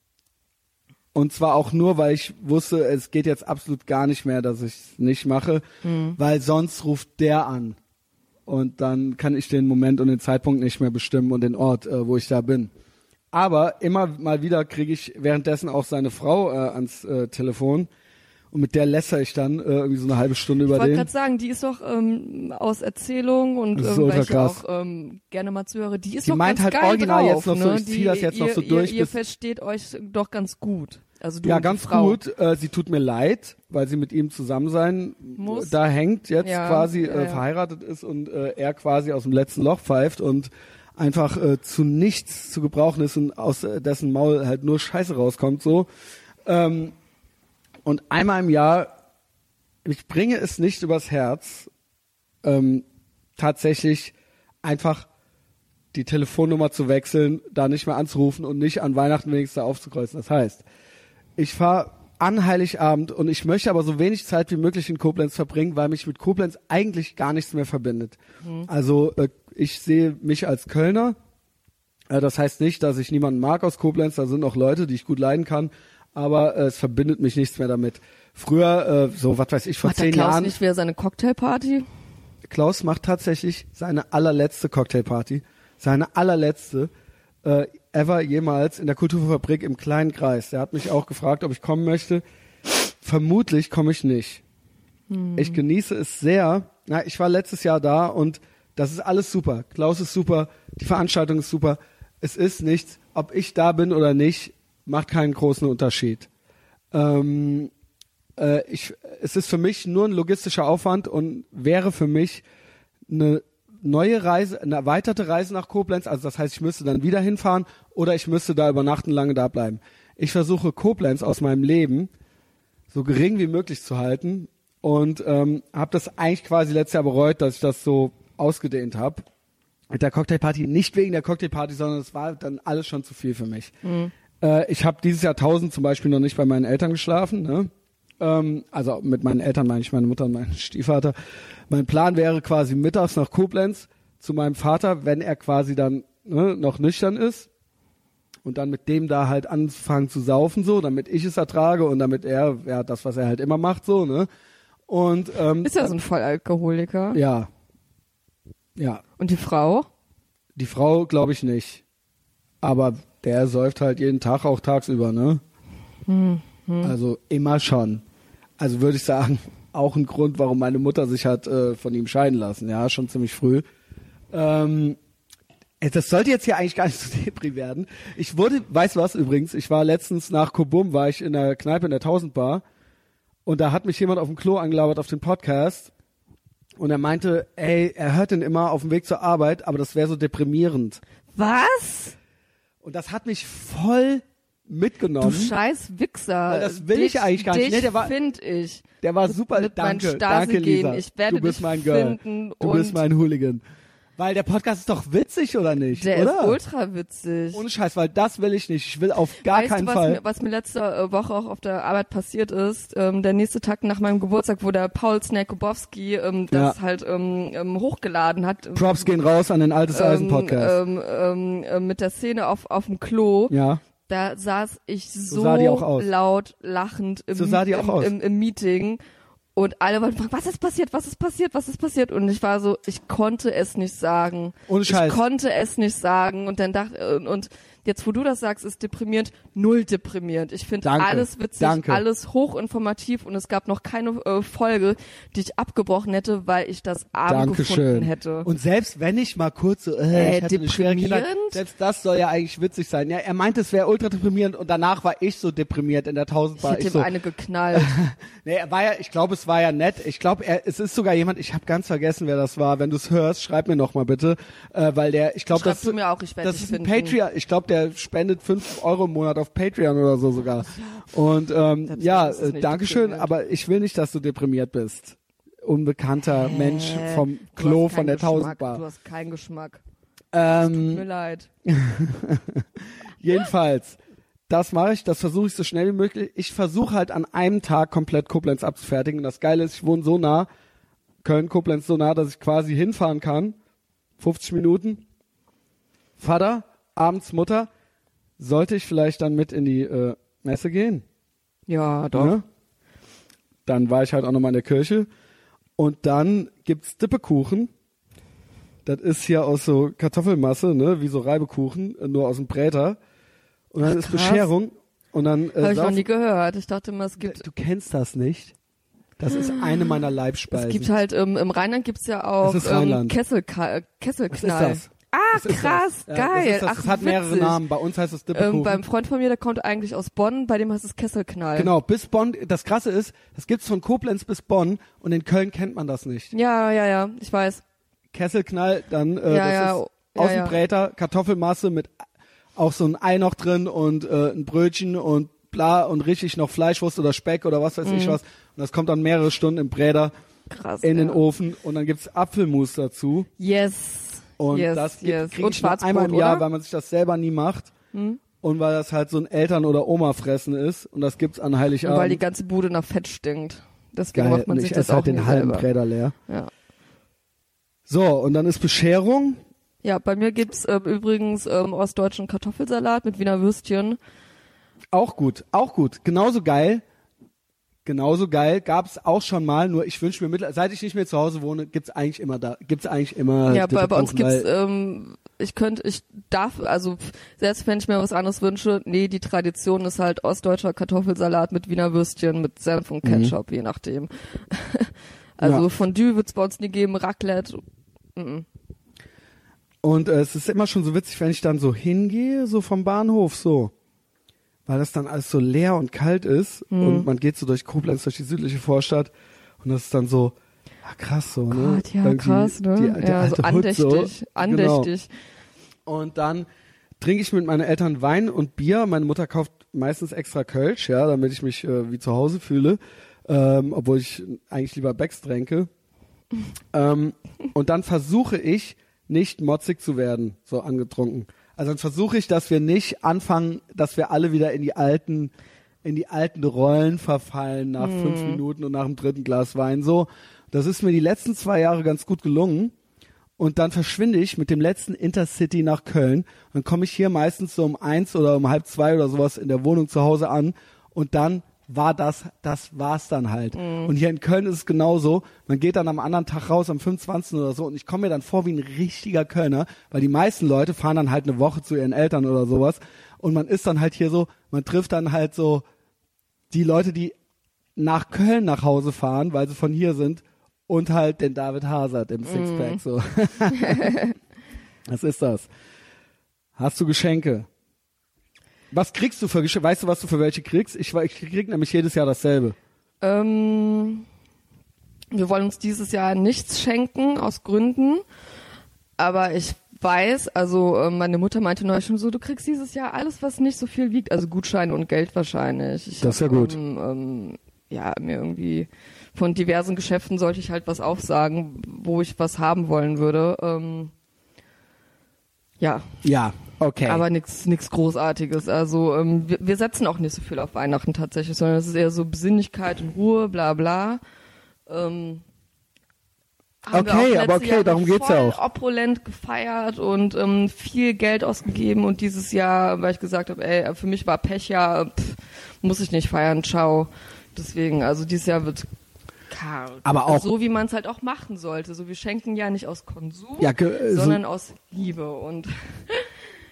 Und zwar auch nur, weil ich wusste, es geht jetzt absolut gar nicht mehr, dass ich es nicht mache, mhm. weil sonst ruft der an. Und dann kann ich den Moment und den Zeitpunkt nicht mehr bestimmen und den Ort, äh, wo ich da bin. Aber immer mal wieder kriege ich währenddessen auch seine Frau äh, ans äh, Telefon. Und mit der lässer ich dann äh, irgendwie so eine halbe Stunde über den. Ich wollte gerade sagen, die ist doch ähm, aus Erzählung und ähm, weil ich auch ähm, gerne mal zuhöre, die ist die doch meint ganz halt geil original drauf, jetzt noch ne? so, ich zieh das jetzt ihr, noch so ihr, durch. Ihr, ihr bis versteht euch doch ganz gut. Also du ja, und ganz die Frau. gut. Äh, sie tut mir leid, weil sie mit ihm zusammen sein muss. Da hängt, jetzt ja, quasi ja, äh, ja. verheiratet ist und äh, er quasi aus dem letzten Loch pfeift und einfach äh, zu nichts zu gebrauchen ist und aus äh, dessen Maul halt nur Scheiße rauskommt so. Ähm, und einmal im Jahr, ich bringe es nicht übers Herz, ähm, tatsächlich einfach die Telefonnummer zu wechseln, da nicht mehr anzurufen und nicht an Weihnachten wenigstens aufzukreuzen. Das heißt, ich fahre an Heiligabend und ich möchte aber so wenig Zeit wie möglich in Koblenz verbringen, weil mich mit Koblenz eigentlich gar nichts mehr verbindet. Mhm. Also äh, ich sehe mich als Kölner. Äh, das heißt nicht, dass ich niemanden mag aus Koblenz. Da sind auch Leute, die ich gut leiden kann. Aber äh, es verbindet mich nichts mehr damit. Früher, äh, so was weiß ich, vor Macht zehn der Klaus Jahren. nicht wieder seine Cocktailparty? Klaus macht tatsächlich seine allerletzte Cocktailparty. Seine allerletzte äh, ever jemals in der Kulturfabrik im kleinen Kreis. Der hat mich auch gefragt, ob ich kommen möchte. Vermutlich komme ich nicht. Hm. Ich genieße es sehr. Na, ich war letztes Jahr da und das ist alles super. Klaus ist super, die Veranstaltung ist super. Es ist nichts, ob ich da bin oder nicht, macht keinen großen Unterschied. Ähm, äh, ich, es ist für mich nur ein logistischer Aufwand und wäre für mich eine neue Reise, eine erweiterte Reise nach Koblenz, also das heißt, ich müsste dann wieder hinfahren oder ich müsste da übernachten, lange da bleiben. Ich versuche Koblenz aus meinem Leben so gering wie möglich zu halten und ähm, habe das eigentlich quasi letztes Jahr bereut, dass ich das so ausgedehnt habe. Mit der Cocktailparty, nicht wegen der Cocktailparty, sondern es war dann alles schon zu viel für mich. Mhm. Äh, ich habe dieses Jahrtausend zum Beispiel noch nicht bei meinen Eltern geschlafen, ne? Ähm, also mit meinen Eltern meine ich meine Mutter und meinen Stiefvater. Mein Plan wäre quasi mittags nach Koblenz zu meinem Vater, wenn er quasi dann ne, noch nüchtern ist und dann mit dem da halt anfangen zu saufen so, damit ich es ertrage und damit er, ja, das, was er halt immer macht so, ne? Und ähm, ist er so ein Vollalkoholiker? Ja. Ja. Und die Frau? Die Frau glaube ich nicht. Aber der säuft halt jeden Tag, auch tagsüber, ne? Hm, hm. Also immer schon. Also würde ich sagen, auch ein Grund, warum meine Mutter sich hat äh, von ihm scheiden lassen. Ja, schon ziemlich früh. Ähm, das sollte jetzt hier eigentlich gar nicht so depri werden. Ich wurde, weißt du was übrigens, ich war letztens nach Kobum, war ich in der Kneipe in der Tausendbar und da hat mich jemand auf dem Klo angelabert auf den Podcast und er meinte, ey, er hört den immer auf dem Weg zur Arbeit, aber das wäre so deprimierend. Was? Und das hat mich voll mitgenommen. Du scheiß Wichser. Weil das will dich, ich eigentlich gar nicht. Dich Nee, der war, find ich. Der war super. Mit danke, danke Lisa. Ich werde du bist dich mein Girl. finden Du bist mein Hooligan. Weil der Podcast ist doch witzig, oder nicht? Der oder? ist ultra witzig. Ohne Scheiß, weil das will ich nicht. Ich will auf gar weißt keinen du, was Fall. Mir, was mir letzte Woche auch auf der Arbeit passiert ist, ähm, der nächste Tag nach meinem Geburtstag, wo der Paul Snakobowski ähm, das ja. halt ähm, ähm, hochgeladen hat. Props gehen raus an den Altes Eisen Podcast. Ähm, ähm, ähm, mit der Szene auf auf dem Klo. Ja. Da saß ich so, so sah die auch aus. laut lachend im, so sah die auch im, aus. im, im Meeting. Und alle waren fragen, was ist passiert, was ist passiert, was ist passiert? Und ich war so, ich konnte es nicht sagen. Ohne Scheiß. Ich konnte es nicht sagen. Und dann dachte, und, und jetzt wo du das sagst, ist deprimierend, null deprimierend. Ich finde alles witzig, Danke. alles hochinformativ und es gab noch keine äh, Folge, die ich abgebrochen hätte, weil ich das arm Dankeschön. gefunden hätte. Und selbst wenn ich mal kurz so, äh, Äh, ich hatte eine schwere Kindheit, deprimierend? selbst das soll ja eigentlich witzig sein. Ja, er meinte, es wäre ultra deprimierend und danach war ich so deprimiert in der Ich Tausendbar. hätte Ich ihm so, eine geknallt. nee, er war ja, ich glaube, es war ja nett. Ich glaube, er, es ist sogar jemand, ich habe ganz vergessen, wer das war. Wenn du es hörst, schreib mir noch mal bitte, äh, weil der, ich glaube, Schreib das, du mir auch, ich werd das dich ist ein finden. Patreon. Ich glaube, der spendet fünf Euro im Monat auf Patreon oder so sogar. Und ähm, Selbst ja, dann ist es äh, nicht Dankeschön, deprimierend. aber ich will nicht, dass du deprimiert bist. Unbekannter Mensch vom Du Klo hast von keinen der Geschmack. Tausendbar. Du hast keinen Geschmack. Tut mir Ähm, leid. jedenfalls, das mache ich, das versuche ich so schnell wie möglich. Ich versuche halt an einem Tag komplett Koblenz abzufertigen. Und das Geile ist, ich wohne so nah, Köln, Koblenz so nah, dass ich quasi hinfahren kann. fünfzig Minuten. Vater, abends Mutter. Sollte ich vielleicht dann mit in die äh, Messe gehen? Ja, doch. Ne? Dann war ich halt auch nochmal in der Kirche. Und dann gibt's Dippekuchen. Das ist hier aus so Kartoffelmasse, ne, wie so Reibekuchen, äh, nur aus dem Bräter. Und dann Ach, ist krass. Bescherung. Und dann äh, Habe ich noch sauf- nie gehört. Ich dachte immer, es gibt Du kennst das nicht? Das ist eine meiner es Leibspeisen. gibt halt ähm, im Rheinland gibt's ja auch Es ist ähm, Rheinland. Kesselka- äh, Was ist Kesselknall. das? Ah, Was ist krass, das? Ja, geil. Das, ist das. Ach, das hat mehrere witzig. Namen. Bei uns heißt es Dippekuchen. Ähm, beim Freund von mir, der kommt eigentlich aus Bonn, bei dem heißt es Kesselknall. Genau, bis Bonn. Das Krasse ist, das gibt's von Koblenz bis Bonn und in Köln kennt man das nicht. Ja, ja, ja, ich weiß. Kesselknall, dann äh, Ja, das ja, ist ja, aus dem ja. Bräter, Kartoffelmasse mit auch so ein Ei noch drin und äh, ein Brötchen und bla und richtig noch Fleischwurst oder Speck oder was weiß ich Mhm. was. Und das kommt dann mehrere Stunden im Bräter Krass. in den ja. Ofen und dann gibt's Apfelmus dazu. Yes. Und yes, das yes. kriege Und ich nur Schwarzbrot, einmal im Jahr, oder? weil man sich das selber nie macht. Hm? Und weil das halt so ein Eltern- oder Oma-Fressen ist. Und das gibt's an Und Heiligabend. weil die ganze Bude nach Fett stinkt. Deswegen Geil. macht man Und sich ich das esse auch halt den nie halben selber. Bräder leer. Ja. So, und dann ist Bescherung. Ja, bei mir gibt's ähm, übrigens ähm, ostdeutschen Kartoffelsalat mit Wiener Würstchen. Auch gut, auch gut. Genauso geil. Genauso geil. Gab's auch schon mal, nur ich wünsche mir mittlerweile, seit ich nicht mehr zu Hause wohne, gibt's eigentlich immer da, gibt's eigentlich immer Ja, bei, bei uns Dippekuchen, gibt's, weil- ähm, ich könnte, ich darf, also pf, selbst wenn ich mir was anderes wünsche, nee, die Tradition ist halt ostdeutscher Kartoffelsalat mit Wiener Würstchen, mit Senf und Ketchup, je nachdem. Also Mhm. Ja. Fondue wird's bei uns nie geben, Raclette. Mhm. Und äh, es ist immer schon so witzig, wenn ich dann so hingehe, so vom Bahnhof, so. Weil das dann alles so leer und kalt ist Mhm. und man geht so durch Koblenz, durch die südliche Vorstadt und das ist dann so, ah, krass so, ne? Gott, ja, Irgendwie krass, ne? Die, der ja, alte so Hood andächtig, so. andächtig. Genau. Und dann trinke ich mit meinen Eltern Wein und Bier. Meine Mutter kauft meistens extra Kölsch, ja, damit ich mich äh, wie zu Hause fühle, ähm, obwohl ich eigentlich lieber Becks tränke. ähm, und dann versuche ich, nicht motzig zu werden, so angetrunken. Also dann versuche ich, dass wir nicht anfangen, dass wir alle wieder in die alten, in die alten Rollen verfallen nach Mhm. fünf Minuten und nach dem dritten Glas Wein. So, das ist mir die letzten zwei Jahre ganz gut gelungen. Und dann verschwinde ich mit dem letzten Intercity nach Köln. Dann komme ich hier meistens so um eins oder um halb zwei oder sowas in der Wohnung zu Hause an. Und dann war das, das war's dann halt. Mhm. Und hier in Köln ist es genauso. Man geht dann am anderen Tag raus, am fünfundzwanzigsten oder so. Und ich komme mir dann vor wie ein richtiger Kölner, weil die meisten Leute fahren dann halt eine Woche zu ihren Eltern oder sowas. Und man ist dann halt hier so, man trifft dann halt so die Leute, die nach Köln nach Hause fahren, weil sie von hier sind. Und halt den David Hazard im Sixpack, Mm. so. Was ist das? Hast du Geschenke? Was kriegst du für Geschenke? Weißt du, was du für welche kriegst? Ich, ich krieg nämlich jedes Jahr dasselbe. Ähm, wir wollen uns dieses Jahr nichts schenken, aus Gründen. Aber ich weiß, also äh, meine Mutter meinte neulich schon so, du kriegst dieses Jahr alles, was nicht so viel wiegt. Also Gutscheine und Geld wahrscheinlich. Ich Das ist ja hab, gut. Ähm, ähm, ja, mir irgendwie von diversen Geschäften sollte ich halt was aufsagen, wo ich was haben wollen würde. Ähm, ja, Ja, okay. aber nichts nichts Großartiges. Also ähm, wir, wir setzen auch nicht so viel auf Weihnachten tatsächlich, sondern es ist eher so Besinnlichkeit und Ruhe, bla bla. Ähm, haben wir Okay, auch aber letzte okay, Jahre darum geht's voll ja auch. opulent gefeiert und ähm, viel Geld ausgegeben und dieses Jahr, weil ich gesagt habe, ey, für mich war Pech ja, pff, muss ich nicht feiern, ciao. Deswegen, also dieses Jahr wird karg. Aber auch- so, wie man es halt auch machen sollte. So, wir schenken ja nicht aus Konsum, Ja, ge- äh, so- sondern aus Liebe und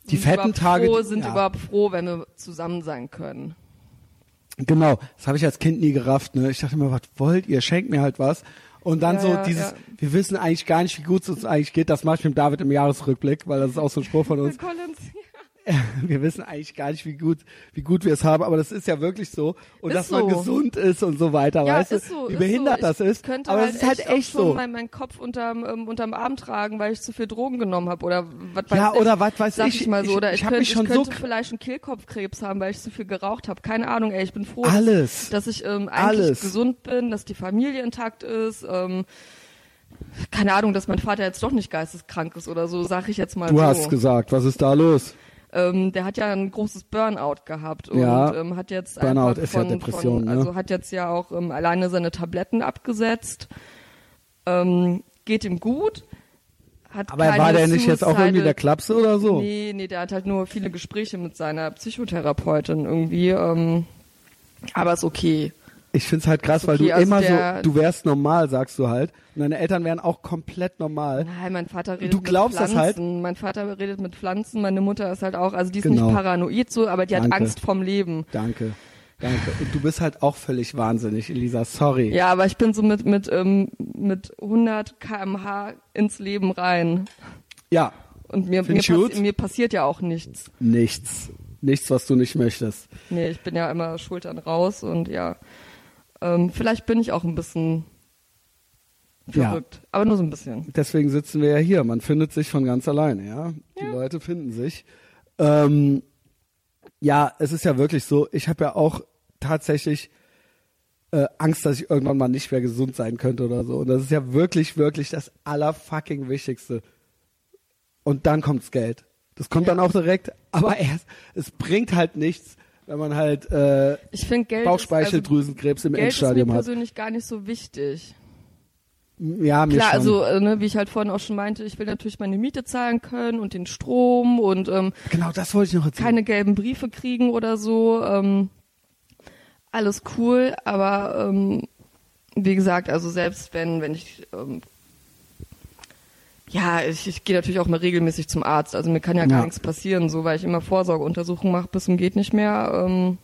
Die fetten Tage froh, sind ja. überhaupt froh, wenn wir zusammen sein können. Genau, das habe ich als Kind nie gerafft. Ne? Ich dachte immer, was wollt ihr? Schenkt mir halt was. Und dann Ja, so ja, dieses, ja. wir wissen eigentlich gar nicht, wie gut es uns eigentlich geht. Das mache ich mit David im Jahresrückblick, weil das ist auch so ein Spruch von uns. Collins. Wir wissen eigentlich gar nicht, wie gut, wie gut wir es haben, aber das ist ja wirklich so. Und Ist dass man so. gesund ist und so weiter, Ja, weißt du, ist so, wie ist behindert so. das Ich ist. könnte Aber halt das ist halt echt, echt auch schon so. Mein, meinen Kopf unterm, ähm, unterm Arm tragen, weil ich zu viel Drogen genommen habe oder was weiß Ja, ich. oder was weiß sag ich. ich mal so. Ich- Oder ich ich, hab könnte, mich schon ich könnte so- vielleicht einen Kehlkopfkrebs haben, weil ich zu viel geraucht habe. Keine Ahnung, ey. Ich bin froh, Alles. dass, dass ich ähm, eigentlich Alles. gesund bin, dass die Familie intakt ist. Ähm, keine Ahnung, dass mein Vater jetzt doch nicht geisteskrank ist oder so, sag ich jetzt mal Du so. hast gesagt, was ist da los? Ähm, der hat ja ein großes Burnout gehabt und Ja, ähm, hat jetzt Burnout einfach ist ja von, Depression, von ne? also hat jetzt ja auch ähm, alleine seine Tabletten abgesetzt. Ähm, geht ihm gut. Hat Aber keine war der nicht jetzt auch Suicidal- irgendwie in der Klapse oder so? Nee, nee, der hat halt nur viele Gespräche mit seiner Psychotherapeutin irgendwie. Ähm, aber ist okay. Ich find's halt krass, Ist weil okay, du also immer der- so, du wärst normal, sagst du halt. Und deine Eltern wären auch komplett normal. Nein, mein Vater redet Du glaubst mit das halt? Pflanzen. Mein Vater redet mit Pflanzen, meine Mutter ist halt auch, also die ist Genau. nicht paranoid so, aber die Danke. hat Angst vorm Leben. Danke. Danke. Und du bist halt auch völlig wahnsinnig, Elisa. Sorry. Ja, aber ich bin so mit mit ähm, mit hundert Kilometer pro Stunde ins Leben rein. Ja. Und mir, Find mir, ich gut. passi mir passiert ja auch nichts. Nichts. Nichts, was du nicht möchtest. Nee, ich bin ja immer Schultern raus und ja, ähm, vielleicht bin ich auch ein bisschen Ja. verrückt. Aber nur so ein bisschen. Deswegen sitzen wir ja hier. Man findet sich von ganz alleine, ja. Die Leute finden sich. Ähm, ja, es ist ja wirklich so, ich habe ja auch tatsächlich äh, Angst, dass ich irgendwann mal nicht mehr gesund sein könnte oder so. Und das ist ja wirklich, wirklich das allerfucking Wichtigste. Und dann kommt's Geld. Das kommt Ja. dann auch direkt, aber erst, es bringt halt nichts, wenn man halt äh, Ich finde Geld Bauchspeicheldrüsenkrebs im ist, also, Geld ist mir Endstadium hat. persönlich gar nicht so wichtig. Ja, mir Klar, schon. also äh, ne, wie ich halt vorhin auch schon meinte, ich will natürlich meine Miete zahlen können und den Strom und ähm, Genau, das wollte ich noch erzählen. keine gelben Briefe kriegen oder so. Ähm, alles cool, aber ähm, wie gesagt, also selbst wenn, wenn ich ähm, ja, ich, ich gehe natürlich auch mal regelmäßig zum Arzt. Also mir kann ja gar Ja. nichts passieren, so weil ich immer Vorsorgeuntersuchungen mache, bis zum geht nicht mehr. Ähm,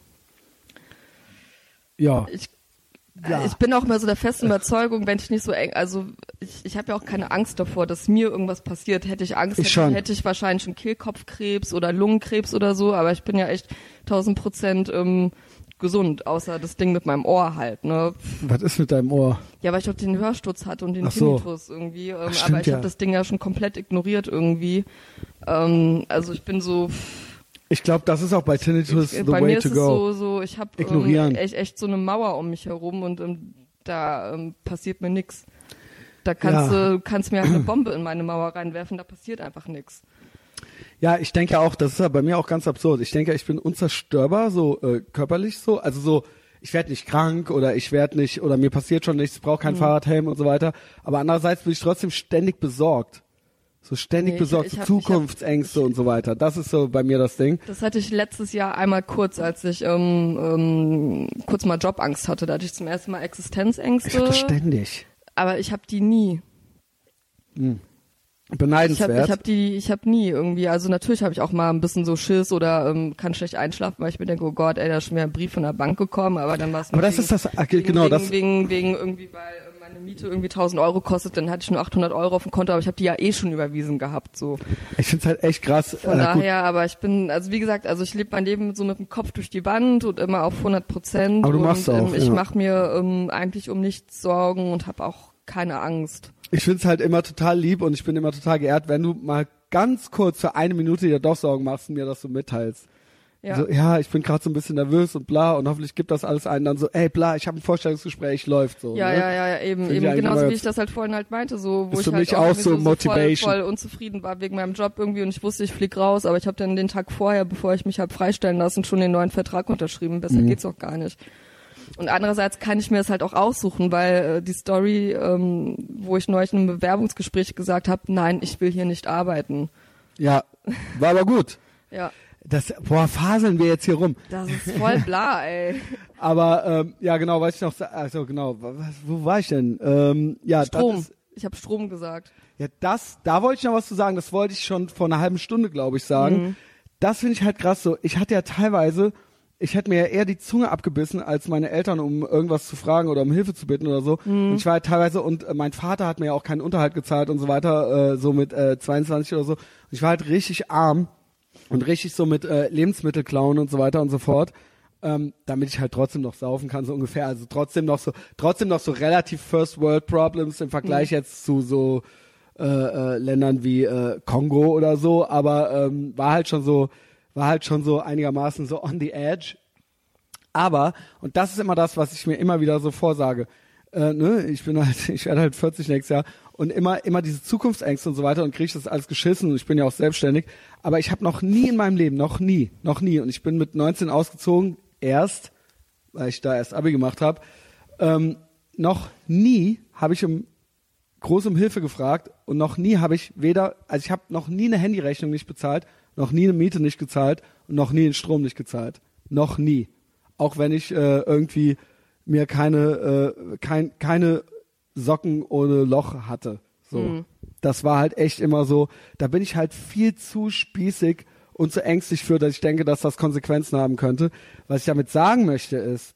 Ja. ich Ja. Ich bin auch immer so der festen Überzeugung, wenn ich nicht so eng, also ich, ich habe ja auch keine Angst davor, dass mir irgendwas passiert. Hätte ich Angst, Ich hätte, schon. hätte ich wahrscheinlich einen Kehlkopfkrebs oder Lungenkrebs oder so, aber ich bin ja echt tausend Prozent ähm, gesund, außer das Ding mit meinem Ohr halt, ne? Was ist mit deinem Ohr? Ja, weil ich auch den Hörsturz hatte und den Ach so. Tinnitus irgendwie, ähm, Ach, stimmt, aber ich ja. habe das Ding ja schon komplett ignoriert irgendwie. Ähm, also ich bin so, Ich glaube, das ist auch bei Tinnitus the bei way mir ist to es go. so, so ich habe Ignorieren. ähm, echt, echt so eine Mauer um mich herum und ähm, da ähm, passiert mir nix. Da kannst Ja. du kannst mir halt eine Bombe in meine Mauer reinwerfen, da passiert einfach nix. Ja, ich denke auch, das ist ja bei mir auch ganz absurd. Ich denke, ich bin unzerstörbar, so äh, körperlich so. Also so, ich werde nicht krank oder ich werde nicht, oder mir passiert schon nichts, ich brauche keinen Mhm. Fahrradhelm und so weiter. Aber andererseits bin ich trotzdem ständig besorgt. So ständig Nee, ich- besorgt, ich so hab- ich hab- Zukunftsängste und so weiter. Das ist so bei mir das Ding. Das hatte ich letztes Jahr einmal kurz, als ich ähm, ähm, kurz mal Jobangst hatte. Da hatte ich zum ersten Mal Existenzängste. Ich habe das ständig. aber ich habe die nie. Ich habe Beneidenswert. ich hab die, ich habe nie irgendwie, also natürlich habe ich auch mal ein bisschen so Schiss oder ähm, kann schlecht einschlafen, weil ich mir denke, oh Gott, ey, da ist schon wieder ein Brief von der Bank gekommen, aber dann war es Aber das ist das, ah, genau, wegen, das, wegen, wegen irgendwie, weil äh, meine Miete irgendwie tausend Euro kostet, dann hatte ich nur achthundert Euro auf dem Konto, aber ich habe die ja eh schon überwiesen gehabt, so. ich find's halt echt krass. Von äh, gut, daher, aber ich bin, also wie gesagt, also ich lebe mein Leben so mit dem Kopf durch die Wand und immer auf hundert Prozent. Aber du und, machst auch, ähm, ich ja. mache mir ähm, eigentlich um nichts Sorgen und habe auch keine Angst. Ich find's halt immer total lieb und ich bin immer total geehrt, wenn du mal ganz kurz für eine Minute dir doch Sorgen machst und mir das so mitteilst. Ja. So, ja, ich bin gerade so ein bisschen nervös und bla und hoffentlich gibt das alles einen dann so, ey bla, ich habe ein Vorstellungsgespräch, läuft so. Ja, ne? ja, ja, ja, eben, Find ich eben eigentlich genauso immer wie ich das halt vorhin halt meinte, so wo Ist ich für halt mich auch, auch irgendwie so so voll, Motivation. voll unzufrieden war wegen meinem Job irgendwie und ich wusste, ich flieg raus, aber ich habe dann den Tag vorher, bevor ich mich hab freistellen lassen, schon den neuen Vertrag unterschrieben. Besser Mhm. geht's auch gar nicht. Und andererseits kann ich mir das halt auch aussuchen, weil äh, die Story, ähm, wo ich neulich in einem Bewerbungsgespräch gesagt habe, nein, ich will hier nicht arbeiten. Ja, war aber gut. Ja, Das, boah, faseln wir jetzt hier rum. das ist voll bla, ey. Aber ähm, ja, genau, was ich noch, sa- also genau, was, wo war ich denn? Ähm, ja, Strom. Das ist, Ich habe Strom gesagt. ja, das, da wollte ich noch was zu sagen. Das wollte ich schon vor einer halben Stunde, glaube ich, sagen. Mhm. das finde ich halt krass so. Ich hatte ja teilweise, ich hätte mir ja eher die Zunge abgebissen als meine Eltern, um irgendwas zu fragen oder um Hilfe zu bitten oder so. Mhm. Und ich war halt teilweise, und äh, mein Vater hat mir ja auch keinen Unterhalt gezahlt und so weiter, äh, so mit äh, zweiundzwanzig oder so. Und ich war halt richtig arm und richtig so mit äh, Lebensmittel klauen und so weiter und so fort. Ähm, damit ich halt trotzdem noch saufen kann, so ungefähr. Also trotzdem noch so, trotzdem noch so relativ First World Problems im Vergleich mhm. jetzt zu so äh, äh, Ländern wie äh, Kongo oder so, aber ähm, war halt schon so, war halt schon so einigermaßen so on the edge. Aber, und das ist immer das, was ich mir immer wieder so vorsage, äh, ne, ich bin halt, ich werde halt vierzig nächstes Jahr und immer, immer diese Zukunftsängste und so weiter und kriege ich das alles geschissen und ich bin ja auch selbstständig, aber ich habe noch nie in meinem Leben, noch nie, noch nie, und ich bin mit neunzehn ausgezogen, erst, weil ich da erst Abi gemacht habe, ähm, noch nie habe ich um groß um Hilfe gefragt und noch nie habe ich weder, also ich habe noch nie eine Handyrechnung nicht bezahlt, noch nie eine Miete nicht gezahlt und noch nie den Strom nicht gezahlt. Noch nie. Auch wenn ich äh, irgendwie mir keine, äh, kein, keine Socken ohne Loch hatte. So. Mhm. Das war halt echt immer so, da bin ich halt viel zu spießig und zu ängstlich für, dass ich denke, dass das Konsequenzen haben könnte. Was ich damit sagen möchte ist,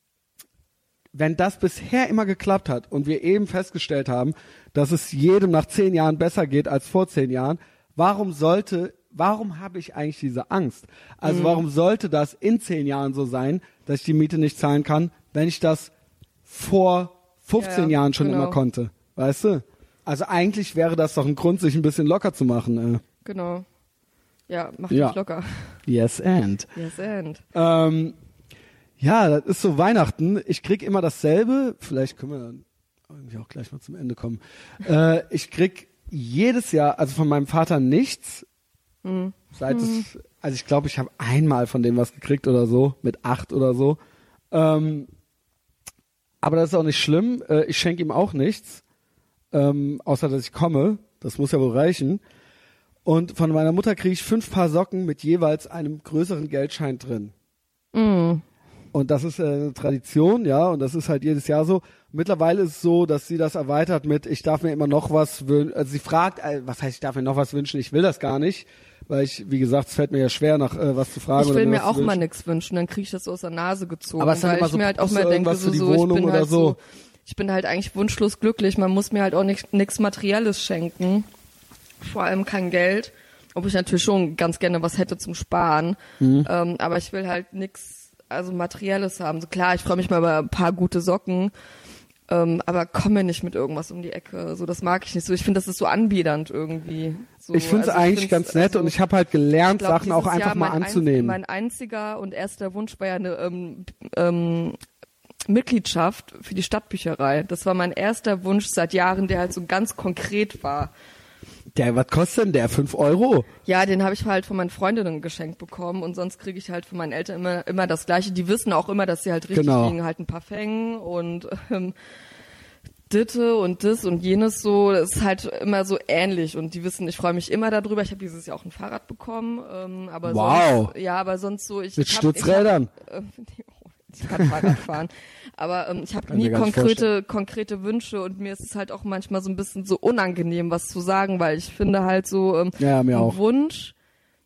wenn das bisher immer geklappt hat und wir eben festgestellt haben, dass es jedem nach zehn Jahren besser geht als vor zehn Jahren, warum sollte, warum habe ich eigentlich diese Angst? Also mhm. warum sollte das in zehn Jahren so sein, dass ich die Miete nicht zahlen kann, wenn ich das vor fünfzehn ja, Jahren schon genau. immer konnte? Weißt du? Also eigentlich wäre das doch ein Grund, sich ein bisschen locker zu machen. Äh. Genau. Ja, mach ja. dich locker. Yes and. Yes and. Ähm, ja, das ist so Weihnachten. Ich krieg immer dasselbe. Vielleicht können wir dann irgendwie auch gleich mal zum Ende kommen. äh, ich krieg jedes Jahr, also von meinem Vater nichts. Mhm. Seit mhm. es, also ich glaube, ich habe einmal von dem was gekriegt oder so, mit acht oder so. Ähm, aber das ist auch nicht schlimm. Äh, ich schenke ihm auch nichts, ähm, außer dass ich komme. Das muss ja wohl reichen. Und von meiner Mutter kriege ich fünf Paar Socken mit jeweils einem größeren Geldschein drin. Mm. Und das ist äh, eine Tradition, ja, und das ist halt jedes Jahr so. Mittlerweile ist es so, dass sie das erweitert mit, ich darf mir immer noch was wünschen. Also sie fragt, äh, was heißt, ich darf mir noch was wünschen? Ich will das gar nicht, weil ich, wie gesagt, es fällt mir ja schwer, nach äh, was zu fragen. Ich will oder mir, mir auch mal nichts wünschen, dann kriege ich das so aus der Nase gezogen. Aber es ist weil immer ich so, mir halt auch mal denke, so, so ich bin halt so. so, ich bin halt eigentlich wunschlos glücklich. Man muss mir halt auch nichts Materielles schenken, vor allem kein Geld. Obwohl ich natürlich schon ganz gerne was hätte zum Sparen. Mhm. Ähm, aber ich will halt nix, also Materielles haben. So klar, ich freue mich mal über ein paar gute Socken. Ähm, aber komme nicht mit irgendwas um die Ecke. So, das mag ich nicht so. Ich finde, das ist so anbiedernd irgendwie. So, ich finde es also eigentlich ganz nett also, und ich habe halt gelernt, glaub, Sachen auch einfach Jahr mal anzunehmen. Ein, mein einziger und erster Wunsch war ja eine ähm, ähm, Mitgliedschaft für die Stadtbücherei. Das war mein erster Wunsch seit Jahren, der halt so ganz konkret war. Der, was kostet denn der? Fünf Euro? Ja, den habe ich halt von meinen Freundinnen geschenkt bekommen und sonst kriege ich halt von meinen Eltern immer immer das Gleiche. Die wissen auch immer, dass sie halt richtig genau. liegen, halt ein paar Fängen und ähm, Ditte und das und jenes so. Das ist halt immer so ähnlich und die wissen, ich freue mich immer darüber. Ich habe dieses Jahr auch ein Fahrrad bekommen, ähm, aber wow. sonst, ja, aber sonst so. Ich mit hab, Stützrädern? Ich, hab, äh, ich kann Fahrrad fahren. Aber ähm, ich habe nie konkrete konkrete Wünsche und mir ist es halt auch manchmal so ein bisschen so unangenehm, was zu sagen, weil ich finde halt so ähm, ja, mir ein auch. Wunsch,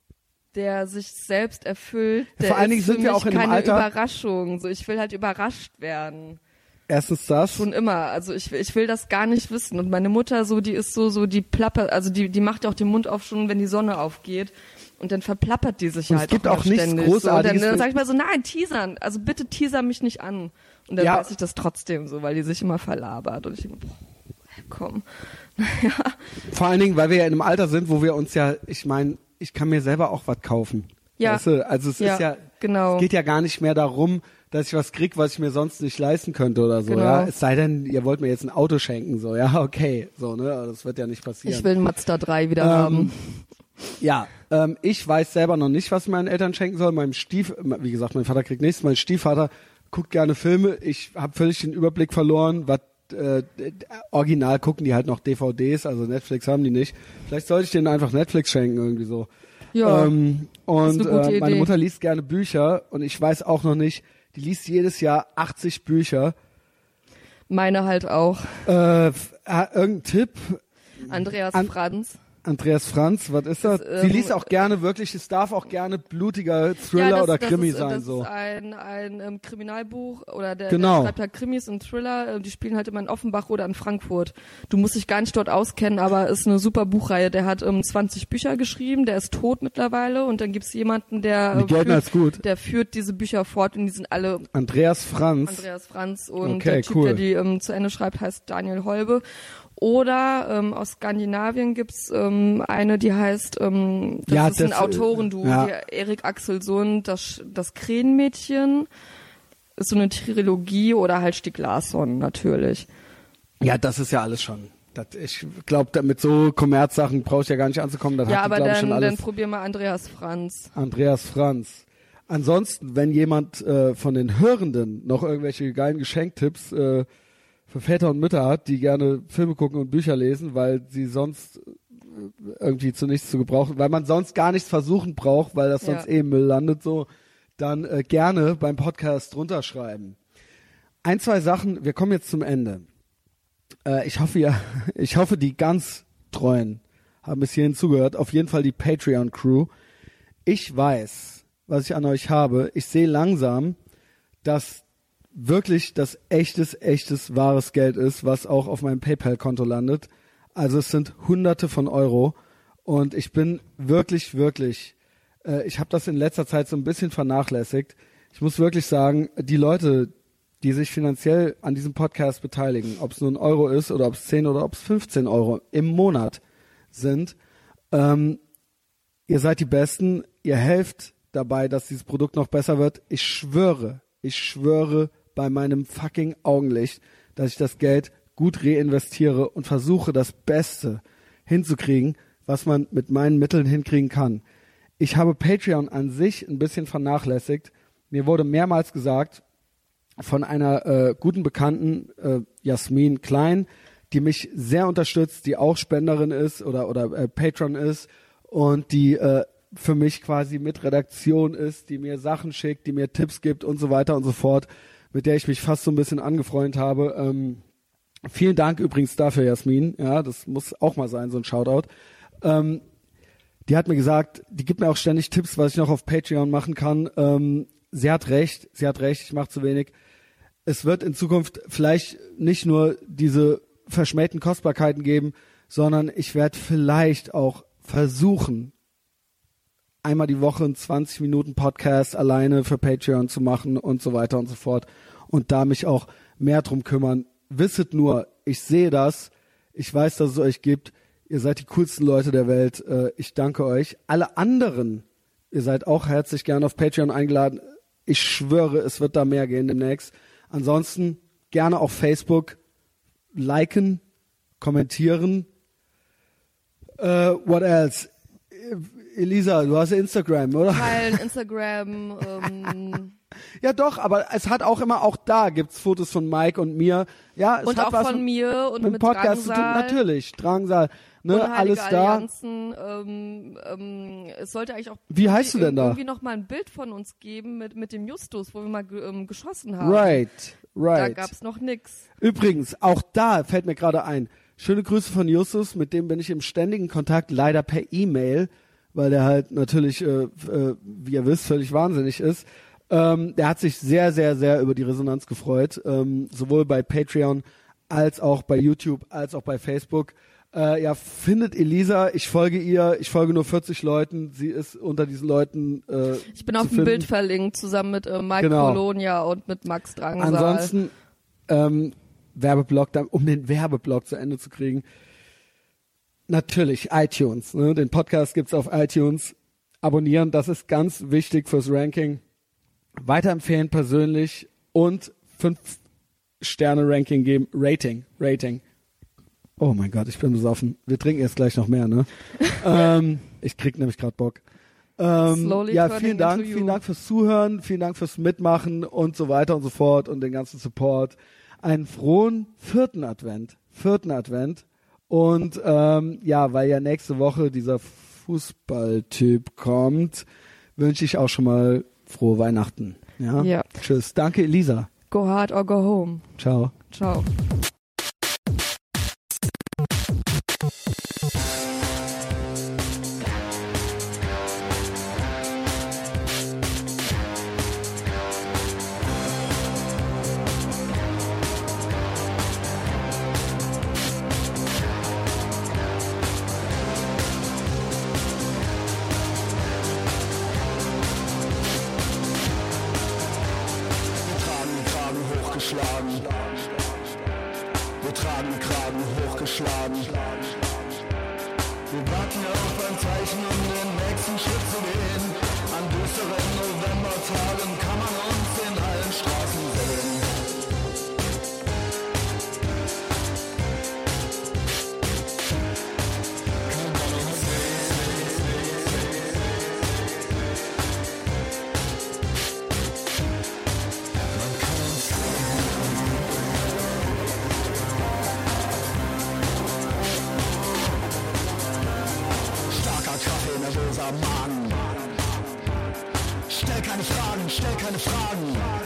der sich selbst erfüllt, der Vor allen Dingen ist für sind wir mich auch in einem keine Alter, Überraschung. So, ich will halt überrascht werden. Erstens das. Schon immer. Also ich, ich will das gar nicht wissen. Und meine Mutter so, die ist so, so die Plapper, also die, die macht ja auch den Mund auf schon, wenn die Sonne aufgeht. Und dann verplappert die sich und halt es gibt auch, auch nichts ständig. Großartiges. So, und dann, dann sag ich mal so, nein, teasern. Also bitte teaser mich nicht an. Und dann ja. weiß ich das trotzdem so, weil die sich immer verlabert. Und ich denke, boah, komm. Naja. Vor allen Dingen, weil wir ja in einem Alter sind, wo wir uns ja, ich meine, ich kann mir selber auch was kaufen. Ja. Weißt du? Also es ja, ist ja, genau. es geht ja gar nicht mehr darum, dass ich was krieg, was ich mir sonst nicht leisten könnte oder so, genau. ja. Es sei denn, ihr wollt mir jetzt ein Auto schenken, so, ja, okay, so, ne, aber das wird ja nicht passieren. Ich will einen Mazda drei wieder ähm, haben. Ja, ähm, ich weiß selber noch nicht, was ich meinen Eltern schenken soll. Meinem Stief, wie gesagt, mein Vater kriegt nichts. Mein Stiefvater guckt gerne Filme. Ich habe völlig den Überblick verloren. Was äh, original gucken die halt noch D V Ds, also Netflix haben die nicht. Vielleicht sollte ich denen einfach Netflix schenken, irgendwie so. Ja, ähm, und äh, meine Idee. Mutter liest gerne Bücher und ich weiß auch noch nicht, die liest jedes Jahr achtzig Bücher. Meine halt auch. Äh, irgendein Tipp? Andreas An- Franz. Andreas Franz, was ist das? das Sie ähm, liest auch gerne wirklich, es darf auch gerne blutiger Thriller ja, das, oder das Krimi ist, sein. das so. ist ein, ein ähm, Kriminalbuch oder der, Genau. der schreibt halt Krimis und Thriller, äh, die spielen halt immer in Offenbach oder in Frankfurt. Du musst dich gar nicht dort auskennen, aber ist eine super Buchreihe. Der hat ähm, zwanzig Bücher geschrieben, der ist tot mittlerweile und dann gibt's jemanden, der, Die äh, gelten führt, als gut. der führt diese Bücher fort und die sind alle Andreas Franz. Andreas Franz und Okay, der Typ, cool. der die ähm, zu Ende schreibt, heißt Daniel Holbe. Oder ähm, aus Skandinavien gibt's ähm, eine, die heißt, ähm, das Ja, ist ein das, Autorenduo, ja. der Erik Axelsson, das, das Krähenmädchen, ist so eine Trilogie oder halt Stieg Larsson natürlich. Ja, das ist ja alles schon. Das, ich glaube, mit so Kommerzsachen brauche ich ja gar nicht anzukommen. Das Ja, hat aber die, glaub ich, dann, schon alles. dann probier mal Andreas Franz. Andreas Franz. Ansonsten, wenn jemand äh, von den Hörenden noch irgendwelche geilen Geschenktipps äh, für Väter und Mütter hat, die gerne Filme gucken und Bücher lesen, weil sie sonst äh, irgendwie zu nichts zu gebrauchen, weil man sonst gar nichts versuchen braucht, weil das sonst Ja. eh im Müll landet, so, dann äh, gerne beim Podcast drunter schreiben. Ein, zwei Sachen, wir kommen jetzt zum Ende. Äh, ich hoffe, ja, ich hoffe, die ganz Treuen haben bis hierhin zugehört. Auf jeden Fall die Patreon-Crew. Ich weiß, was ich an euch habe. Ich sehe langsam, dass wirklich das echtes, echtes, wahres Geld ist, was auch auf meinem PayPal-Konto landet. Also es sind Hunderte von Euro und ich bin wirklich, wirklich, äh, ich habe das in letzter Zeit so ein bisschen vernachlässigt. Ich muss wirklich sagen, die Leute, die sich finanziell an diesem Podcast beteiligen, ob es nur ein Euro ist oder ob es zehn oder ob es fünfzehn Euro im Monat sind, ähm, ihr seid die Besten, ihr helft dabei, dass dieses Produkt noch besser wird. Ich schwöre, ich schwöre bei meinem fucking Augenlicht, dass ich das Geld gut reinvestiere und versuche, das Beste hinzukriegen, was man mit meinen Mitteln hinkriegen kann. Ich habe Patreon an sich ein bisschen vernachlässigt. Mir wurde mehrmals gesagt von einer äh, guten Bekannten, äh, Jasmin Klein, die mich sehr unterstützt, die auch Spenderin ist oder, oder äh, Patron ist und die äh, für mich quasi mit Redaktion ist, die mir Sachen schickt, die mir Tipps gibt und so weiter und so fort, mit der ich mich fast so ein bisschen angefreundet habe. Ähm, vielen Dank übrigens dafür, Jasmin. Ja, das muss auch mal sein, so ein Shoutout. Ähm, die hat mir gesagt, die gibt mir auch ständig Tipps, was ich noch auf Patreon machen kann. Ähm, sie hat recht, sie hat recht, ich mache zu wenig. Es wird in Zukunft vielleicht nicht nur diese verschmähten Kostbarkeiten geben, sondern ich werde vielleicht auch versuchen, einmal die Woche einen zwanzig Minuten Podcast alleine für Patreon zu machen und so weiter und so fort und da mich auch mehr drum kümmern. Wisset nur, ich sehe das, ich weiß, dass es euch gibt, ihr seid die coolsten Leute der Welt, äh, ich danke euch. Alle anderen, ihr seid auch herzlich gerne auf Patreon eingeladen, ich schwöre, es wird da mehr gehen demnächst. Ansonsten gerne auf Facebook liken, kommentieren. Uh, what else? Elisa, du hast Instagram, oder? Teilen, Instagram, ähm, Ja doch, aber es hat auch immer, auch da gibt's Fotos von Mike und mir. Ja, es und hat auch was von mir und mit, mit mit Podcast zu tun. Drangsal. Natürlich, Drangsal, ne, Unheilige alles da. Allianzen, ähm, ähm, es sollte eigentlich auch Wie heißt du denn da? irgendwie noch mal ein Bild von uns geben mit mit dem Justus, wo wir mal ge- ähm, geschossen haben. Right, Da right. gab's noch nix. Übrigens, auch da fällt mir gerade ein. Schöne Grüße von Justus, mit dem bin ich im ständigen Kontakt, leider per E-Mail, weil der halt natürlich, äh, äh, wie ihr wisst, völlig wahnsinnig ist. Ähm, der hat sich sehr, sehr, sehr über die Resonanz gefreut, ähm, sowohl bei Patreon als auch bei YouTube, als auch bei Facebook. Äh, ja, findet Elisa, ich folge ihr, ich folge nur vierzig Leuten, sie ist unter diesen Leuten äh, Ich bin auf zu dem finden. Bild verlinkt, zusammen mit äh, Mike Genau. Colonia und mit Max Drangsal. Ansonsten ähm, Werbeblock, dann, um den Werbeblock zu Ende zu kriegen. Natürlich iTunes. Ne? Den Podcast gibt's auf iTunes. Abonnieren, das ist ganz wichtig fürs Ranking. Weiterempfehlen persönlich und fünf Sterne Ranking geben. Rating, Rating. Oh mein Gott, ich bin besoffen. Wir trinken jetzt gleich noch mehr, ne? ähm, ich krieg nämlich gerade Bock. Ähm, Slowly ja, turning vielen Dank, into you. vielen Dank fürs Zuhören, vielen Dank fürs Mitmachen und so weiter und so fort und den ganzen Support. Einen frohen vierten Advent, vierten Advent und ähm, ja, weil ja nächste Woche dieser Fußballtyp kommt, wünsche ich auch schon mal frohe Weihnachten. Ja? Ja. Tschüss. Danke, Elisa. Go hard or go home. Ciao. Ciao. Augen hochgeschlagen. Wir warten auf ein Zeichen, um den nächsten Schritt zu gehen. An düsteren Novembertagen kann man uns in allen Straßen sehen. Kann man uns sehen. Man kann uns Kaffee, nervöser Magen. Stell keine Fragen, stell keine Fragen.